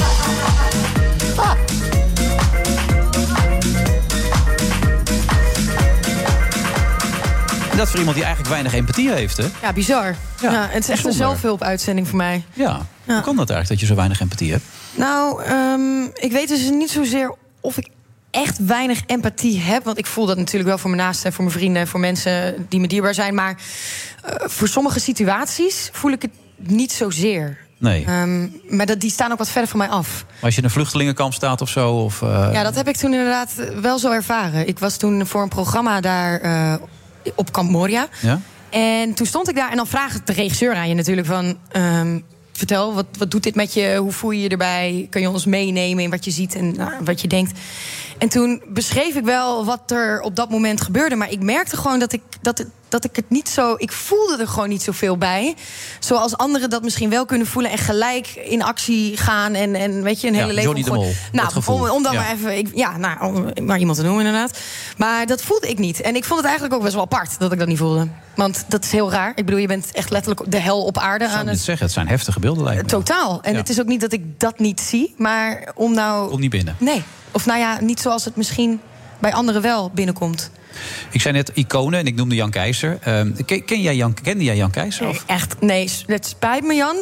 Dat voor iemand die eigenlijk weinig empathie heeft, hè? Ja, bizar. Ja, het is echt een zelfhulpuitzending voor mij. Ja. Hoe kan dat eigenlijk, dat je zo weinig empathie hebt? Nou, ik weet dus niet zozeer of ik echt weinig empathie heb. Want ik voel dat natuurlijk wel voor mijn naasten, voor mijn vrienden, voor mensen die me dierbaar zijn. Maar voor sommige situaties voel ik het niet zozeer. Nee. Maar die staan ook wat verder van mij af. Maar als je in een vluchtelingenkamp staat of zo? Of, Ja, dat heb ik toen inderdaad wel zo ervaren. Ik was toen voor een programma daar op Kamp Moria. Ja? En toen stond ik daar en dan vraagt de regisseur aan je natuurlijk van... vertel, wat doet dit met je? Hoe voel je je erbij? Kun je ons meenemen in wat je ziet en wat je denkt? En toen beschreef ik wel wat er op dat moment gebeurde. Maar ik merkte gewoon dat ik het niet zo... Ik voelde er gewoon niet zoveel bij. Zoals anderen dat misschien wel kunnen voelen... en gelijk in actie gaan en weet je, een hele leven... Johnny de Mol, nou, om dan maar even... om maar iemand te noemen inderdaad. Maar dat voelde ik niet. En ik vond het eigenlijk ook best wel apart dat ik dat niet voelde. Want dat is heel raar. Ik bedoel, je bent echt letterlijk de hel op aarde. Ik zou het zeggen, het zijn heftige beelden lijken me. Totaal. En het is ook niet dat ik dat niet zie. Maar om nou... Komt niet binnen. Nee. Of nou ja, niet zoals het misschien bij anderen wel binnenkomt. Ik zei net iconen en ik noemde Jan Keizer. Kende jij Jan Keizer? Nee, echt, nee, het spijt me, Jan.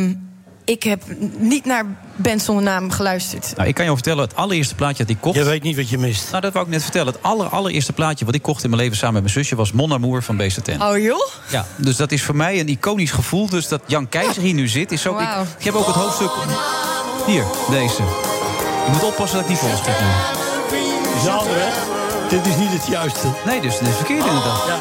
Ik heb niet naar Band zonder naam geluisterd. Nou, ik kan je vertellen, het allereerste plaatje dat ik kocht... Je weet niet wat je mist. Nou, dat wou ik net vertellen. Het allereerste plaatje wat ik kocht in mijn leven samen met mijn zusje... was Mon Amour van Beesten. Oh joh? Ja, dus dat is voor mij een iconisch gevoel. Dus dat Jan Keizer hier nu zit, is ook... Wow. Ik heb ook het hoofdstuk... Hier, deze. Ik moet oppassen dat ik niet volgens ga doen. Is de andere, hè? Dit is niet het juiste. Nee, dus dit is verkeerd inderdaad. Ja.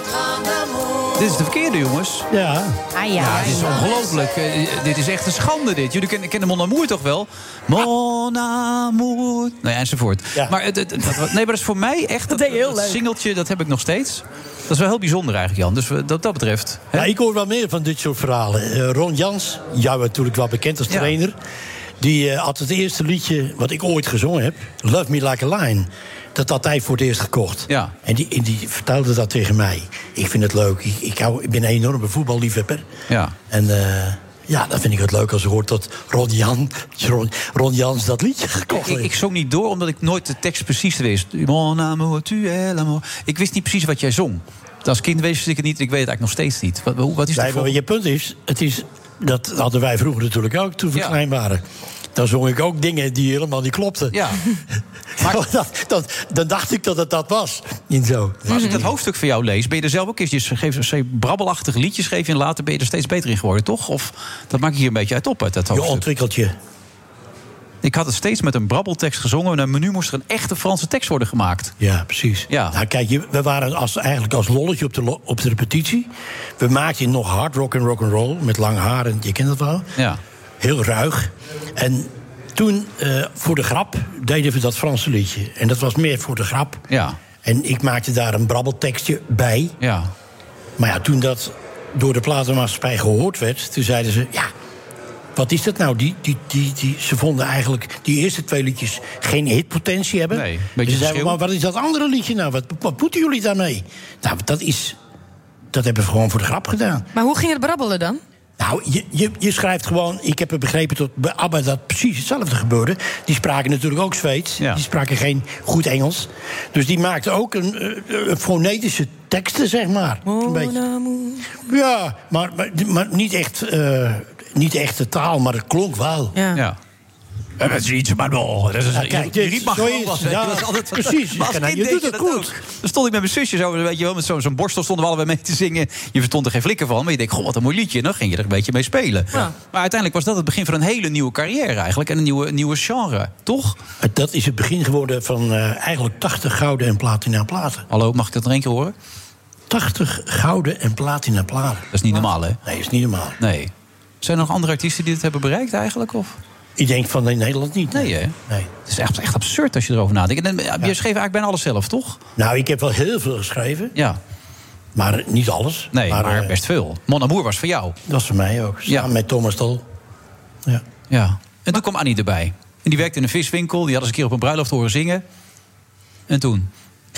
Dit is de verkeerde, jongens. Ja. Ja, dit is ongelooflijk. Dit is echt een schande, dit. Jullie kennen Mon Amour toch wel? Mon Amour. Nou ja, enzovoort. Ja. Maar, maar dat is voor mij echt... Dat singeltje, dat heb ik nog steeds. Dat is wel heel bijzonder eigenlijk, Jan. Dus dat betreft... Ja, ik hoor wel meer van dit soort verhalen. Ron Jans, jou natuurlijk wel bekend als trainer... Die had het eerste liedje wat ik ooit gezongen heb... Love Me Like a Lion... dat had hij voor het eerst gekocht. Ja. En die vertelde dat tegen mij. Ik vind het leuk. Ik ben een enorme voetballiefhebber. Ja. En dan vind ik het leuk als je hoort dat Ron Jans dat liedje gekocht heeft. Ik zong niet door, omdat ik nooit de tekst precies wist. Mon amour, tu es l'amour. Ik wist niet precies wat jij zong. Als kind wist ik het niet, ik weet het eigenlijk nog steeds niet. Wat is dat voor... Je punt is, dat hadden wij vroeger natuurlijk ook toen we klein waren. Dan zong ik ook dingen die helemaal niet klopten. Ja. Maar... dan dacht ik dat het dat was. Maar als ik dat hoofdstuk van jou lees, ben je er zelf ook eens... Je brabbelachtige liedjes schreef je en later ben je er steeds beter in geworden, toch? Of dat maak ik hier een beetje uit op, uit dat hoofdstuk. Je ontwikkelt je. Ik had het steeds met een brabbeltekst gezongen... en nu moest er een echte Franse tekst worden gemaakt. Ja, precies. Ja. Nou, kijk, we waren eigenlijk als lolletje op de repetitie. We maakten nog hard rock en rock'n'roll met lang haar. En je kent dat wel. Ja. Heel ruig. En toen, voor de grap, deden we dat Franse liedje. En dat was meer voor de grap. Ja. En ik maakte daar een brabbeltekstje bij. Ja. Maar ja, toen dat door de platenmaatschappij gehoord werd... toen zeiden ze, ja, wat is dat nou? Ze vonden eigenlijk die eerste 2 liedjes geen hitpotentie hebben. Nee, dus ze zeiden, maar wat is dat andere liedje nou? Wat moeten jullie daarmee? Nou, dat hebben we gewoon voor de grap gedaan. Maar hoe ging het brabbelen dan? Nou, je schrijft gewoon... Ik heb begrepen dat bij ABBA dat precies hetzelfde gebeurde. Die spraken natuurlijk ook Zweeds. Ja. Die spraken geen goed Engels. Dus die maakten ook een fonetische teksten, zeg maar. Een beetje. Ja, maar niet echt de taal, maar het klonk wel. Ja. Dat is iets, maar nog. Je riep maar gewoon wat. Precies. Je doet het goed. Dan stond ik met mijn zusje zo, weet je wel, met zo'n borstel stonden we allebei mee te zingen. Je verstond er geen flikker van, maar je denkt, goh, wat een mooi liedje. En dan ging je er een beetje mee spelen. Ja. Maar uiteindelijk was dat het begin van een hele nieuwe carrière eigenlijk. En een nieuwe genre, toch? Dat is het begin geworden van eigenlijk 80 gouden en platina platen. Hallo, mag ik dat nog één keer horen? 80 gouden en platina platen. Dat is niet normaal, hè? Nee, dat is niet normaal. Nee. Zijn er nog andere artiesten die dit hebben bereikt eigenlijk, of? Ik denk van in Nederland niet. Nee, hè? Nee. Het is echt absurd als je erover nadenkt. En je schreef eigenlijk bijna alles zelf, toch? Nou, ik heb wel heel veel geschreven. Ja. Maar niet alles. Nee, maar best veel. Mon Amour was voor jou. Dat was voor mij ook. Samen met Thomas Tol. Ja. En toen kwam Annie erbij. En die werkte in een viswinkel. Die had eens een keer op een bruiloft horen zingen. En toen?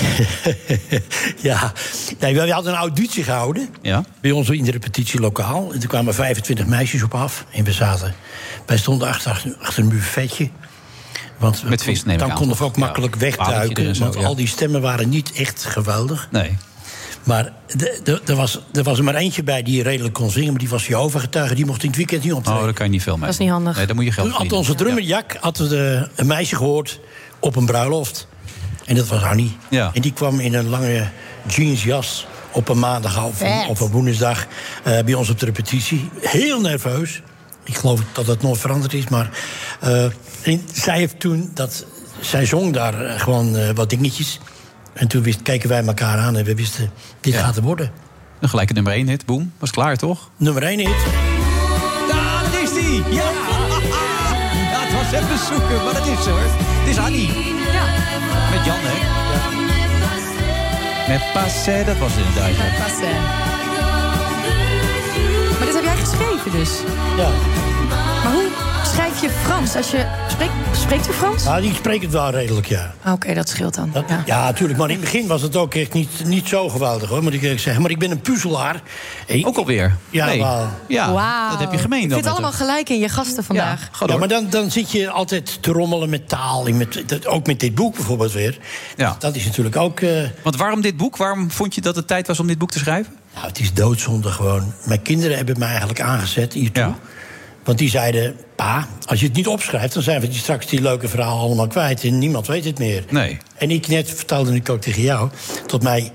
Ja, nee, we hadden een auditie gehouden. Ja? Bij ons in de repetitielokaal. En toen kwamen 25 meisjes op af. En wij stonden achter een buffetje. Want met vis, dan konden we ook makkelijk wegduiken. Want al die stemmen waren niet echt geweldig. Nee. Maar er was er maar eentje bij die redelijk kon zingen. Maar die was Jehovah-getuige. Die mocht in het weekend niet optreden. Oh, daar kan je niet veel mee. Dat is niet handig. Nee, dan moet je geld verdienen. Toen had onze drummer Jack een meisje gehoord op een bruiloft. En dat was Annie. Ja. En die kwam in een lange jeansjas op een maandag of op woensdag bij ons op de repetitie. Heel nerveus. Ik geloof dat het nooit veranderd is. Maar zij heeft toen zij zong daar gewoon wat dingetjes. En toen keken wij elkaar aan en we wisten, dit gaat er worden. Een gelijke nummer 1 hit, boem. Was klaar, toch? Nummer 1 hit. Daar is die! Ja! Ja, het was even zoeken, maar dat is zo, hoor. Het is Annie. Ja. Met Jan, hè? Ja. Met Passé, dat was het inderdaad. Met Passé. Maar dit heb jij geschreven dus? Ja. Maar hoe schrijf je Frans? Spreekt u Frans? Ja, ik spreek het wel redelijk, ja. Oké, dat scheelt dan. Ja, natuurlijk. Maar in het begin was het ook echt niet zo geweldig, hoor, moet ik eerlijk zeggen. Maar ik ben een puzzelaar. Ook alweer? Ja, nee. Ja, wow. Dat heb je gemeen dan. Ik vind het allemaal gelijk in je gasten vandaag. Ja, maar dan zit je altijd te rommelen met taal. Ook met dit boek bijvoorbeeld weer. Ja. Dat is natuurlijk ook... Want waarom dit boek? Waarom vond je dat het tijd was om dit boek te schrijven? Nou, het is doodzonde gewoon. Mijn kinderen hebben mij eigenlijk aangezet hiertoe. Ja. Want die zeiden, pa, als je het niet opschrijft... dan zijn we straks die leuke verhalen allemaal kwijt... en niemand weet het meer. Nee. En ik net vertelde ik ook tegen jou... tot mij,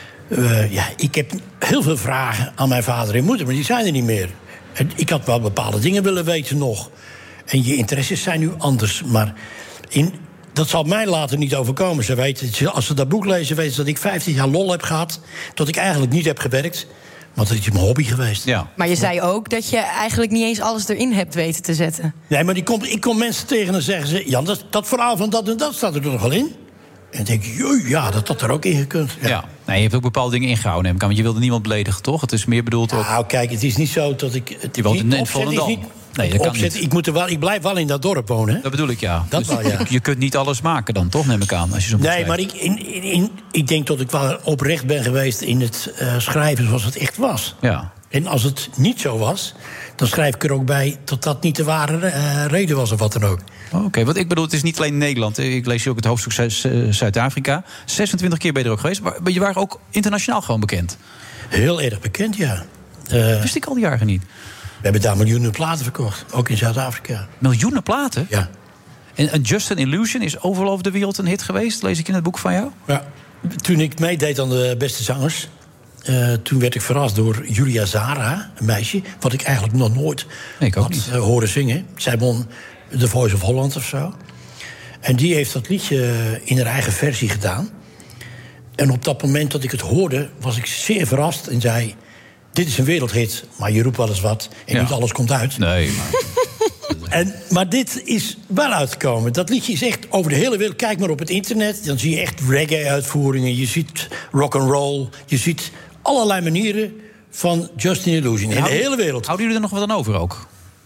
ik heb heel veel vragen aan mijn vader en moeder... maar die zijn er niet meer. En ik had wel bepaalde dingen willen weten nog. En je interesses zijn nu anders. Maar dat zal mij later niet overkomen. Ze weten, als ze dat boek lezen, weten ze dat ik 15 jaar lol heb gehad... dat ik eigenlijk niet heb gewerkt... want dat is mijn hobby geweest. Ja. Maar je zei ook dat je eigenlijk niet eens alles erin hebt weten te zetten. Nee, maar ik kom mensen tegen en dan zeggen ze... Jan, dat verhaal van dat en dat staat er nog wel in. En dan denk ik, ja, dat had er ook in gekund. Ja. Nee, je hebt ook bepaalde dingen ingehouden, neem ik aan. Want je wilde niemand beledigen, toch? Het is meer bedoeld ook... Nou, kijk, het is niet zo dat ik... Je woont in Volendam. Nee, dat kan niet. Ik blijf wel in dat dorp wonen. Hè? Dat bedoel ik, ja. Dat wel, ja. Je kunt niet alles maken dan, toch, neem ik aan? Als je zo nee, maar ik denk dat ik wel oprecht ben geweest... in het schrijven zoals het echt was. Ja. En als het niet zo was, dan schrijf ik er ook bij... dat dat niet de ware reden was of wat dan ook. Oké, want ik bedoel, het is niet alleen Nederland. Ik lees je ook het hoofdstuk Zuid-Afrika. 26 keer ben je er ook geweest. Maar je waren ook internationaal gewoon bekend. Heel erg bekend, ja. Wist ik al die jaren niet. We hebben daar miljoenen platen verkocht, ook in Zuid-Afrika. Miljoenen platen? Ja. En Just an Illusion is overal over de wereld een hit geweest, lees ik in het boek van jou? Ja. Toen ik meedeed aan de beste zangers... toen werd ik verrast door Julia Zara, een meisje... wat ik eigenlijk nog nooit had horen zingen. Zij won The Voice of Holland of zo. En die heeft dat liedje in haar eigen versie gedaan. En op dat moment dat ik het hoorde, was ik zeer verrast en zei... dit is een wereldhit, maar je roept wel eens wat en niet alles komt uit. Nee, maar Maar dit is wel uitgekomen. Dat liedje is echt over de hele wereld. Kijk maar op het internet. Dan zie je echt reggae-uitvoeringen. Je ziet rock'n'roll. Je ziet allerlei manieren van Just an Illusion. In de hele wereld. Houden jullie er nog wat aan over ook?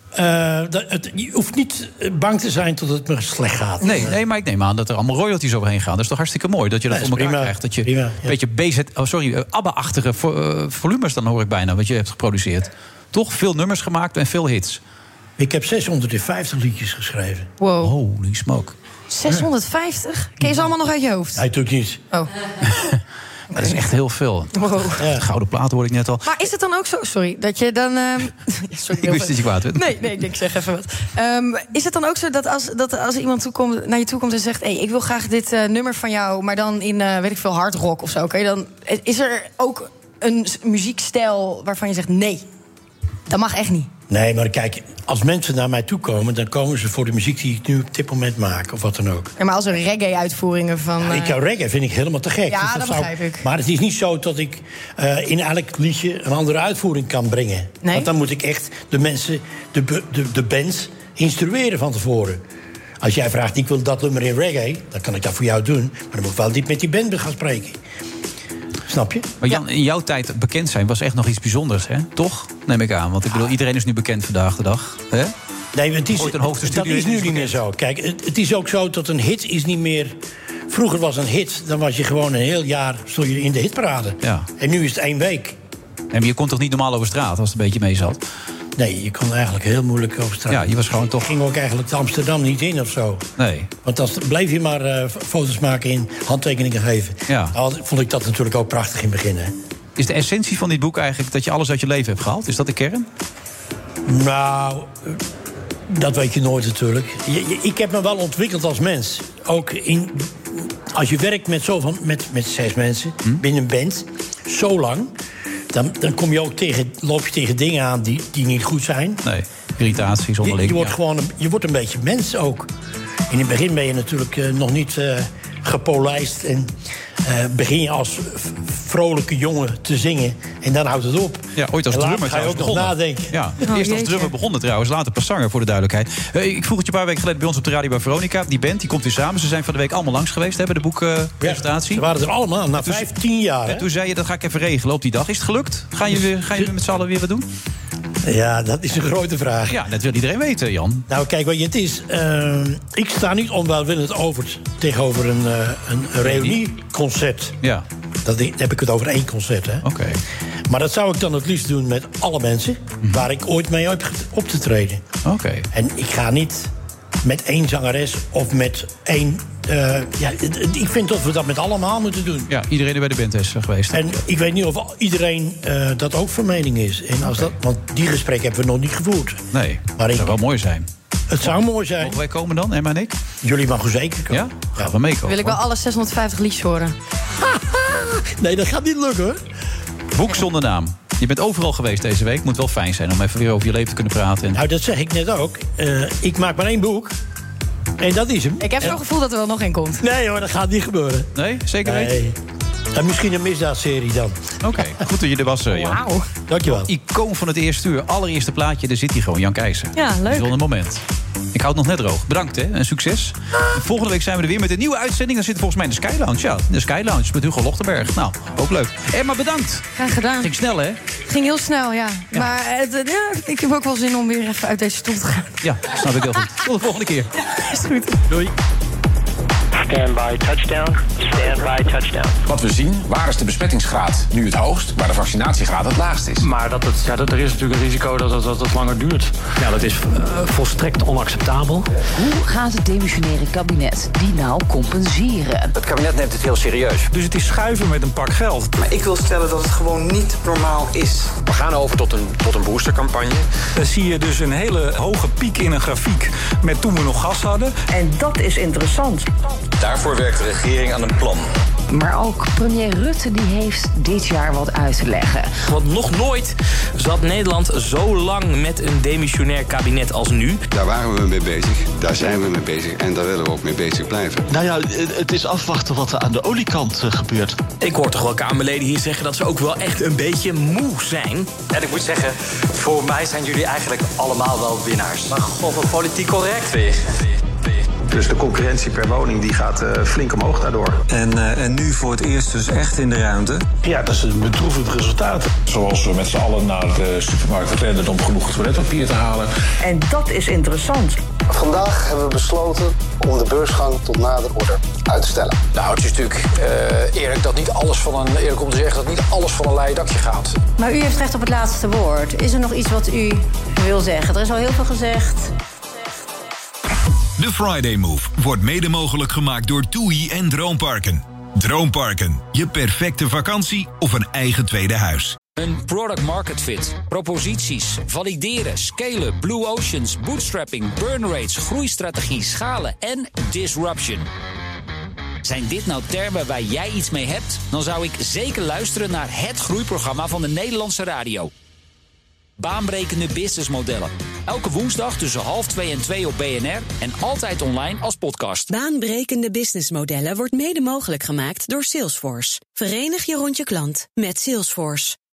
Je hoeft niet bang te zijn tot het me slecht gaat. Nee, maar ik neem aan dat er allemaal royalties overheen gaan. Dat is toch hartstikke mooi dat je dat voor elkaar krijgt. Dat je een beetje ABBA-achtige volumes, dan hoor ik bijna, wat je hebt geproduceerd. Toch veel nummers gemaakt en veel hits. Ik heb 650 liedjes geschreven. Wow. Holy smoke. 650? Ken je ze allemaal nog uit je hoofd? Nee, natuurlijk niet. Oh. Dat is echt heel veel. Wow. Gouden plaat hoorde ik net al. Maar is het dan ook zo... Sorry, dat je dan... Sorry, ik wist dat je kwaad werd. Nee, ik zeg even wat. Is het dan ook zo dat als iemand naar je toe komt en zegt... Hey, ik wil graag dit nummer van jou, maar dan in, weet ik veel, hardrock of zo. Okay? Dan is er ook een muziekstijl waarvan je zegt... nee, dat mag echt niet. Nee, maar kijk, als mensen naar mij toe komen... dan komen ze voor de muziek die ik nu op dit moment maak, of wat dan ook. Ja, maar als er reggae-uitvoeringen van... Reggae vind ik helemaal te gek. Ja, dat begrijp ik. Maar het is niet zo dat ik in elk liedje een andere uitvoering kan brengen. Nee? Want dan moet ik echt de mensen, de bands, instrueren van tevoren. Als jij vraagt, ik wil dat nummer in reggae... dan kan ik dat voor jou doen. Maar dan moet ik wel niet met die band gaan spreken. Snap je? Maar Jan, in jouw tijd bekend zijn was echt nog iets bijzonders, hè? Toch? Neem ik aan. Want ik bedoel, iedereen is nu bekend vandaag de dag. Hè? Nee, dat is nu niet meer zo. Kijk, het is ook zo dat een hit is niet meer... Vroeger was een hit, dan was je gewoon een heel jaar... stond je in de hitparade. Ja. En nu is het 1 week. En je kon toch niet normaal over straat als het een beetje mee zat? Nee, je kon eigenlijk heel moeilijk over straat. Ja, je was gewoon toch... Je ging ook eigenlijk Amsterdam niet in of zo. Nee. Want dan bleef je maar foto's maken en handtekeningen geven. Ja. Nou, vond ik dat natuurlijk ook prachtig in het begin. Hè. Is de essentie van dit boek eigenlijk dat je alles uit je leven hebt gehaald? Is dat de kern? Nou, dat weet je nooit natuurlijk. Ik heb me wel ontwikkeld als mens. Ook als je werkt met 6 mensen binnen een band, zo lang... Dan kom je ook loop je tegen dingen aan die niet goed zijn. Nee, irritaties onderling. Je wordt een beetje mens ook. In het begin ben je natuurlijk nog niet gepolijst. En begin je als vrolijke jongen te zingen. En dan houdt het op. Ja, ooit als drummer ga je ook nog nadenken. Ja, eerst als drummer begonnen trouwens, later pas zanger voor de duidelijkheid. Ik vroeg het je een paar weken geleden bij ons op de radio bij Veronica. Die band die komt weer samen. Ze zijn van de week allemaal langs geweest, hebben de boekpresentatie. Ze waren er allemaal, na 15 jaar. En toen zei je, dat ga ik even regelen op die dag. Is het gelukt? Ga je met z'n allen weer wat doen? Ja, dat is een grote vraag. Ja, dat wil iedereen weten, Jan. Nou, kijk, wat je het is... ik sta niet onwelwillend tegenover een reunieconcert. Ja. Dan heb ik het over 1 concert, hè. Oké. Maar dat zou ik dan het liefst doen met alle mensen... waar ik ooit mee heb op te treden. Oké. En ik ga niet met 1 zangeres of met 1... ik vind dat we dat met allemaal moeten doen. Ja, iedereen er bij de band is geweest. En ik weet niet of iedereen dat ook van mening is. En als want die gesprekken hebben we nog niet gevoerd. Nee, maar dat zou wel mooi zijn. Het zou mooi zijn. Mogen wij komen dan, Emma en ik? Jullie mogen zeker komen. Ja? Gaan we meekomen. Wil ik wel alle 650 liedjes horen. Nee, dat gaat niet lukken, hoor. Boek zonder naam. Je bent overal geweest deze week. Moet wel fijn zijn om even weer over je leven te kunnen praten. Nou, dat zeg ik net ook. Ik maak maar 1 boek. En dat is hem. Ik heb zo'n gevoel dat er wel nog 1 komt. Nee hoor, dat gaat niet gebeuren. Nee? Zeker weten? En misschien een misdaadserie dan. Oké, goed dat je er was, Jan. Wauw. Dankjewel. Icoon van het eerste uur. Allereerste plaatje, daar zit hij gewoon. Jan Keijzer. Ja, leuk. Bijzonder moment. Ik hou het nog net droog. Bedankt, hè. En succes. En volgende week zijn we er weer met een nieuwe uitzending. Dan zit volgens mij in de Sky Lounge. Ja, de Sky Lounge met Hugo Lochtenberg. Nou, ook leuk. Emma, bedankt. Graag gedaan. Ging snel, hè? Ging heel snel, ja. Maar ik heb ook wel zin om weer even uit deze stoel te gaan. Ja, snap ik heel goed. Tot de volgende keer. Ja, is goed. Doei. Stand by touchdown. Stand by touchdown. Wat we zien, waar is de besmettingsgraad nu het hoogst, waar de vaccinatiegraad het laagst is. Maar er is natuurlijk een risico dat het langer duurt. Ja, dat is volstrekt onacceptabel. Hoe gaat het demissionaire kabinet die nou compenseren? Het kabinet neemt het heel serieus. Dus het is schuiven met een pak geld. Maar ik wil stellen dat het gewoon niet normaal is. We gaan over tot een boostercampagne. Dan zie je dus een hele hoge piek in een grafiek met toen we nog gas hadden. En dat is interessant. Daarvoor werkt de regering aan een plan. Maar ook premier Rutte die heeft dit jaar wat uit te leggen. Want nog nooit zat Nederland zo lang met een demissionair kabinet als nu. Daar waren we mee bezig, daar zijn we mee bezig en daar willen we ook mee bezig blijven. Nou ja, het is afwachten wat er aan de oliekant gebeurt. Ik hoor toch wel Kamerleden hier zeggen dat ze ook wel echt een beetje moe zijn. En ik moet zeggen, voor mij zijn jullie eigenlijk allemaal wel winnaars. Maar god, wat politiek correct weer. Dus de concurrentie per woning die gaat flink omhoog daardoor. En nu voor het eerst dus echt in de ruimte. Ja, dat is een bedroevend resultaat. Zoals we met z'n allen naar de supermarkt rennen om genoeg toiletpapier te halen. En dat is interessant. Vandaag hebben we besloten om de beursgang tot nader order uit te stellen. Nou, het is natuurlijk eerlijk om te zeggen dat niet alles van een leien dakje gaat. Maar u heeft recht op het laatste woord. Is er nog iets wat u wil zeggen? Er is al heel veel gezegd. De Friday Move wordt mede mogelijk gemaakt door TUI en Droomparken. Droomparken, je perfecte vakantie of een eigen tweede huis. Een product market fit, proposities, valideren, scalen, blue oceans, bootstrapping, burn rates, groeistrategie, schalen en disruption. Zijn dit nou termen waar jij iets mee hebt? Dan zou ik zeker luisteren naar het groeiprogramma van de Nederlandse radio. Baanbrekende businessmodellen. Elke woensdag tussen 1:30 en 2 op BNR en altijd online als podcast. Baanbrekende businessmodellen wordt mede mogelijk gemaakt door Salesforce. Verenig je rond je klant met Salesforce.